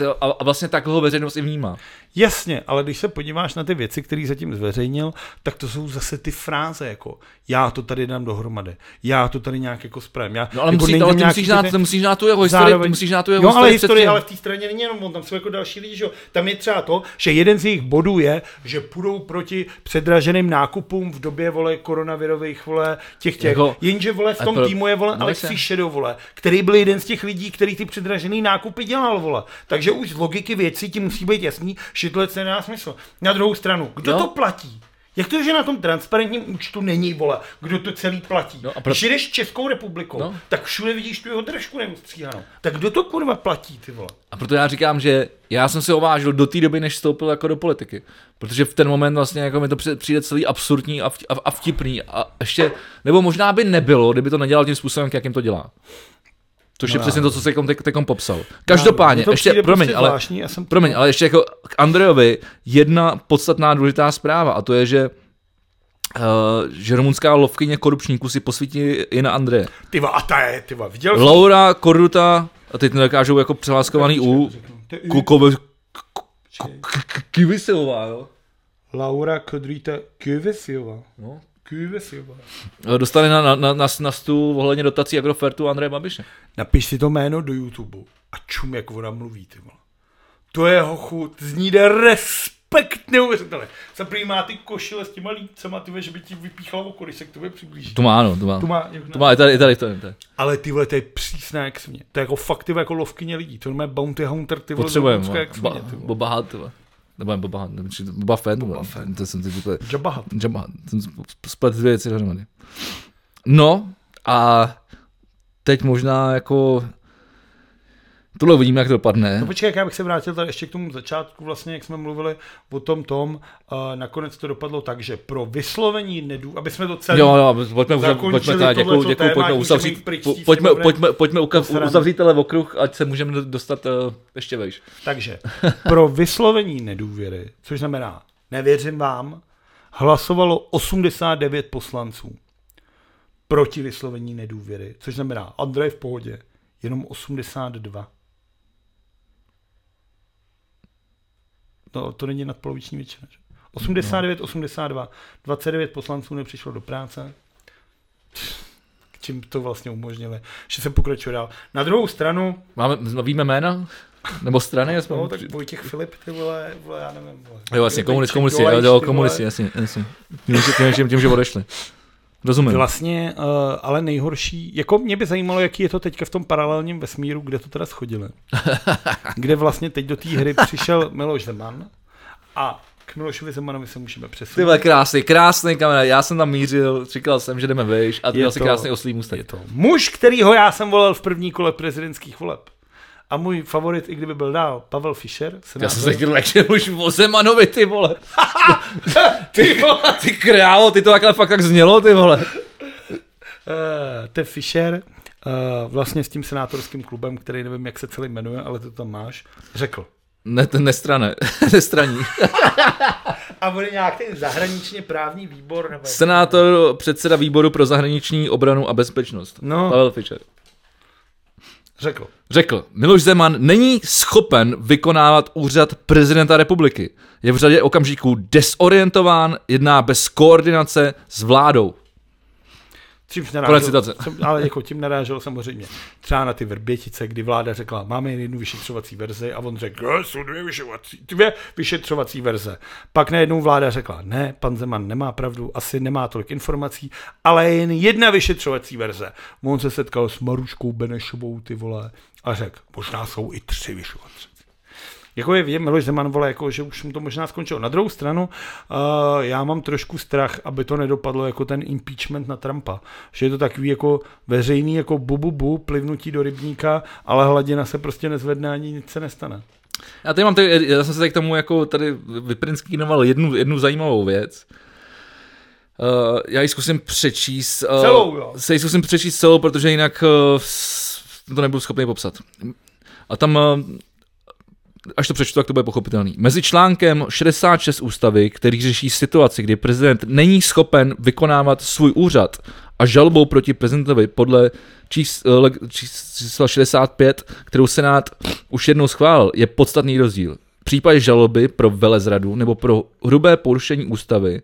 a vlastně takhle ho veřejnost i vnímá. Jasně, ale když se podíváš na ty věci, které zatím zveřejnil, tak to jsou zase ty fráze jako já to tady dám dohromady, já to tady nějak jako spravím. No ale musíš znát tu jeho historii. Jo, ale historie, ale v té straně není jenom on, tam jsou jako další lidi, že jo. Tam je třeba to, že jeden z jejich bodů je, že půjdou proti předraženým nákupům v době, vole, koronavirových, vole, těch. Jako, jenže, vole, v tom týmu je, vole, Alexej Shadow, vole, který byl jeden z těch lidí, který ty předražený nákupy dělal, vole. Takže už z logiky věci ti musí být jasný, že tohle se nedá smysl. Na druhou stranu, kdo to platí? Jak to, že na tom transparentním účtu není, vole, kdo to celý platí? No když jdeš Českou republikou, tak všude vidíš tu jeho držku neustříhanou. Tak kdo to kurva platí, ty vole? A proto já říkám, že já jsem si ovážil do té doby, než vstoupil jako do politiky. Protože v ten moment vlastně jako mi to přijde celý absurdní a vtipný. A ještě, nebo možná by nebylo, kdyby to nedělal tím způsobem, jakým to dělá. Což je přesně to, co jsi teďkom popsal. Každopádně, ještě, ale ještě jako k Andrejovi jedna podstatná důležitá zpráva, a to je, že rumunská lovkyně korupčníků si posvítí i na Andreje. Viděl jsi? Laura Corduta, a teď nedokážou jako přeláskovaný Kivisiová, jo? Laura Corduta Kivisiová. No. Kivisiová. Dostane na stůl ohledně dotací Agrofertu Andreje Babiše. Napiš si to jméno do YouTube a čum, jak ona mluví, ty vole. To je hochu, z ní jde respekt neuvěřitelný. Za první má ty košile s těma lípcema, ty že by ti vypíchala oko, když se k tobě přiblíží. To má, i tady. Ale ty vole, to je přísná jak svině. To je jako fakt, ty jako lovkyně lidí. To je bounty hunter, ty vole. Potřebujeme, Boba Hutt, ty vole. Nebo Boba Hutt, Boba Fett. To jsem ty úplně... Jabba Hutt. Splet dvě věci dohromady. No a teď možná jako tohle uvidíme, jak to dopadne. No počkej, já bych se vrátil tady ještě k tomu začátku, vlastně, jak jsme mluvili o tom, nakonec to dopadlo tak, že pro vyslovení nedů, aby jsme to celé pojďme uzavřít tenhle okruh, ať se můžeme dostat ještě vejš. Takže pro vyslovení nedůvěry, což znamená nevěřím vám, hlasovalo 89 poslanců proti vyslovení nedůvěry, což znamená Andrej v pohodě, jenom 82. No, to není nadpoloviční většina. 89, 82, 29 poslanců nepřišlo do práce. K čím to vlastně umožnili, že se pokračuje dál. Na druhou stranu... Víme jména? Nebo strany? No, tak Vojtěch Filip, ty vole, já nevím. Vole. Jo, vlastně, komunisti, jasně. Tím, že odešli. Rozumím. Vlastně, ale nejhorší, jako mě by zajímalo, jaký je to teďka v tom paralelním vesmíru, kde to teda schodili. Kde vlastně teď do té hry přišel Miloš Zeman A k Milošovi Zemanovi se můžeme přesunout. Ty vole, krásný kamera, já jsem tam mířil, říkal jsem, že jdeme vejš a ty měl si krásný oslý můstek. Je to muž, kterýho já jsem volil v první kole prezidentských voleb. A můj favorit, i kdyby byl dál, Pavel Fischer. Já jsem se chtěl lečit už o Zemanovi, ty vole. ty krávo, ty to takhle fakt tak znělo, ty vole. To je Fischer, vlastně s tím senátorským klubem, který nevím, jak se celý jmenuje, ale to tam máš, řekl. Nestraní. A bude nějaký zahraničně právní výbor? Nebo Senátor, předseda výboru pro zahraniční obranu a bezpečnost. No. Pavel Fischer. Řekl. Miloš Zeman není schopen vykonávat úřad prezidenta republiky. Je v řadě okamžiků desorientován, jedná bez koordinace s vládou. Ale jako tím narážel samozřejmě třeba na ty Vrbětice, kdy vláda řekla, máme jen jednu vyšetřovací verzi a on řekl, jsou dvě vyšetřovací verze. Pak najednou vláda řekla, ne, pan Zeman nemá pravdu, asi nemá tolik informací, ale jen jedna vyšetřovací verze. On se setkal s Maruškou Benešovou, ty vole, a řekl, možná jsou i 3 vyšetřovací. Jako je vidět, Miloš Zeman, vole, jako, že už mu to možná skončilo. Na druhou stranu, já mám trošku strach, aby to nedopadlo jako ten impeachment na Trumpa. Že je to takový jako veřejný, jako bu, plivnutí do rybníka, ale hladina se prostě nezvedne, ani nic se nestane. Já jsem se tady k tomu jako tady vyprinskýnoval jednu zajímavou věc. Já ji zkusím přečíst. Celou, jo. Zkusím přečíst celou, protože jinak to nebudu schopný popsat. A tam... Až to přečtu, tak to bude pochopitelný. Mezi článkem 66 ústavy, který řeší situaci, kdy prezident není schopen vykonávat svůj úřad, a žalobou proti prezidentovi podle čísla 65, kterou Senát už jednou schválil, je podstatný rozdíl. V případě žaloby pro velezradu nebo pro hrubé porušení ústavy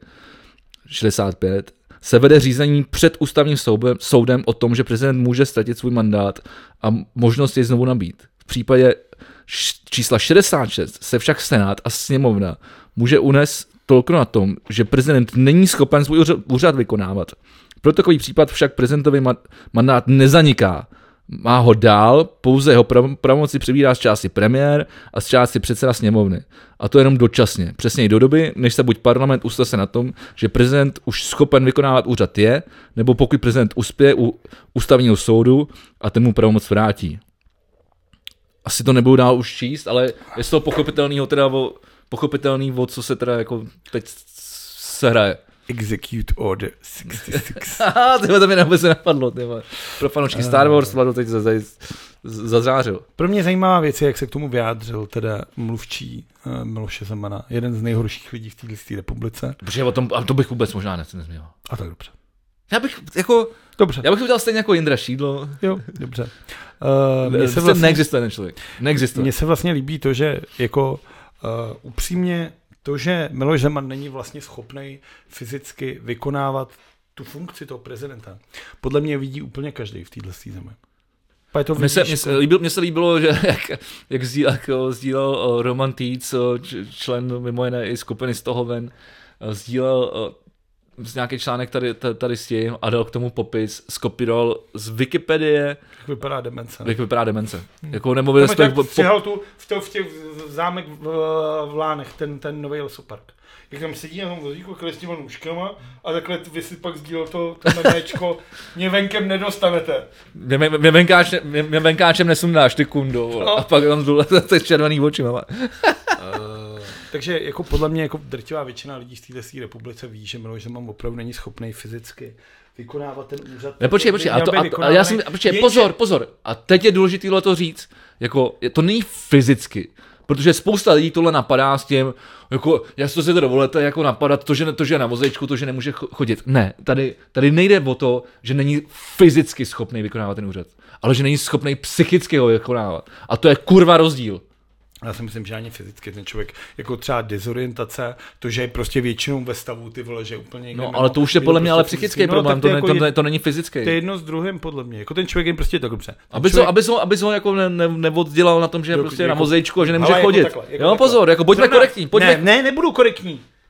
65 se vede řízení před ústavním soudem o tom, že prezident může ztratit svůj mandát a možnost jej znovu nabít. V případě čísla 66 se však Senát a sněmovna může unést toliko na tom, že prezident není schopen svůj úřad vykonávat. Pro takový případ však prezidentovi mandát nezaniká. Má ho dál, pouze jeho pravomoci přebírá z části premiér a z části předseda sněmovny. A to jenom dočasně. Přesněji do doby, než se buď parlament usnese na tom, že prezident už schopen vykonávat úřad je, nebo pokud prezident uspěje u ústavního soudu a ten mu pravomoc vrátí. Asi to nebudu dál už číst, ale je z toho pochopitelný, o co se teda jako teď se hraje. Execute Order 66. To mi vůbec napadlo. Pro fanoušky Star Wars Vlado teď zazářil. Pro mě zajímavá věc je, jak se k tomu vyjádřil teda mluvčí Miloše Zemana. Jeden z nejhorších lidí v této republice. Protože to bych vůbec možná nezměl. A tak dobře. Já bych to udělal stejně jako Jindra Šídlo. Jo, dobře. Neexistuje ten člověk. Neexistuje. Mně se vlastně líbí to, že jako upřímně to, že Miloš Zeman není vlastně schopný fyzicky vykonávat tu funkci toho prezidenta. Podle mě vidí úplně každý v této zemi. Mně se líbilo, že jak sdílel Roman Týc, člen mimo jiné i skupiny Stohoven, sdílel z nějaký článek tady s tím a dal k tomu popis, skopíroval z Wikipedie. Jak vypadá demence. Jako nemluvil jsme... Přihal tu v těch zámek v Lánech, ten nový lesopark. Jak tam sedí na tom vozíku, s těma nůžkama a takhle vy si pak sdílel to memečko, mě venkem nedostanete. Mě venkáčem nesundáš, ty kundo. No. A pak tam dole ty červený oči, mama. Takže jako podle mě jako drtivá většina lidí v této republice ví, že Miloš Zeman opravdu není schopný fyzicky vykonávat ten úřad. Počkej, pozor. A teď je důležité to říct, jako to není fyzicky. Protože spousta lidí tohle napadá s tím, jako, jak si to dovolíte, jako napadat to, že je na vozečku, to, že nemůže chodit. Ne, tady nejde o to, že není fyzicky schopný vykonávat ten úřad, ale že není schopný psychicky ho vykonávat. A to je kurva rozdíl. Já si myslím, že ani fyzicky ten člověk, jako třeba dezorientace, to, že je prostě většinou ve stavu, ty vole, že úplně někde. No, ale to už je podle mě ale psychický problém, to není fyzický. To je jedno s druhým, podle mě. Jako ten člověk je prostě tak dobře. Aby ho jako neoddělal na tom, že je prostě na vozejčku a že nemůže jako chodit. Takhle, jo, pozor, jako buďme korektní. Ne, nebudu korektní.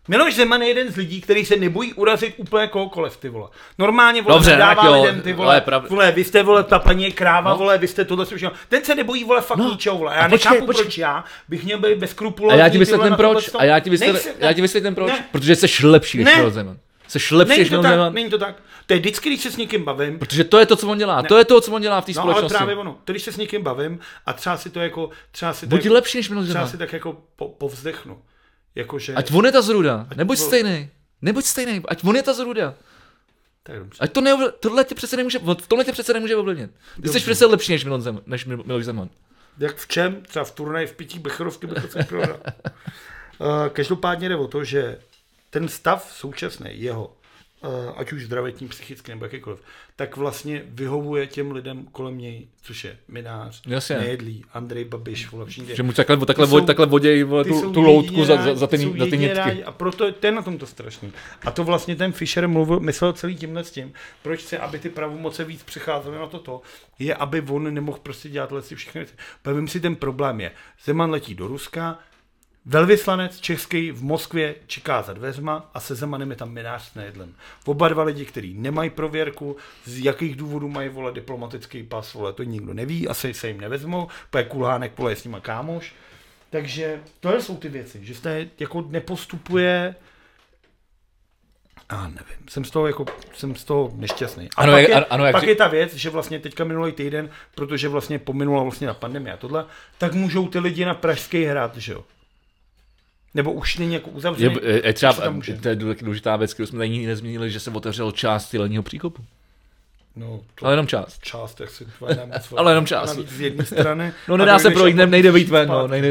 Miloš Zeman je jeden z lidí, který se nebojí urazit úplně kohokoliv, ty vole. Normálně, vole, dobře, dává lidem, ty vole, vole, vy jste, vole, ta paní je kráva, no. Vole, vy jste tohle slušel. Ten se nebojí, vole, fakt ničeho, vole. Já nechápu, proč já bych měl být bez skrupulů. A já ti vysvětlím proč, proč, protože jsi lepší než Miloš Zeman. Jsi lepší než Miloš Zeman. Není to tak. To je vždycky, když se s někým bavím. Protože to je to, co on dělá. Ne. To je to, co on dělá v té společnosti. Ale právě ono. To, když se s někým bavím a třeba si to jako... Buď lepší než Miloš Zeman. Třeba si tak jako povzdechnu. Jakože... Ať on je ta zruda. Nebuď stejný. Ať on je ta zruda. Ať tohle tě přece nemůže, v tomhle tě přece nemůže ovlivnit. Ty jsi přece lepší než Miloš Zeman. Jak v čem? Třeba v turnaji v pití Becherovky bych to celý prohrál. Každopádně jde o to, že ten stav současný jeho, ať už zdravotní, psychický nebo jakýkoliv, tak vlastně vyhovuje těm lidem kolem něj, což je Minář, Nejedlý, Andrej Babiš, vole, všichni. Že mu takhle vodějí tu loutku za ty nitky. A proto to je na tom to strašný. A to vlastně ten Fischer myslel celý tímhle s tím, proč chce, aby ty pravomoce víc přicházely na toto, je, aby on nemohl prostě dělat všechny věci. Povím si, ten problém je, Zeman letí do Ruska, velvyslanec český v Moskvě čeká za dveřma a se Zemanem je tam Minář s Nejedlem. Oba dva lidi, kteří nemají prověrku, z jakých důvodů mají, vole, diplomatický pas, vole, to nikdo neví, asi se jim nevezmou, protože Kulhánek, vole, je s nima kámoš. Takže to jsou ty věci, že jste jako nepostupuje... nevím, jsem z toho nešťastný. A pak je ta věc, že vlastně teďka minulý týden, protože vlastně pominula vlastně na pandemii a tohle, tak můžou ty lidi na Pražský hrad, že jo? Nebo už není jako uzavřený? To je důležitá věc, kterou jsme tady nikdy nezmínili, že se otevřel část Jelního příkopu. No, ale jenom část. Část, jak si ale jenom část. Z jedné strany. No nedá se projít, nejde vyjít ven.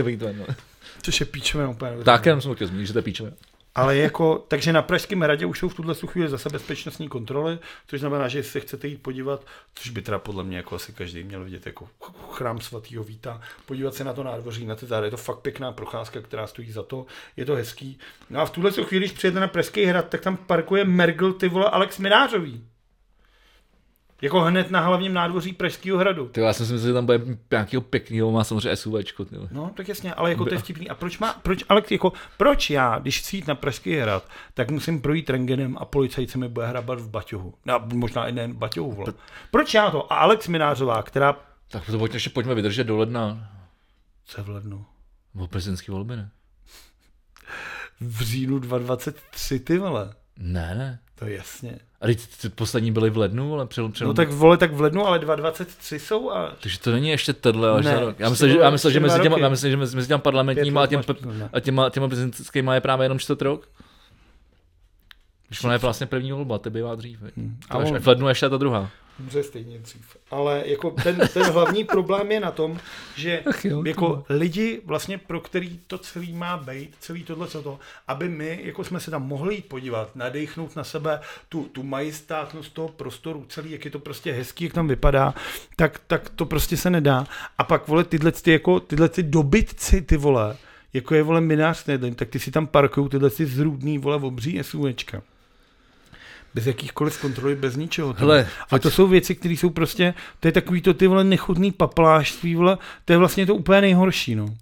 Což je píčové úplně. Tak jenom jsem chtěl zmínit, že to je píčové. Ale jako, takže na Pražském hradě už jsou v tuhle chvíli zase bezpečnostní kontroly, což znamená, že se chcete jít podívat, což by teda podle mě jako asi každý měl vidět jako chrám svatého Víta, podívat se na to nádvoří, na ty zády, je to fakt pěkná procházka, která stojí za to, je to hezký. No a v tuhle chvíli, když přijete na Pražský hrad, tak tam parkuje Mergl, ty vole, Alex Minářový. Jako hned na hlavním nádvoří Pražského hradu. Já jsem si myslel, že tam bude nějakého pěkného, má samozřejmě SUVčko. No, tak jasně, ale jako to je vtipný. A proč já, když chci jít na Pražský hrad, tak musím projít rentgenem a policajt se mi bude hrabat v baťohu. No, možná i nejen v baťohu, vole. Proč já to? A Alex Minářová, která... Tak to ještě pojďme vydržet do ledna. Co je v lednu? V prezidentské volby, ne? V říjnu 2023, ty vole. Ne. To je jasně. A teď poslední byly v lednu, ale No tak vole, tak v lednu, ale 2023 jsou a... Takže to není ještě tohle, ale ne, já myslím, že mezi těma parlamentníma a těma prezidentskýma je právě jenom 4 rok. Když ona je vlastně první volba, to bývá dřív. Až v lednu ještě ta druhá. Může stejně dřív. Ale jako ten hlavní problém je na tom, že jako lidi vlastně, pro který to celý má být, celý tohle, aby my jako jsme se tam mohli jít podívat, nadechnout na sebe tu majestátnost toho prostoru, celý, jak je to prostě hezký, jak tam vypadá, tak to prostě se nedá. A pak, vole, tyhle dobytci, ty vole, jako je, vole, Minář Nejedlý, tak ty si tam parkují tyhle zrůdný, vole, obří SUVčka. Bez jakýchkoliv kontroly, bez ničeho. Hele, a to jsou věci, které jsou prostě, to je takový to ty, vole, nechutný paplášství, vole, to je vlastně to úplně nejhorší, no.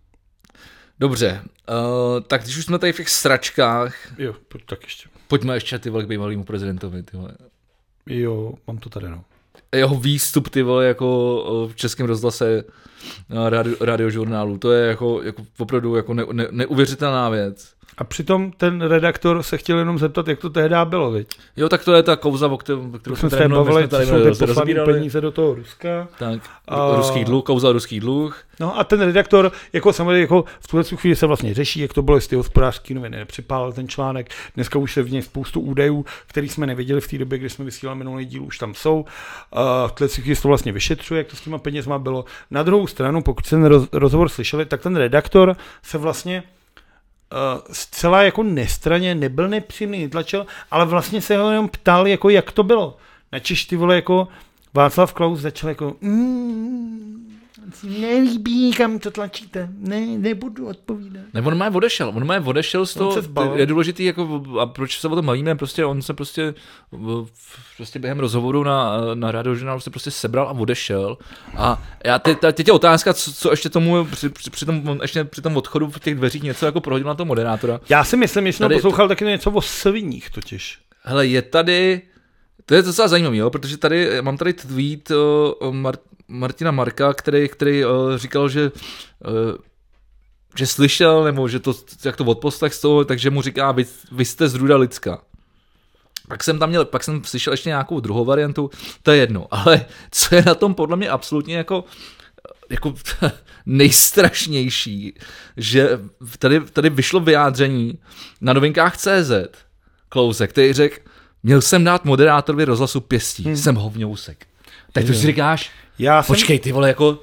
Dobře, tak když už jsme tady v těch sračkách, jo, tak ještě. Pojďme ještě, ty vole, k bývalýmu prezidentovi, ty vole. Jo, mám to tady, no. Jeho výstup, ty vole, jako v Českém rozhlase radiožurnálu, to je jako opravdu jako neuvěřitelná věc. A přitom ten redaktor se chtěl jenom zeptat, jak to tehdy bylo, viď? Jo, tak to je ta kauza, o kterou jsme se bavili, co jsou ty poslaný peníze do toho Ruska. Tak, ruský dluh, kauza ruský dluh. No a ten redaktor, jako samozřejmě, jako v tuhle chvíli se vlastně řeší, jak to bylo, jestli Hospodářský noviny nepřipálil ten článek. Dneska už se v něj spoustu údajů, který jsme nevěděli v té době, kdy jsme vysílali minulý díl, už tam jsou. V tuhle chvíli se to vlastně vyšetřuje, jak to s těma penězma bylo. Na druhou stranu, pokud jste ten rozhovor slyšeli, tak ten redaktor se vlastně zcela jako nestranně, nebyl nepříjemný, netlačil, ale vlastně se ho jenom ptal, jako jak to bylo. Načež ty vole, jako Václav Klaus začal jako Nelíbí, kam to tlačíte. Ne, nebudu odpovídat. Ne, on má odešel z toho, je důležitý, jako, a proč se o tom bavíme, prostě on se prostě během rozhovoru na Radiožurnálu se prostě sebral a odešel. A já teď je otázka, co ještě tomu při tom odchodu v těch dveřích něco jako prohodil na toho moderátora. Já si myslím, že jsem poslouchal taky něco o sviních totiž. Hele, je tady, to je docela zajímavý, jo, protože mám tady tweet Martina Marka, který říkal, že slyšel, nebo že to, jak to odposlech z toho, takže mu říká, vy jste z Ruda Lidská. Pak jsem slyšel ještě nějakou druhou variantu, to je jedno, ale co je na tom podle mě absolutně jako nejstrašnější, že tady vyšlo vyjádření na novinkách.cz Klause, který řekl, měl jsem dát moderátorovi rozhlasu pěstí, jsem hovňousek. Tak to si říkáš, počkej ty vole, jako,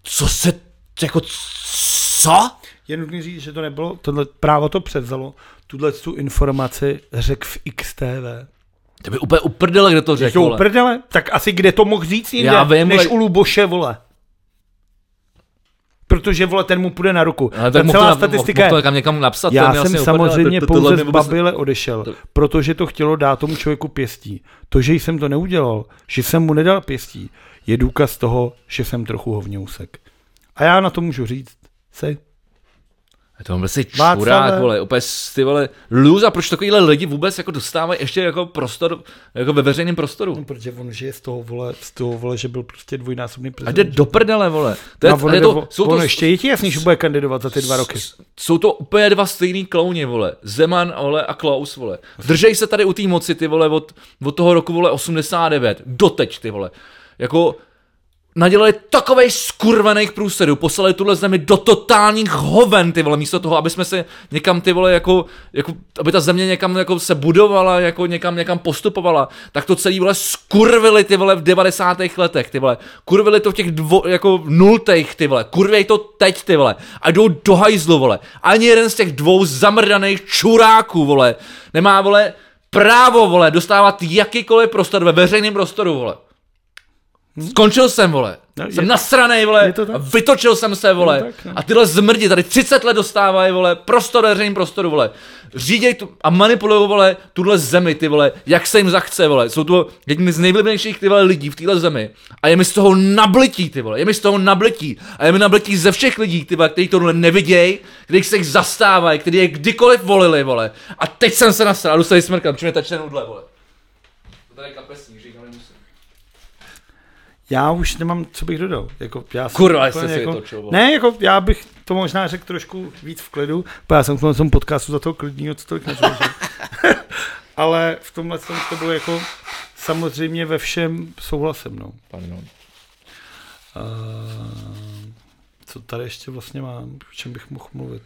co? Je nutný říct, že to nebylo, tohle právo to převzalo, tu informaci řekl v XTV. To by úplně uprdele, kde to řekl, vole. Uprdele? Tak asi kde to mohl říct jinde, než u Luboše, vole. Protože, vole, ten mu půjde na ruku. Ale tak celá statistika je... Mohl někam napsat. Já jsem samozřejmě pouze z Babyle odešel, protože to chtělo dát tomu člověku pěstí. To, že jsem to neudělal, že jsem mu nedal pěstí, je důkaz toho, že jsem trochu hovňousek. A já na to můžu říct, Je to prostě čurák, vole, úplně ty vole, lůza, proč takovýhle lidi vůbec jako dostávají ještě jako prostor, jako ve veřejném prostoru? No, protože on žije z toho, vole, že byl prostě dvojnásobný prezident. A jde do prdele, vole. Ještě je ti jasný, že bude kandidovat za ty 2 roky. Jsou to úplně dva stejný klouni, vole. Zeman, vole, a Klaus, vole. Držej se tady u té moci, ty vole, od toho roku, vole, 89, doteď, ty vole. Jako... nadělali takovej skurvených průserů, poslali tuhle zemi do totálních hoven, ty vole, místo toho, aby jsme se někam, ty vole, jako aby ta země někam jako se budovala, jako někam postupovala, tak to celý, vole, skurvili, ty vole, v 90. letech, ty vole, kurvili to v těch jako nultých, ty vole, kurvěj to teď, ty vole, a jdou do hajzlu, vole, ani jeden z těch 2 zamrdaných čuráků, vole, nemá, vole, právo, vole, dostávat jakýkoliv prostor ve veřejném prostoru, vole. Skončil jsem, vole. Jsem nasranej, vole. A vytočil jsem se, vole. A tyhle zmrdi tady 30 let dostávají, vole, prostor veřejným prostoru, vole. Říděj tu a manipulují, vole, tuhle zemi, ty vole, jak se jim zachce, vole. Jsou to jedni z nejvlivnějších, ty vole, lidí v téhle zemi. A je mi z toho nablití, ty vole. Je mi z toho nablití. A je mi nablití ze všech lidí, ty vole, kteří tohle nevidějí, kteří se jich zastávají, kteří je kdykoliv volili, vole. A teď jsem se nasral, jdu se vysmrkám, čím je tačné nudle, vole. To tady kapesník, říkám, nemusím. Já už nemám, co bych dodal. Jako, kurva, jste si jako, vytočil. Ne, jako já bych to možná řekl trošku víc v klidu, protože já jsem v tom podcastu za toho klidního, co tolik nezvěděl. Ale v tomhle to bylo jako samozřejmě ve všem souhlasem, no. Pardon. Co tady ještě vlastně mám, o čem bych mohl mluvit?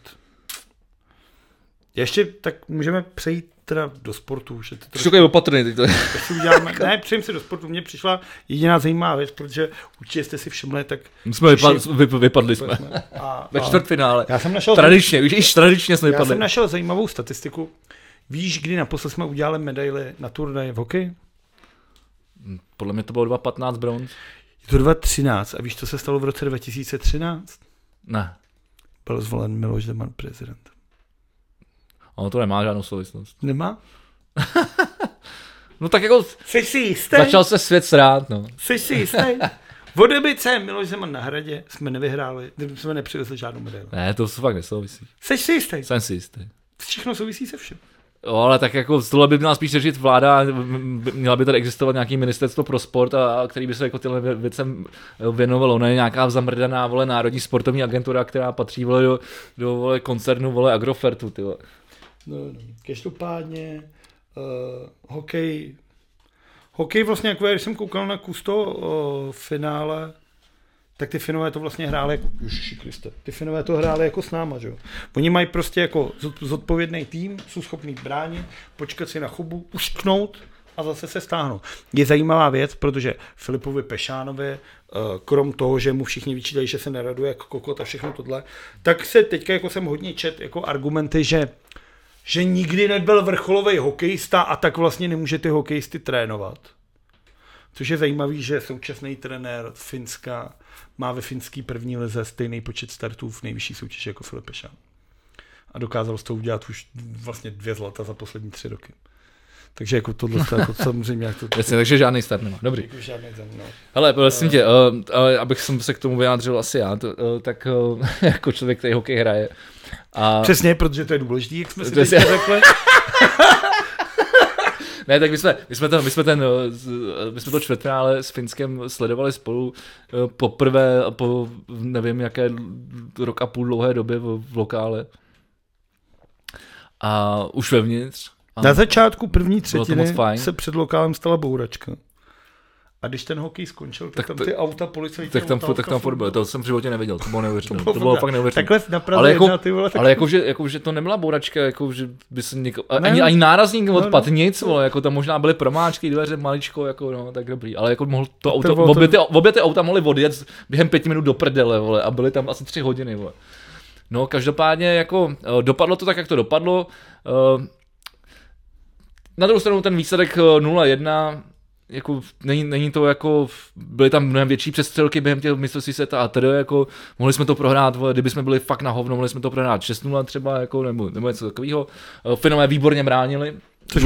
Ještě tak můžeme přejít teda do sportu. Že ty trošku je opatrný teď to. Ne, přejím si do sportu. Mně přišla jediná zajímavá věc, protože určitě jste si všimli, tak... Vypadli jsme. Ve čtvrtfinále. Tradičně jsme vypadli. Já jsem našel zajímavou statistiku. Víš, kdy naposled jsme udělali medaily na turnaji v hokeji? Podle mě to bylo 2015 bronz. Je to 2013. A víš, co se stalo v roce 2013? Ne. Byl zvolen Miloš Zeman prezident. Ono to nemá žádnou souvislost. Nemá? No tak jako... Jsi si jistý? Začal se svět srát, no. Jsi si jistý? V doby, co je Miloš Zeman na Hradě, jsme nevyhráli, jsme nepřivezli žádnou medaili. Ne, to fakt nesouvisí. Jsi si jistý? Jsem si jistý. Všechno souvisí se všem. Jo, ale tak jako tohle by měla spíš řešit vláda, měla by tady existovat nějaký ministerstvo pro sport, a který by se jako tyhle věcem věnovalo. Ono je nějaká zamrdaná, vole, národní sportovní agentura, která patří, vole, do vole, koncernu, vole, Agrofertu, ty vole. No. Každopádně hokej vlastně, jako když jsem koukal na kus toho finále, tak ty Finové to vlastně hráli jako, ty Finové to hráli jako s náma, že jo. Oni mají prostě jako zodpovědný tým, jsou schopní bránit, počkat si na chubu, ušknout a zase se stáhnout. Je zajímavá věc, protože Filipovi Pešánovi, krom toho, že mu všichni vyčítají, že se neraduje jako kokot a všechno tohle, tak se teďka jako jsem hodně čet jako argumenty, že nikdy nebyl vrcholový hokejista a tak vlastně nemůže ty hokejisty trénovat. Což je zajímavý, že současný trenér z Finska má ve finský první lize stejný počet startů v nejvyšší soutěži jako Filip Pešán. A dokázal z toho udělat už vlastně 2 zlata za poslední 3 roky. Takže jako tohle jako samozřejmě jak to... Jasně, takže žádný start nemá. Dobrý. Jako žádný no. Hele, prosím tě, abych se k tomu vyjádřil asi já, tak jako člověk, který hokej hraje. A... Přesně, protože to je důležitý, jak jsme si teď řekli. Ne, tak my jsme to čtvrtfinále s Finskem sledovali spolu poprvé po nevím jaké rok a půl dlouhé době v lokále. A už vevnitř. Na začátku první třetiny se před lokálem stala bouračka. A když ten hokej skončil, tak tam ty auta policajti... Tak tam furt bylo, to jsem v životě neviděl, to bylo neuvěřitelné. To bylo fakt neuvěřitelné. Takhle na Praze jedna, ty vole. Ale jakože to nebyla bouračka, jakože by se ani nárazník odpad, nic, vole, jako tam možná byly promáčky, dveře maličko, jako no, tak dobrý. Ale jako mohl to auto, obě ty auta mohly odjet během 5 minut do prdele, vole, a byly tam asi 3 hodiny, vole. No, každopádně jako dopadlo to tak, jak to dopadlo. Na druhou stranu ten výsledek 0-1, jako není to jako, byly tam mnohem větší přestřelky během těch mistrovství světa a tedy jako mohli jsme to prohrát, kdyby jsme byli fakt na hovno, mohli jsme to prohrát 6-0 třeba, jako, nebo něco takového. Finové výborně bránili.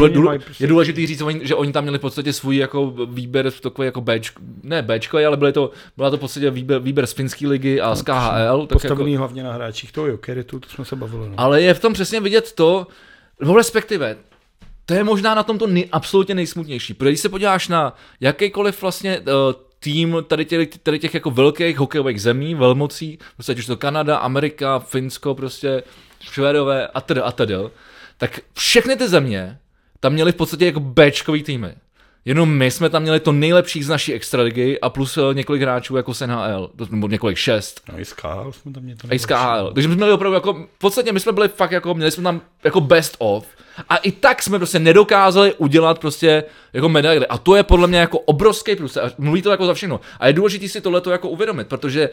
Je důležitý říct, že oni tam měli v podstatě svůj jako výběr takový jako Bčko, ale byla to v podstatě výběr z finské ligy a z KHL. Postavený jako, hlavně na hráčích toho Jokeritu, to jsme se bavili. No. Ale je v tom přesně vidět to, respektive, to je možná na tom to absolutně nejsmutnější. Protože když se podíváš na jakýkoliv vlastně tým tady těch jako velkých hokejových zemí, velmocí, prostě už to Kanada, Amerika, Finsko, prostě Švédové a tedy, tak všechny ty země tam měli v podstatě jako Bčkový týmy. Jenom my jsme tam měli to nejlepší z naší extraligy a plus několik hráčů jako z NHL, nebo několik 6. No i z KHL jsme tam měli. I z KHL. Takže my jsme měli opravdu jako, v podstatě my jsme byli fakt jako, měli jsme tam jako best of. A i tak jsme prostě nedokázali udělat prostě jako medaily. A to je podle mě jako obrovský plus. A mluví to jako za všechno. A je důležité si tohleto jako uvědomit, protože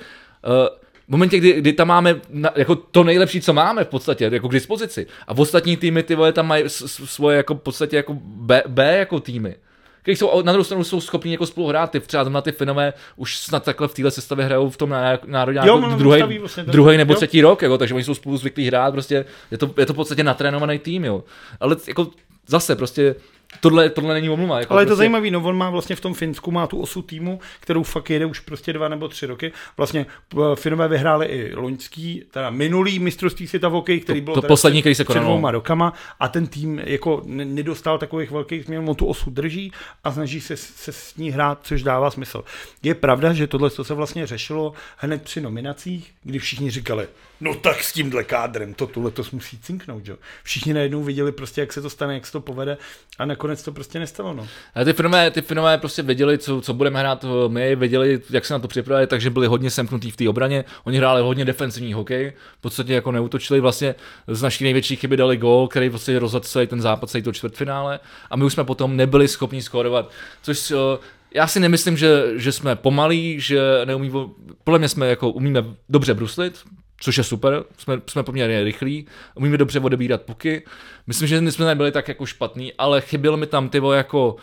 v momentě, kdy tam máme jako to nejlepší, co máme v podstatě, jako k dispozici. A v ostatní týmy ty vole tam mají svoje jako v podstatě jako B jako týmy. Když jsou na druhou stranu jsou schopní jako spolu hrát, třeba na ty Finové už snad takhle v téhle sestavě hrajou v tom národňáku druhý nebo třetí rok, jako, takže oni jsou spolu zvyklí hrát, prostě je to v podstatě natrénovaný tým, jo. Ale jako zase prostě tohle není omluva. Jako ale je to prostě... zajímavý, no on má vlastně v tom Finsku má tu osu týmu, kterou fakt jede už prostě 2 nebo 3 roky. Vlastně Finové vyhráli i loňský, teda minulý mistrovství světa v hokeji, který bylo to poslední, který se před 2 rokama a ten tým jako nedostal takových velkých změn, on tu osu drží a snaží se s ní hrát, což dává smysl. Je pravda, že tohle se vlastně řešilo hned při nominacích, kdy všichni říkali, no tak s tímhle kádrem to letos musí cinknout, jo. Všichni najednou viděli prostě, jak se to stane, jak se to povede a nakonec to prostě nestalo, no. A ty Finové prostě věděli, co budeme hrát my, věděli, jak se na to připravili, takže byli hodně semknutí v té obraně. Oni hráli hodně defenzivní hokej, v podstatě jako neútočili, vlastně z naší největší chyby dali gól, který vlastně rozhodl celý ten zápas, celý to čtvrtfinále a my už jsme potom nebyli schopni skórovat, což já si nemyslím, že jsme pomalí, že neumíme, podle mě jsme jako umíme dobře bruslit, což je super, jsme poměrně rychlí, umíme dobře odebírat puky. Myslím, že jsme nebyli tak jako špatný, ale chybělo mi tam jako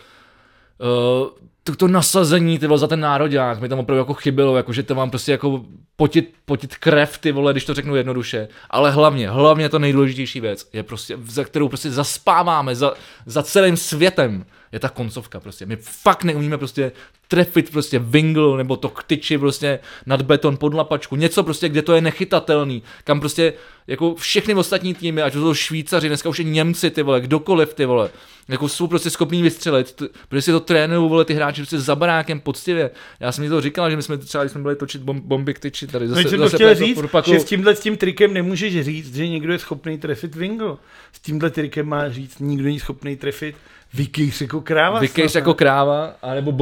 to nasazení za ten nároďák, mi tam opravdu jako chybělo, jako, že to mám prostě jako potit krev, ty vole, když to řeknu jednoduše. Ale hlavně to nejdůležitější věc, je prostě, za kterou prostě zaspáváme za celým světem, je ta koncovka prostě. My fakt neumíme prostě trefit prostě wingl nebo to k tyči prostě nad beton pod lapačku, něco prostě, kde to je nechytatelný, kam prostě jako všechny ostatní týmy, ať to jsou Švýcaři, dneska už i Němci, ty vole, kdokoliv, ty vole, jako jsou prostě schopní vystřelit, protože si to trénují, vole, ty hráči prostě za barákem poctivě. Já jsem mi to říkal, že my jsme třeba, když jsme byli točit bomby k tyči, tady zase chtěl říct, že s tím trikem nemůžeš říct, že někdo je schopný trefit wingl. S tímhle trikem má říct, nikdo není schopný trefit Vykejš jako kráva. Vykejš jako kráva, anebo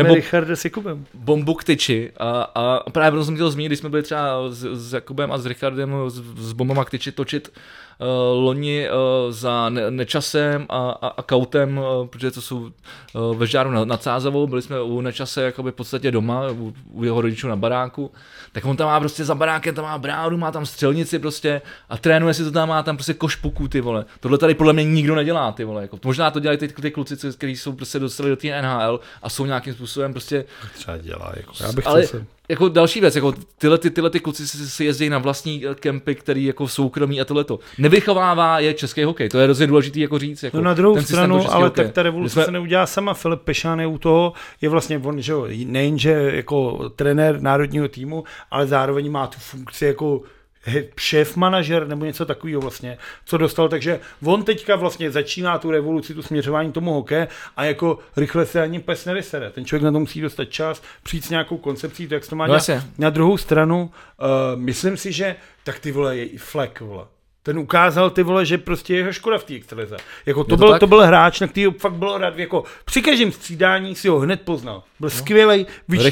bombu k tyči. A právě proto jsem chtěl zmínit, když jsme byli třeba s Jakubem a s Richardem s bombama k tyči točit loni za Nečasem a Kautem, protože to jsou ve Žáru nad Sázavou, byli jsme u Nečase jakoby v podstatě doma, u jeho rodičů na baráku, tak on tam má prostě za barákem, tam má brádu, má tam střelnici prostě a trénuje si to tam, má tam prostě koš puků, ty vole. Tohle tady podle mě nikdo nedělá, ty vole, jako, možná to dělají teď ty kluci, kteří jsou prostě dostali do té NHL a jsou nějakým způsobem prostě... Třeba dělá, jako, já bych ale jako další věc, jako tyhle ty kluci si jezdí na vlastní kempy, který jako soukromí a tohleto. Nevychovává je český hokej, to je hrozně důležitý jako říct. Jako no na druhou stranu, ale hokej. Tak ta revoluce se neudělá sama. Filip Pešán je u toho, je vlastně on, že jo, nejenže jako trenér národního týmu, ale zároveň má tu funkci jako šéf manažer nebo něco takového vlastně, co dostal, takže on teďka vlastně začíná tu revoluci, tu směřování tomu hokeje a jako rychle se ani pes nevysere. Ten člověk na to musí dostat čas, přijít s nějakou koncepcí, to jak se to má dělat. Na druhou stranu, myslím si, že tak ty vole je i Fleck, vole. Ten ukázal ty vole, že prostě je škoda v té extralize. Jako to byl hráč, na který fakt bylo rád, jako při každém střídání si ho hned poznal. Byl skvělej,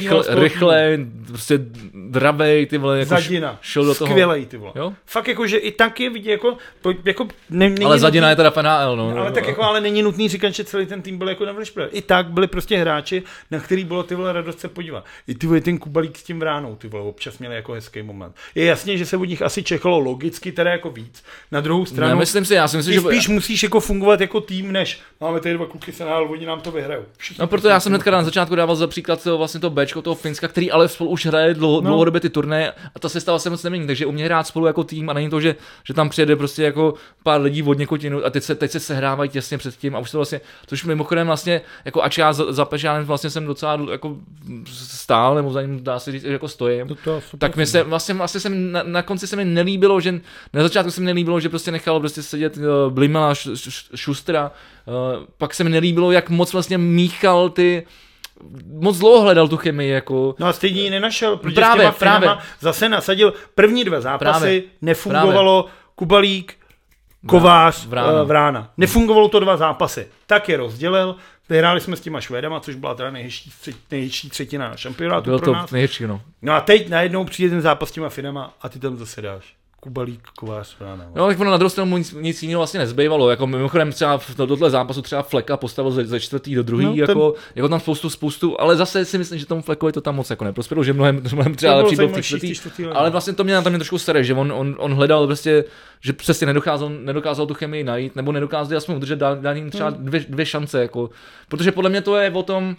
rychle, prostě dravej, ty vole, jako šel do toho. Skvělej, ty vole. Jo? Fakt jako, že i tak je vidět, jako není ale Zadina je teda FNHL, no. Ale tak jako, ale není nutný říkat, že celý ten tým byl jako na Vlešpile. I tak byli prostě hráči, na který bylo ty vole radost se podívat. I ty vole, ten Kubalík s tím Vránou, ty vole, občas měli jako hezký moment. Je jasně, že se od nich asi čekalo logicky, teda jako víc. Na druhou stranu, já si myslím, že spíš musíš jako fungovat jako tým, než máme tady dva kluky se nahal, oni nám to vyhrajou. No proto já jsem hnedka na začátku dával za příklad vlastně to Bčko toho Finska, který ale spolu už hraje dlouhodobě ty turnaje a ta sestava se moc nemění, takže umějí hrát spolu jako tým a není to, že tam přijede prostě jako pár lidí od někud jinut a teď se sehrávají těsně před tím a už to vlastně, což mimochodem vlastně, jako ač já za Pešánem vlastně jsem docela jako stál, nebo za ním dá se říct, jako stojím, tak mi se vlastně na konci se mi nelíbilo, že na začátku se mi nelíbilo, že prostě nechal prostě sedět Blimela, Schustera, pak se mi nelíbilo, jak moc vlastně míchal ty, moc dlouho hledal tu chemii, jako. No a stejně ji nenašel, protože právě zase nasadil první dva zápasy, nefungovalo Kubalík, Kovář, Vrána. Nefungovalo to dva zápasy, tak je rozdělil, vyhráli jsme s těma Švédama, což byla teda nejhezčí třetina na šampionátu bylo pro to nás. Nejhezčí, no. No a teď najednou přijde ten zápas s těma Finama a ty tam zase dáš. Kubalík, Kovář, Vrána. No, tak ono na druhou stranu nic jiného vlastně nezbývalo. Jako mimochodem třeba v tohle zápasu třeba Fleka postavil ze čtvrtý do druhý, jako tam spoustu, ale zase si myslím, že tomu Flekovi to tam moc jako neprospělo, že mnohem třeba lepší byl v čtvrtý. Ale vlastně to mě na tom trošku sere, že on hledal prostě, že přesně nedokázal tu chemii najít, nebo nedokázal aspoň udržet dát jim třeba dvě šance, jako. Protože podle mě to je o tom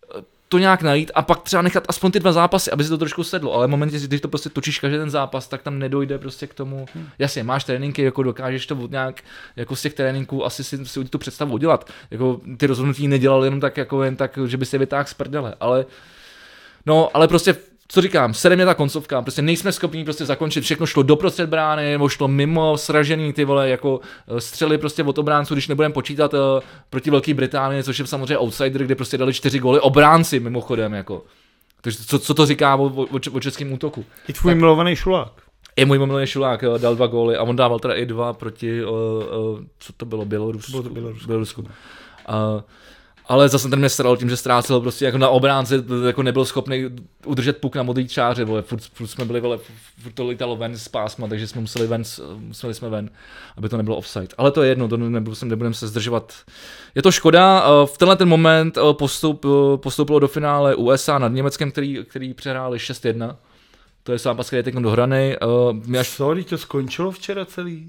to nějak najít a pak třeba nechat aspoň ty dva zápasy, aby si to trošku sedlo, ale v momentě, když to prostě točíš každý ten zápas, tak tam nedojde prostě k tomu. Jasně, máš tréninky, jako dokážeš to nějak jako z těch tréninků asi si tu představu udělat. Jako ty rozhodnutí nedělal jenom tak jako jen tak, že by si je vytáhl z prdele, ale prostě co říkám, sere mě ta koncovka, prostě nejsme schopní prostě zakončit, všechno šlo doprostřed brány, nebo šlo mimo, sražený ty vole, jako střely prostě od obránců, když nebudeme počítat proti Velké Británii, což je samozřejmě outsider, kde prostě dali 4 góly obránci mimochodem, jako. Takže co to říká o českém útoku? I tvůj milovaný Šulák. I můj milovaný Šulák dal 2 góly a on dával teda i 2 proti, co to bylo, Bělorusku. Ale zase ten mě staral tím, že ztrácel prostě jako na obránce, jako nebyl schopný udržet puk na modrý čáře, vole, furt jsme byli, vole, furt to lítalo ven z pásma, takže jsme museli jsme ven, aby to nebylo offside. Ale to je jedno, to nebudeme se zdržovat. Je to škoda, v tenhle ten moment postoupilo do finále USA nad Německem, který přehráli 6-1. To je zápas, který je teď dohraný. Sorry, to skončilo včera celý?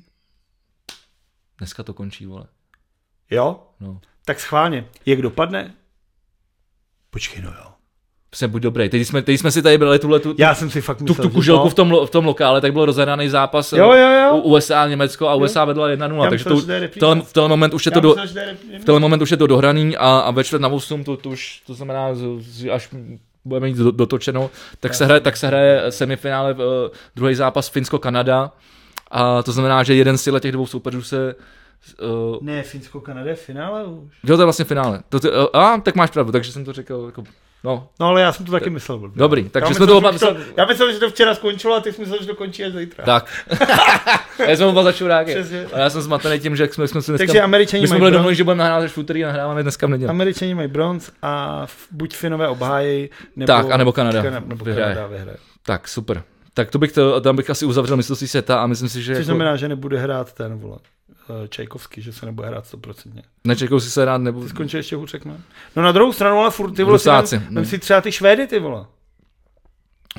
Dneska to končí, vole. Jo? No. Tak schválně. Jak dopadne? Počkej, no jo. Prostě buď dobrý. Teď jsme si tady brali já jsem si fakt myslel, tu kuželku v tom lokále, tak byl rozehraný zápas USA USA a USA vedla 1-0, takže v tenhle moment už je to dohraný a ve čtvrt na 8 to už, to znamená, až budeme mít dotočeno, tak se hraje semifinále, druhý zápas Finsko-Kanada a to znamená, že jeden z těch dvou soupeřů se ne, Finsko-Kanada je finále už. Jo, to je vlastně finále. Tak máš pravdu, takže jsem to řekl jako, no. No ale já jsem to taky myslel. Dobrý, takže jsme to já myslel, že to včera skončilo a ty jsi myslel, že to končí až zítra. Tak. Já jsem oba začuráky. A já jsem zmatený tím, že jsme si dneska... Takže Američani my jsme byli domluveni, že budeme nahrávat až v úterý a nahráváme dneska v neděli. Američani mají bronz a buď Finové obhájí, nebo Kanada. Vyhraje. Tak, super. Tak tam bych asi uzavřel mistrovství světa a myslím si, že... Což znamená, že nebude hrát ten, vole. Čajkovský, že se nebude hrát 100%. Ne, Čajkovský se rád nebude. Ty skončil ještě hůř, řekne. No na druhou stranu, ale furt ty vole, si třeba ty Švédy, ty vole.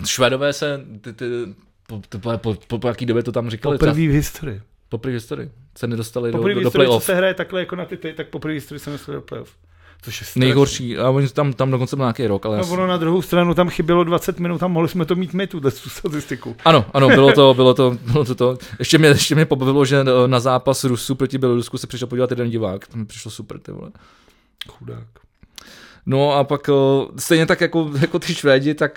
Švédové se, po jaký době to tam říkali? Poprvé v historii. Poprvé v historii. se nedostali do playoff. Co se hraje takhle jako na ty, tak poprvé se nedostali do playoff. Což je nejhorší. A oni tam dokonce byl nějaký rok. Ale ono na druhou stranu tam chybělo 20 minut a mohli jsme to mít my, tu statistiku. Ano, bylo to. Ještě mě pobavilo, že na zápas Rusů proti Bělorusku se přišel podívat jeden divák. To mi přišlo super, ty vole. Chudák. No a pak stejně tak jako ty Švédi, tak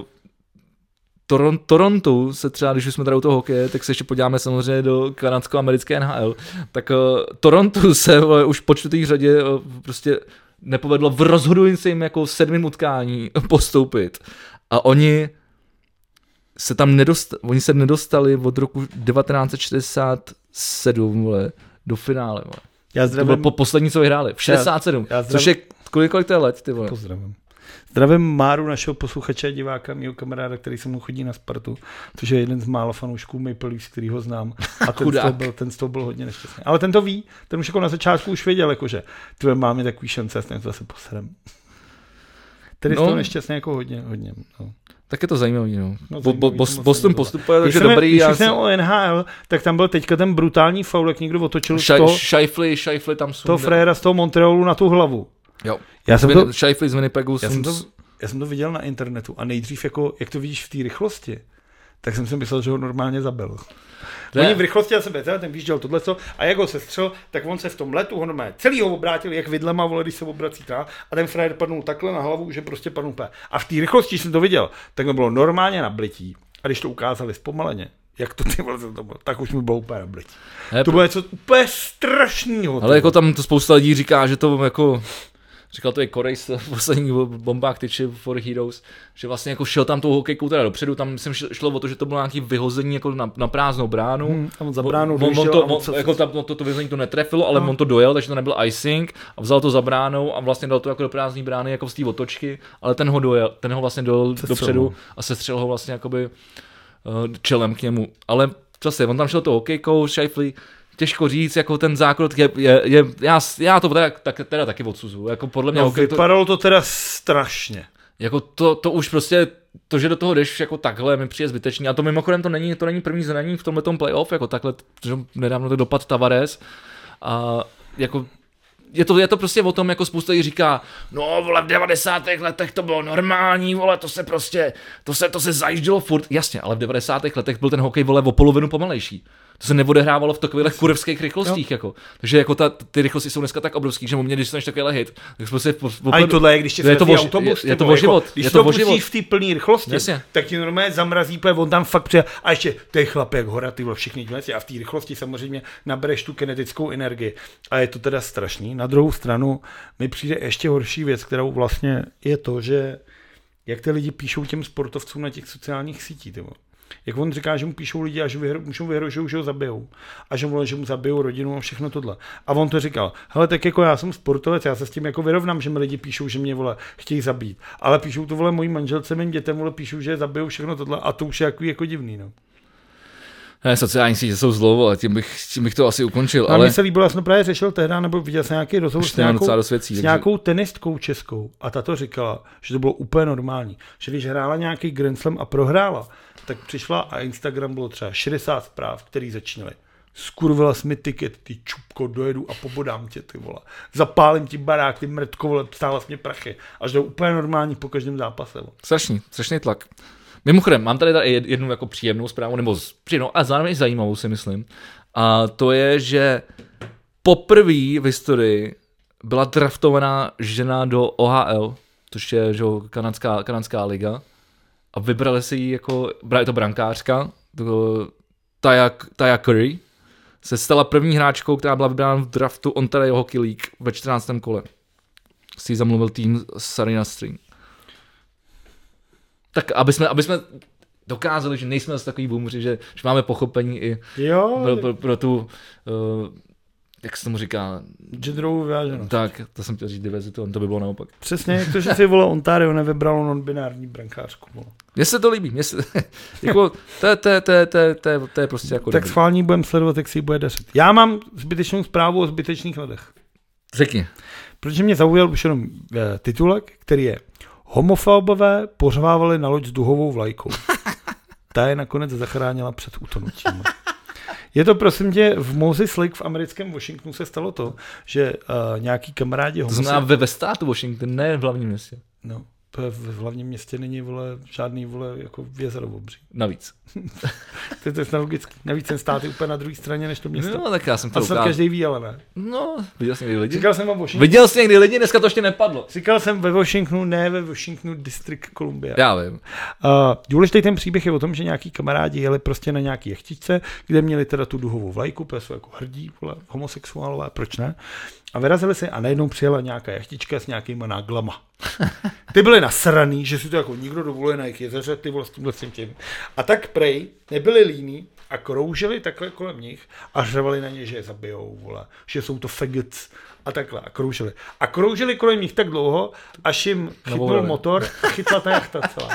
Toronto se třeba, když už jsme tady u toho hokeje, tak se ještě podíváme samozřejmě do kanadsko-americké NHL, tak Toronto se už po čtvrtý řadě prostě nepovedlo v rozhodujícím jako 7. utkání postoupit. A oni se nedostali od roku 1967 do finále. To bylo poslední, co vyhráli. V 67. Což je kolik to je let, ty vole. Pozdravím. Zdravím Máru, našeho posluchače a diváka, mýho kamaráda, který se mu chodí na Spartu, což je jeden z mála fanoušků Maple Leafs, který ho znám. A ten z toho byl hodně nešťastný. Ale ten to ví, ten už jako na začátku už věděl, jakože tvoje máme takový šance, s tím zase poserem. Tedy z toho nešťastný jako hodně. No. Tak je to zajímavý, no. Boston postupuje, takže dobrý. Když jsem o NHL, tak tam byl teďka ten brutální faul, jak někdo otočil Shifley tam jsou. Toho fréra z toho Montrealu na tu hlavu. Jo. Shifley z Winnipegu. Já jsem to viděl na internetu a nejdřív, jako, jak to vidíš v té rychlosti, tak jsem si myslel, že ho normálně zabil. Oni v rychlosti a sebe, ten výjížděl tohleto a jak ho sestřel, tak on se v tom letu ho normálně celý ho obrátil, jak vidlema, vole, když se obrací a ten frajer padnul takhle na hlavu, že prostě padnul úplně. A v té rychlosti jsem to viděl, tak to bylo normálně na blití. A když to ukázali zpomaleně, jak to ty vole to bylo, tak už mi bylo úplně na blití. To bylo něco úplně strašného. Ale jako tam to spousta lidí říká, že to jako... Říkal to i Korejs v posledních bombách tyči For Heroes, že vlastně jako šel tam tou hokejkou teda dopředu, tam myslím šlo o to, že to bylo nějaký vyhození jako na prázdnou bránu. Tam za bránu to vyhození to netrefilo, ale on to dojel, takže to nebyl icing a vzal to za bránou a vlastně dal to jako do prázdné brány jako z té otočky, ale ten ho vlastně dojel dopředu a sestřel ho vlastně jakoby čelem k němu. Ale zase, on tam šel tou hokejkou, Shifley, těžko říct, jako ten zákrok já to teda taky odsuzuju. Jako podle mě vypadalo to teda strašně. Jako to už prostě, to, že do toho jdeš jako takhle, mi přijde zbytečný. A to mimochodem to není první zranění v tomhletom playoff, jako takhle, že nedávno to dopad Tavares. A jako je to prostě o tom, jako spousta lidí říká, no vole, v 90. letech to bylo normální, vole, to se zajíždělo furt. Jasně, ale v 90. letech byl ten hokej, vole, o polovinu pomalejší. To se neodehrávalo v takových kurevských rychlostích, jako. Takže jako ty rychlosti jsou dneska tak obrovský, že mě, když dostaneš takovýhle hit, tak prostě ale tohle je, když tě srazí autobus, je to o život. Když to pustíš v té plné rychlosti, tak ti normálně zamrazí, protože on tam fakt přijde. A ještě ty chlap jak hora, ty všichni věci. A v té rychlosti samozřejmě nabereš tu kinetickou energii. A je to teda strašný. Na druhou stranu mi přijde ještě horší věc, kterou vlastně je to, že jak ty lidi píšou těm sportovcům na těch sociálních sítích, jak on říká, že mu píšou lidi a že mu vyhrožují, že ho zabijou. A že mu zabijou rodinu a všechno tohle. A on to říkal, hele, tak jako já jsem sportovec, já se s tím jako vyrovnám, že mi lidi píšou, že mě, vole, chtějí zabít. Ale píšou to, vole, mojí manželce, mým dětem, vole, píšou, že je zabijou všechno tohle a to už je jako divný, no. Sociální sítě jsou zlo, ale tím bych to asi ukončil. Ale mně se líbilo, já jsem právě řešil tehdy, nebo viděl jsem nějaký rozhovor s nějakou tenistkou českou a ta to říkala, že to bylo úplně normální. Že když hrála nějaký Grand Slam a prohrála, tak přišla a Instagram bylo třeba 60 zpráv, který začínaly. Skurvila jsi mi tiket, ty čupko, dojedu a pobodám tě, ty vole. Zapálím ti barák, ty mrtko, vole, stála jsi mě prachy. Až to úplně normální po každém zápase. Strašný tlak. Mimochodem, mám tady jednu jako příjemnou zprávu, nebo příjemnou a zároveň zajímavou, si myslím. A to je, že poprvé v historii byla draftovaná žena do OHL, což je že, kanadská liga. A vybrali si ji jako, je to brankářka, Taya Curry, se stala první hráčkou, která byla vybrána v draftu Ontario Hockey League ve 14. kole. Si zamluvil tým Sarina String. Tak aby jsme dokázali, že nejsme zase takový boomři, že máme pochopení i pro tu, jak se tomu říká? Genderovou vyváženost. Tak, to jsem chtěl říct diverzitu, to by bylo naopak. Přesně, jak to, že si vole Ontario nevybralo non-binární brankářku. Mně se to líbí, jako, to je prostě jako... Tak schválně budeme sledovat, jak si ji bude dařit. Já mám zbytečnou zprávu o zbytečných letech. Řekni. Protože mě zaujal už jenom titulek, který je homofobové pořvávali na loď s duhovou vlajkou. Ta je nakonec zachránila před utonutím. Je to prosím tě, v Moses Lake v americkém Washingtonu se stalo to, že nějaký kamarádi To znamená ve státu Washington, ne v hlavním městě. No, v hlavním městě není, vole, žádný, vole, jako jezero obří. Navíc. to je logicky. Navíc ten stát je úplně na druhé straně než to město. No, tak já jsem to ukázal. Každý ví, ale ne. No, viděl jsi někdy lidi? Říkal jsem Washington. Viděl jsi někdy lidi, dneska to ještě nepadlo. Říkal jsem ve Washingtonu, ne ve Washingtonu District Columbia. Já vím. Důležitý ten příběh je o tom, že nějaký kamarádi jeli prostě na nějaký jechtičce, kde měli teda tu duhovou vlajku, protože jsou jako hrdí, vole, homosexuálové, proč ne? A vyrazili si a najednou přijela nějaká jachtička s nějakýma náglama. Ty byli nasraný, že si to jako nikdo dovoluje na jejich jezeře, ty vole s tímhle tím. A tak prej nebyli líní a kroužili takhle kolem nich a řvali na ně, že je zabijou, vole, že jsou to faggots a takhle a kroužili. A kroužili kolem nich tak dlouho, až jim chytnul motor a chytla ta jachta celá.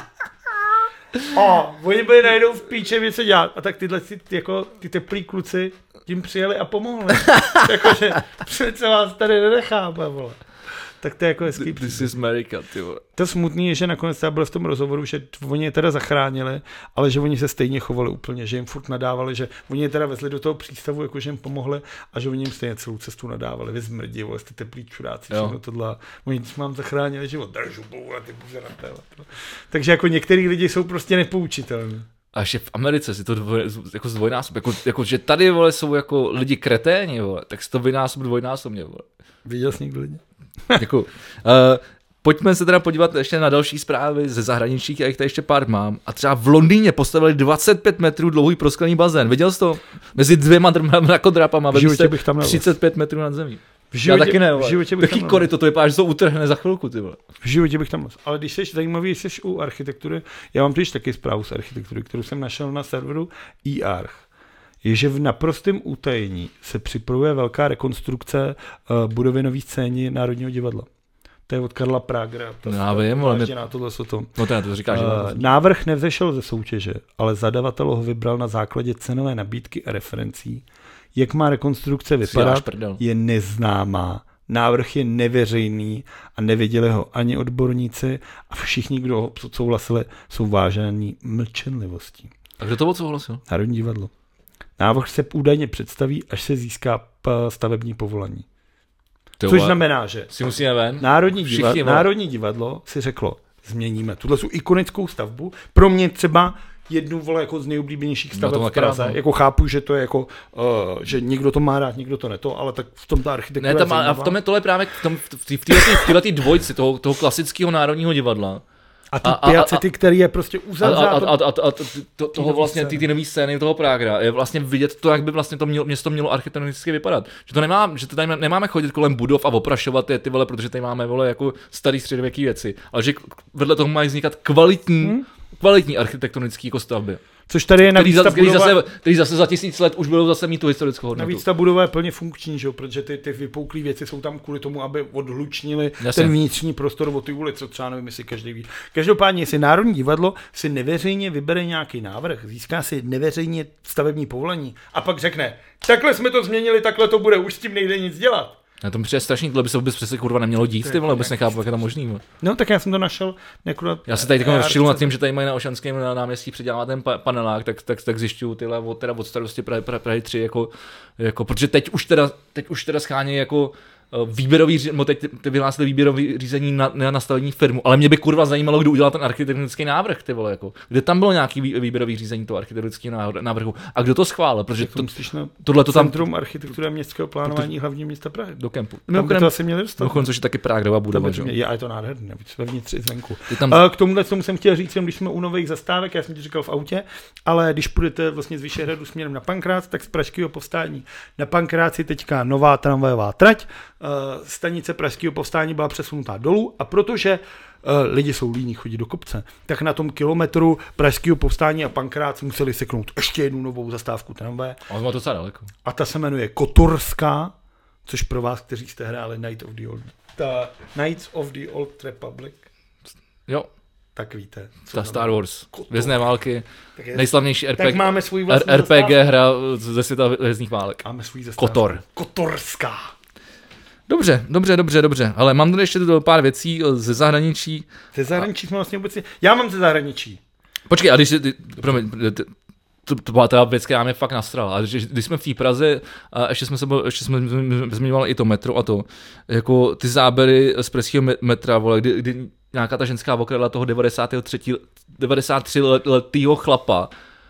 A oni byli najednou v píče něco dělat. A tak tyhle jako ty teplí kluci tím přijeli a pomohli. Jakože přece vás tady nenecháme, vole. Tak to je jako hezký. This is America, ty vole. To smutný je, že nakonec já byl v tom rozhovoru, že oni je teda zachránili, ale že oni se stejně chovali úplně, že jim furt nadávali, že oni je teda vezli do toho přístavu, jakože jim pomohli a že oni jim stejně celou cestu nadávali. Vy zmrdí, vole, jste teplí čuráci, všechno tohle. Oni mám zachránili život, držu bohu a ty buze na téhle. Takže jako některý lidi jsou prostě nepoučitelní. A ještě v Americe si to jako zdvojnásob, jako že tady, vole, jsou jako lidi kreténi, vole, tak si to vynásob dvojnásobně, vole. Viděl jsi někdo lidi? Děkuju. Pojďme se teda podívat ještě na další zprávy ze zahraničí, já jich tady ještě pár mám. A třeba v Londýně postavili 25 metrů dlouhý prosklený bazén. Viděl jsi to? Mezi dvěma mrakodrapama ve výšce 35 metrů nad zemí. Já taky ne, taký koryto, to vypadá, že to utrhne za chvilku, ty vole. V životě bych tam les. Ale když jsi zajímavý, jsi u architektury, já mám totiž taky zprávu z architektury, kterou jsem našel na serveru eArch. Je, že v naprostém utajení se připravuje velká rekonstrukce budovy nový scény Národního divadla. To je od Karla Prágera. Já vím, ale na tohle o tom. No to říkáš. Návrh nevzešel ze soutěže, ale zadavatel ho vybral na základě cenové nabídky a referencí. Jak má rekonstrukce vypadat, je neznámá. Návrh je neveřejný a nevěděli ho ani odborníci a všichni, kdo ho souhlasili, jsou vážení mlčenlivostí. A kdo to odsouhlasil? Národní divadlo. Návrh se údajně představí, až se stavební povolení. Což znamená, že si musíme ven. Národní divadlo si řeklo, změníme tuhle ikonickou stavbu. Pro mě třeba jednu, vole, jako z nejoblíbenějších staveb v Praze. Jako chápu, že to je jako, že někdo to má rád, někdo to ne to, ale tak v tom ta architektura je zajímavá. A v tom je tohle právě v této dvojci toho klasického Národního divadla. A ty piacety, který je prostě uzavřát. Toho vlastně, ty nový scény toho Prágra, je vlastně vidět to, jak by vlastně to město mělo architektonicky vypadat. Že to tady nemáme chodit kolem budov a oprašovat ty vole, protože tady máme, vole, jako starý středověký věci, ale že vedle toho mají vznikat kvalitní architektonické jako stavby. Což tady je navíc který zase za 1000 let už budou zase mít tu historickou hodnotu. Navíc ta budova je plně funkční, že jo? Protože ty vypouklé věci jsou tam kvůli tomu, aby odhlučnili ten vnitřní prostor od ty ulice, co třeba nevím, jestli každý ví. Každopádně, jestli Národní divadlo si neveřejně vybere nějaký návrh, získá si neveřejně stavební povolení a pak řekne, takhle jsme to změnili, takhle to bude, už s tím nejde nic dělat. Na tom přijde strašný, tohle by se vůbec přesně kurva nemělo dít, ty vole, vůbec nechápu, jak je to možný. No tak já jsem to našel. Já se tady všilu nad tím, že tady mají na Ošanském náměstí předělá ten panelák, tak zjišťuju tyhle od starosti Prahy 3, jako, protože teď už teda schání jako výběrový, teď vyhlásili výběrový řízení na stavební firmu, ale mě by kurva zajímalo, kdo udělal ten architektonický návrh, ty vole, jako. Kde tam bylo nějaký výběrový řízení toho architektonického návrhu a kdo to schválil, protože tohle to tam Centrum architektury a městského plánování hlavního města Prahy. Do kempu. Tam by to asi měli dostat. Což je taky Prágrová budova, že? Je to nádherný, vevnitř i zvenku. K tomuhle tomu jsem chtěl říct, když jsme u nových zastávek, já jsem ti říkal v autě, ale když půjdete vlastně z Vyšehradu směrem na Pankrác, tak z Pražského povstání na Pankráci teďka nová tramvajová trať. Stanice Pražského povstání byla přesunutá dolů a protože lidi jsou líní chodit do kopce, tak na tom kilometru Pražského povstání a Pankrác museli seknout ještě jednu novou zastávku tramvaje. Ale to docela daleko. A ta se jmenuje Kotorská, což pro vás, kteří jste hráli Knights of the Old Republic. Jo. Tak víte. Ta Star Wars, Vězné války, nejslavnější RPG hra ze světa Vězných válek. Máme svůj zastávku. Kotor. Kotorská. Dobře. Ale mám tady ještě pár věcí ze zahraničí. Ze zahraničí jsme vlastně vůbec... Já mám ze zahraničí. Počkej, a když to byla ta věc, která mě fakt nastrala. A když jsme v té Praze, a ještě jsme zmiňovali i to metro a to, jako ty záběry z pražského metra, vole, kdy nějaká ta ženská okradla toho 93 letýho chlapa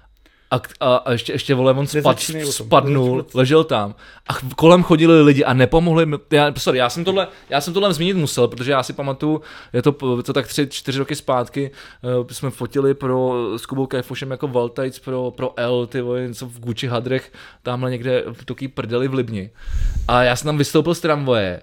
a ještě vole, on spadnul, ležel tam a kolem chodili lidi a nepomohli mi. Já jsem tohle zmínit musel, protože já si pamatuju, je to tak 3-4 roky zpátky, jsme fotili s Kubou Kajfošem jako Valtajc pro L, ty vole, něco v Gucci hadrech, tamhle někde v taký prdeli v Libni. A já jsem tam vystoupil z tramvaje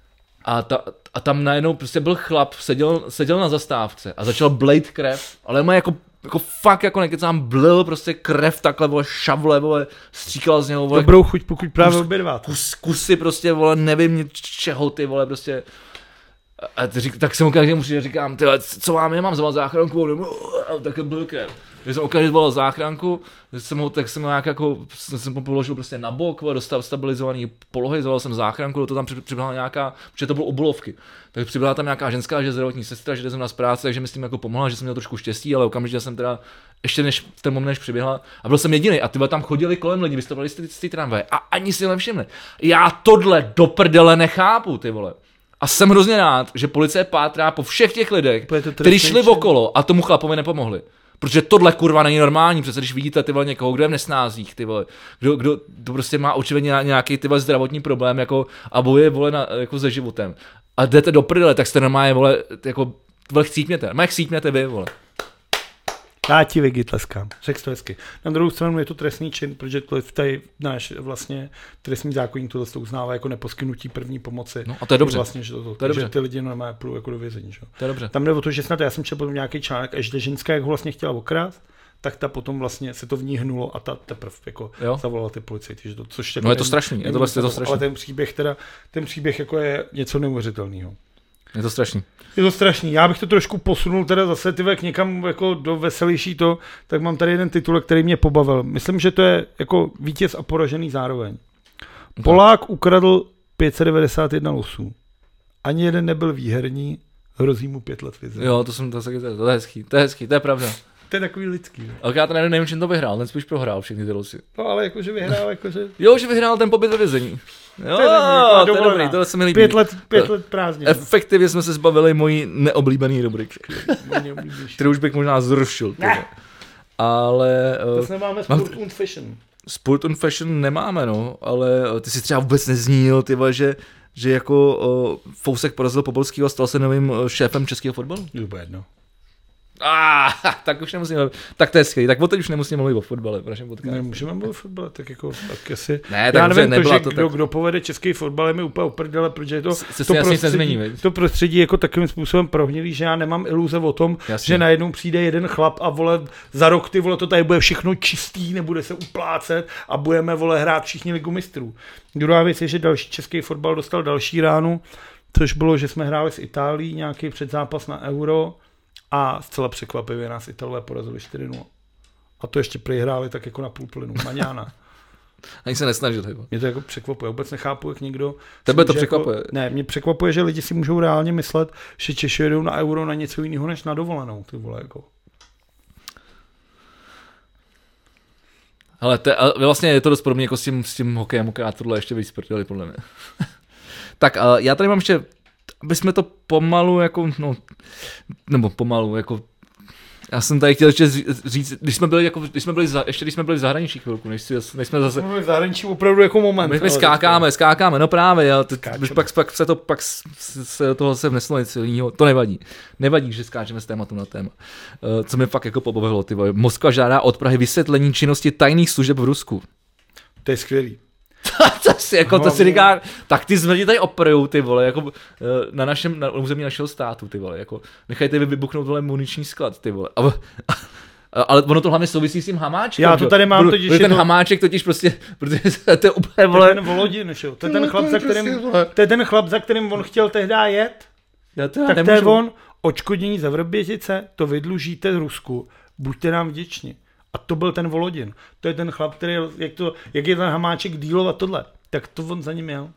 a tam najednou prostě byl chlap, seděl na zastávce a začal blejt krev, ale má jako fakt jako nekecám blil prostě krev takhle, vole, šavle, vole, stříkala z něho, vole. Dobrou chuť, pokud právě obědvat. Kusy prostě, vole, nevím čeho, ty vole, prostě. A tak jsem okamžitě říkám, ty, co vám je, mám zavolat záchranku, tak byl krev. Když jsem okamžitě zvolal záchranku, tak jsem nějak jako, jsem položil prostě na bok, dostal stabilizovaný polohy, zvolal jsem záchranku, to tam přiběhla nějaká, protože to bylo u Bulovky. Tak přibyla tam nějaká ženská, že zdravotní sestra, že jsem na práci, takže mi s tím jako pomohla, že jsem měl trošku štěstí, ale okamžitě jsem teda ještě než v ten moment než přiběhla a byl jsem jediný a ty tam chodili kolem lidi, vystavovali z té tramvaje a ani si nevšimli. Já tohle do prdele nechápu, ty vole. A jsem hrozně rád, že policie pátrá po všech těch lidech, kteří šli okolo a tomu chlapovi nepomohli. Protože tohle kurva není normální, přece když vidíte ty vole někoho, kdo je v nesnázích, ty vole, kdo to prostě má očividně nějaký ty vole zdravotní problém jako a bojuje vole jako se životem. A jdete do prdele, tak jste normálně vole jako vole chcípněte vy vole. Já ti Vigi tleskám, řekl to hezky. Na druhou stranu je to trestný čin, protože tady náš vlastně trestní zákoník tohle to uznává jako neposkytnutí první pomoci. No a to je dobře. Vlastně, že že ty lidi normálně půjdou jako do vězení. Že? To je dobře. Tam jde o to, že snad já jsem četl nějaký článek, a že ženská jak ho vlastně chtěla okrást, tak ta potom vlastně se to v ní hnulo a ta teprve jako zavolala ty policajty. Což no je to strašný, je to strašný. Ale ten příběh jako je něco neuvěřitelného. Je to strašný. Je to strašný. Já bych to trošku posunul teda zase tyvek někam jako do veselější to, tak mám tady jeden titulek, který mě pobavil. Myslím, že to je jako vítěz a poražený zároveň. Polák ukradl 591 losů. Ani jeden nebyl výherní, hrozí mu 5 let vězení. Jo, to je hezký, to je pravda. To je takový lidský. Ne? Ale já to nevím, čím to vyhrál, ten spíš prohrál všechny ty losy. No ale jakože vyhrál, jakože... Jo, že vyhrál ten pobyt ve vězení. Jo, to je dobrý, to se mi líbí. 5 let prázdně. Efektivně jsme se zbavili mojí neoblíbený rubriky. Který už bych možná zrušil. Ale... To nemáme Sport und Fashion. Sport und Fashion nemáme, no, ale ty si třeba vůbec nezmínil, ty vole, že jako Fousek porazil Pobolskýho a stal se novým šéfem českého fotbalu. Juba jedno. Tak už nemusím mluvit. Tak to je skvělý. Tak teď už nemusím mluvit o fotbale v našem podcastu. Nemůžeme mluvit o fotbale, tak jako tak asi. Ne, tak já nevím, nebyla to, že kdo povede český fotbal je mi úplně uprdele, protože to prostředí jako takovým způsobem prohnilý, že já nemám iluze o tom, že najednou přijde jeden chlap a vole za rok ty vole to tady bude všechno čistý, nebude se uplácet a budeme vole hrát všichni ligu mistrů. Druhá věc je, že další český fotbal dostal další ránu, což bylo, že jsme hráli s Itálií nějaký předzápas na Euro. A zcela překvapivě nás Italové porazili 4-0. A to ještě prihráli tak jako na půl plynu. Maňána. Ani se nesnažil. Mě to jako překvapuje. Vůbec nechápu, jak někdo... Tebe to překvapuje? Jako, ne, mě překvapuje, že lidi si můžou reálně myslet, že Češi jedou na Euro na něco jiného než na dovolenou. Ty vole, jako. Hele, vlastně je to dost podobně jako s tím hokejem, akorát tohle ještě vysprdili, podle mě. Tak já tady mám ještě... aby jsme to pomalu jako, no, nebo pomalu jako, já jsem tady chtěl ještě říct, když jsme byli v zahraničí chvilku, než jsme zase... Jsme byli v zahraničí opravdu jako moment. My skákáme, no právě, pak se do toho se vneslo něco jiného, to nevadí, že skáčeme z tématu na téma. Co mi fakt jako pobavilo, ty vole, Moskva žádá od Prahy vysvětlení činnosti tajných služeb v Rusku. To je skvělý. To si říká, tak ty zmrdí tady operujou, ty vole, jako na území našeho státu, ty vole, jako nechajte vybuchnout vole muniční sklad, ty vole. Ale ono to hlavně souvisí s tím Hamáčkem. Já to tady mám totiž. Ten Hamáček totiž prostě, protože to je úplně, vole. To je ten Volodin, že jo? To je ten chlap, za kterým on chtěl tehdy jet. Tak to je on, odškodnění za Vrbětice, to vydlužíte Rusku, buďte nám vděční. A to byl ten Volodin. To je ten chlap, který, jak je ten Hamáček dílovat tohle, tak to on za ním jel.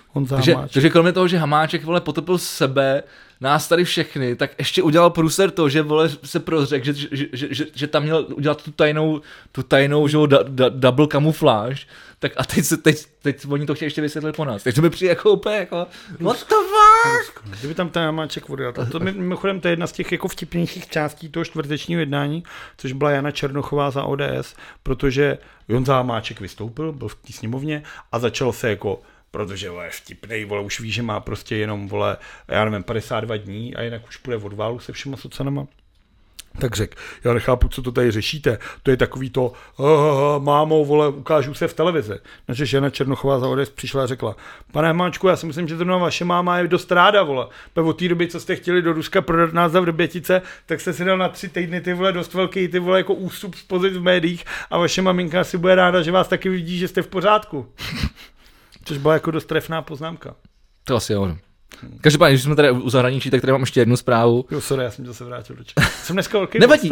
Takže kromě toho, že Hamáček, vole, potopil sebe, nás tady všechny, tak ještě udělal průser to, že, vole, se prozřekl, že tam měl udělat tu tajnou že, double kamufláž, tak a teď oni to chtějí ještě vysvětlit po nás. Takže mi přijde jako úplně jako, what the fuck? Kdyby tam ten Hamáček odjel. To mimochodem to je jedna z těch jako vtipnějších částí toho čtvrtečního jednání, což byla Jana Černochová za ODS, protože Honza Hamáček vystoupil, byl v té sněmovně a začal se jako, protože vole, vtipnej, vole, už ví, že má prostě jenom, vole, já nevím, 52 dní a jinak už půjde od válu se všema socanama. Tak řekl, já nechápu, co to tady řešíte, to je takový to, mámo, vole, ukážu se v televizi. Načež Jana Černochová za ODS přišla a řekla, pane Hamáčku, já si myslím, že to vaše máma je dost ráda, vole. Od té doby, co jste chtěli do Ruska prodat nás za Vrbětice, tak jste si dal na 3 týdny ty vole dost velký, ty vole jako ústup z pozic v médiích a vaše maminka si bude ráda, že vás taky vidí, že jste v pořádku. Což byla jako dost trefná poznámka. To asi jo. Každopádně, když jsme tady u zahraničí, tak tady mám ještě jednu zprávu. Jo, sorry, já jsem se vrátil do čeho. Jsem dneska velký. Nevadí,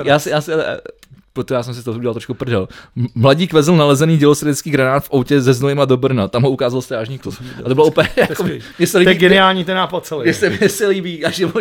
já jsem si to udělal trošku prdel. Mladík vezl nalezený dělostřelecký granát v autě ze Znojma do Brna, tam ho ukázal strážníků. A to bylo úplně jako, to je geniální ten nápad celý. Mně se líbí,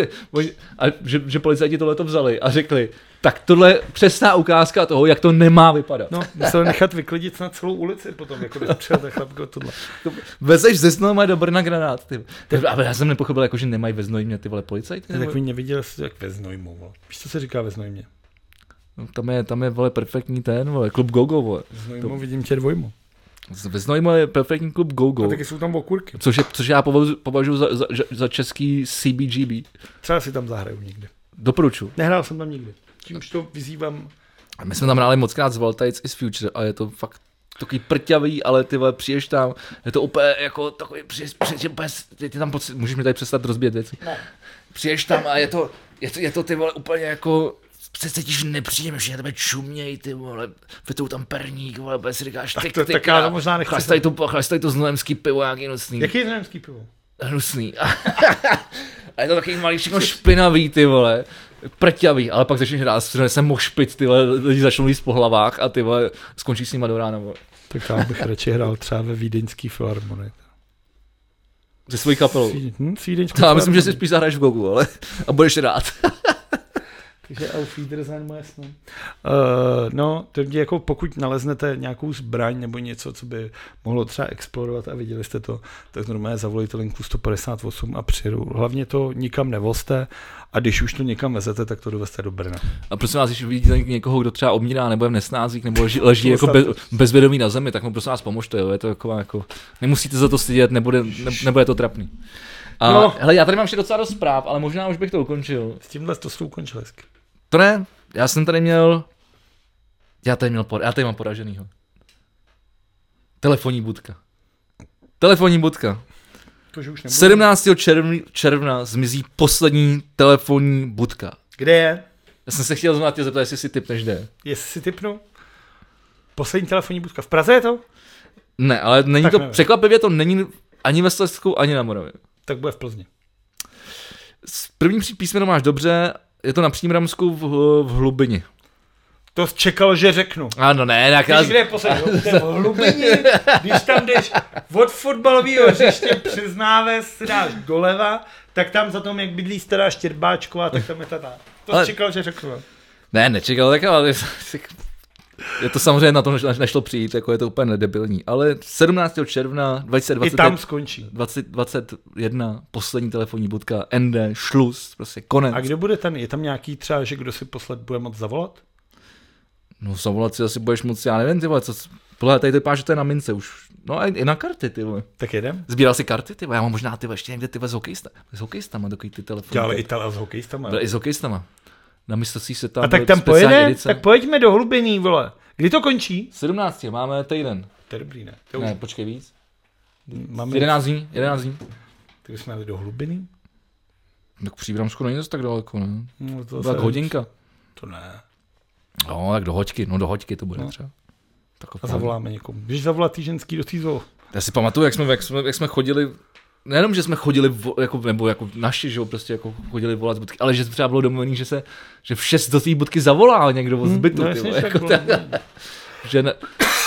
že policajti tohleto vzali a řekli, tak tohle přesná ukázka toho, jak to nemá vypadat. No, musel nechat vyklidit na celou ulici potom, jako když přijel tak chlapko tohle. Vezeš ze Znojma do Brna granát, ty. Ale já jsem nepochopil, jako, že nemají ve Znojmě ty vole policajti. Tak oni neviděli, jak ve Znojmu, vole. Víš, co se říká ve Znojmě? No, tam je vole perfektní ten, vole, klub Gogo, vole. V Znojmu vidím tě dvojmu. Ve Znojmu je perfektní klub Gogo. A taky jsou tam okurky. Což já považuji za český CBGB. Třeba si tam zahraju někdy. Doporučuji. Nehrál jsem tam nikdy. Tím už to vyzývám. A my jsme tam hráli mockrát z Voltates is Future a je to fakt takový prťavý, ale ty vole, přijdeš tam, je to úplně jako takový, ty tam můžeš mi tady přestat rozbíjet věci. Ne. Přijdeš tam a je to ty vole úplně jako, se cítíš nepříjemně, že na tebe čuměj, ty vole, vytou tam perník, vole, bez si říkáš, tak já to možná nechci. Chlastají to znojemský pivo, nějaký hnusný. Jaký je znojemský pivo? Hnusný. A je to takový malý všechno špinavý, ty vole. Prťavý, ale pak začneš hrát, se mohl špit, ty vole, lidi začnou líst po hlavách a ty vole, skončí s nima do rána, vole. Tak já bych radši hrál třeba ve Vídeňský filharmonii. Se svojí kapelou. Já myslím, že si spíš zahraješ v Gogu, ale a budeš rád. Takže Auf Wiedersehen, moje sny. No, tedy jako pokud naleznete nějakou zbraň nebo něco, co by mohlo třeba explodovat a viděli jste to, tak normálně zavolejte linku 158 a přijedu. Hlavně to nikam nevozte a když už to někam vezete, tak to dovezte do Brna. A prosím vás, když vidíte někoho, kdo třeba omírá nebo je v nesnázích nebo leží jako bezvědomý na zemi, tak mu prosím vás pomožte, jo? Je to jako nemusíte za to stydět, nebude to trapný. A no. Hele, já tady mám ještě docela dost zpráv, ale možná už bych to ukončil. S tímhle to ukončil hezky. To ne, já tady mám poraženýho. Telefonní budka. To, že už 17. června zmizí poslední telefonní budka. Kde je? Já jsem se chtěl zeptat, jestli si tipneš, kde je. Jestli si tipnu? Poslední telefonní budka. V Praze je to? Ne, ale není tak to, nevím. Překvapivě to není ani ve Slezsku, ani na Moravě. Tak bude v Plzni. S prvním písmenem máš dobře, je to na Příbramsku v Hlubini. To čekal, že řeknu. Ano, ne. Víš, kde je poslední? V Hlubini, když tam jdeš od fotbalového hřiště přes náves si dáš doleva, tak tam za tom, jak bydlí stará Štěrbáčková, tak tam je ta. To čekal, že řeknu. Ne, nečekal, tak ale je to samozřejmě na to nešlo přijít, jako je to úplně nedebilní, ale 17. června 2020 i tam skončí. 2021 poslední telefonní budka, Ende, šluz, prostě konec. A kdo bude je tam nějaký třeba, že kdo si posled bude moct zavolat? No zavolat si asi budeš moc, já nevím, ty vole, tohle tady vypadá, že to je na mince už, no a i na karty, ty vole. Tak jedem. Sbíral si karty, ty vole, já mám možná ty vole, ještě někde ty vole s hokejistama, takový ty telefony. Ale Ital s hokejistama. Byl i s hokejistama. Na mistrovství se tam. A tak tam pojede? Tak pojďme do Hlubiny, vole. Kdy to končí? 17. Máme týden. To je dobrý, ne? Ne, počkej víc. Máme 11 dní. Tak jsme jeli do Hlubiny? Tak v Příbramsku není to tak daleko, ne? No, to tak hodinka. To ne. No, tak do hoďky to bude třeba. A zavoláme někomu. Když zavolat ženský do té zoo. Já si pamatuju, jak jsme chodili, nejenom, že jsme chodili, nebo jako naši, že prostě jako chodili volat z budky, ale že třeba bylo domluvený, že v 6 do té budky zavolá někdo z bytu. No, že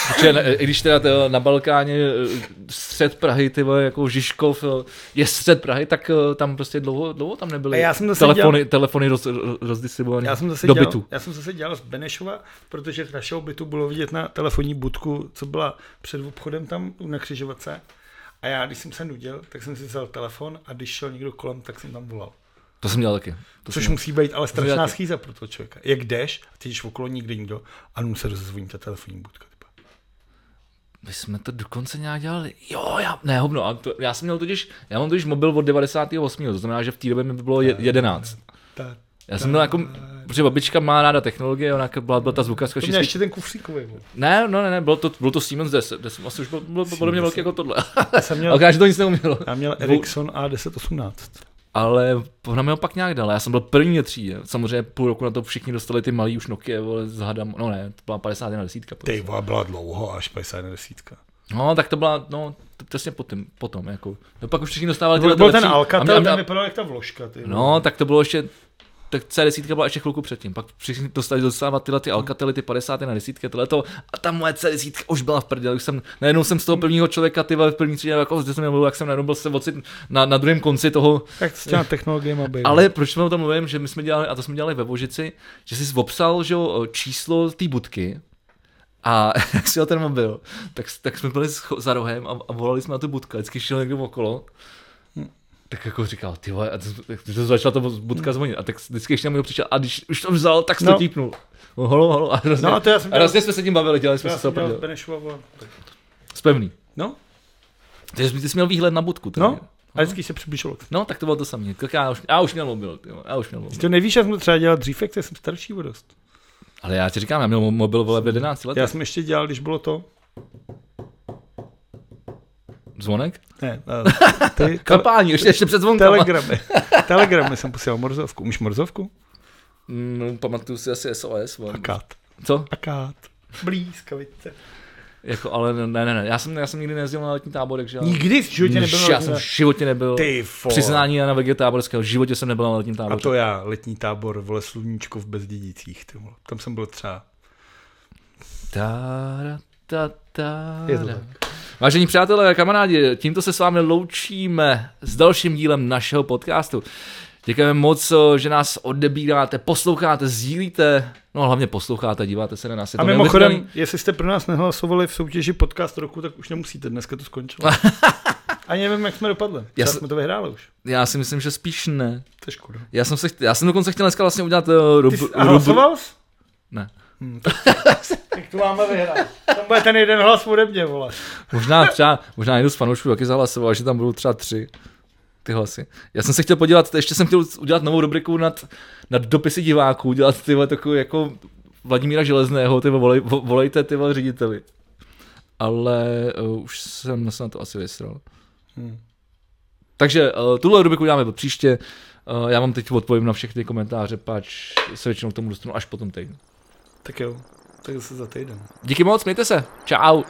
I když teda na Balkáně střed Prahy, ty vole, jako Žižkov je střed Prahy, tak tam prostě dlouho tam nebyly telefony rozdistribuované do bytu. Já jsem zase dělal z Benešova, protože z našeho bytu bylo vidět na telefonní budku, co byla před obchodem tam na křižovatce. A já, když jsem se nudil, tak jsem si vzal telefon a když šel někdo kolem, tak jsem tam volal. To jsem dělal taky. Což musí být ale strašná schýza pro toho člověka. Jak jdeš a ty jdeš okolo nikdo a mu se rozezvoní ta telefonní budka. My jsme to dokonce nějak dělali. Jo, já mám totiž mobil od 98. To znamená, že v té době mi bylo 11. Já jsem byl jako, protože babička má ráda technologie, ona byla ta zvukařka. To měl ještě ten kufříkový. Ne, bylo to Siemens 10 asi už bylo podobně velký jako tohle. Ale to nic neumělo. Já měl Ericsson A1018. Ale ona mi ho pak nějak dala, já jsem byl první třídě. Samozřejmě půl roku na to všichni dostali ty malý už Nokia, vole, s hadem, no ne, to byla 51 desítka. Ty vole, byla dlouho, až 51 desítka. No, tak to byla, přesně potom, jako. No pak už všichni dostávali tyhle. Byl ten Alcatel, ten vypadal jak ta vložka, ty. No, tak to bylo ještě, tak C10 byla ještě chvilku předtím, pak všichni dostávat tyhle ty Alcately, ty 50 na desítky, tohleto, a ta moje C10 už byla v prdeli, najednou jsem z toho prvního člověka, ty v první třídě, jako zde jsem měl, jak jsem najednou byl se ocit na druhém konci toho. Tak s těma technologiemi být. Ale proč jsme o tom mluvím, že my jsme dělali, a to jsme dělali ve Vožici, že jsi obsal, že číslo té budky, a jak si ten mobil, tak jsme byli za rohem a volali jsme na tu budku, vždycky šel někdo okolo. Tak jako říkal, ty vole, a to začala to budka zvonit a tak vždycky ještě někdo přišel a když už to vzal, tak to típnul. Holo. A hrozně jsme se tím bavili, dělali jsme se to prdě. Spevný. No. Takže ty jsi měl výhled na budku. No, a vždycky se přibližoval. No, tak to bylo to samé. Já už měl mobil. Ty to nevíš, já jsem to třeba dělal dřív, jak jsem starší dost. Ale já ti říkám, já měl mobil v 11 letech. Já jsem ještě dělal, když bylo to. Zvonek? Ne. Kapání, ještě před zvonkama. Telegramy jsem posílal morzovku. Umíš morzovku? No, pamatuju si asi SOS. Akát. Co? Akát. Blízkavice. Jako, ale ne. Já jsem nikdy nejezdil na letní tábor, takže... Nikdy v životě nebyl? Já jsem v životě nebyl. Přiznání na VG táborského, v životě jsem nebyl na letním táboře. A to já, letní tábor, vole, Sluníčko v Bezdědicích, ty vole. Tam jsem byl třeba. Vážení přátelé a kamarádi, tímto se s vámi loučíme s dalším dílem našeho podcastu. Děkujeme moc, že nás odebíráte, posloucháte, sdílíte, no hlavně posloucháte, díváte se na nás. A mimochodem, jestli jste pro nás nehlasovali v soutěži podcast roku, tak už nemusíte, dneska to skončilo. Ani nevím, jak jsme dopadli. Jsme to vyhráli už. Já si myslím, že spíš ne. To je škoda. Já jsem dokonce chtěl dneska vlastně udělat hlasoval jsi? Ne. Tak to máme vyhrát. Tam bude ten jeden hlas ode mě, vole. Možná někdo z fanoušků taky zahlasoval, že tam budou třeba 3 ty hlasy. Já jsem se chtěl podívat, ještě jsem chtěl udělat novou rubriku nad dopisy diváků, dělat tyhle takový jako Vladimíra Železného, ty volejte ty řediteli. Ale už jsem se na to asi vystral. Takže tuhle rubriku dáme příště. Já vám teď odpovím na všechny komentáře, páč se většinou k tomu dostanu až potom týden. Tak jo, tak zase za týden. Díky moc, mějte se. Čau.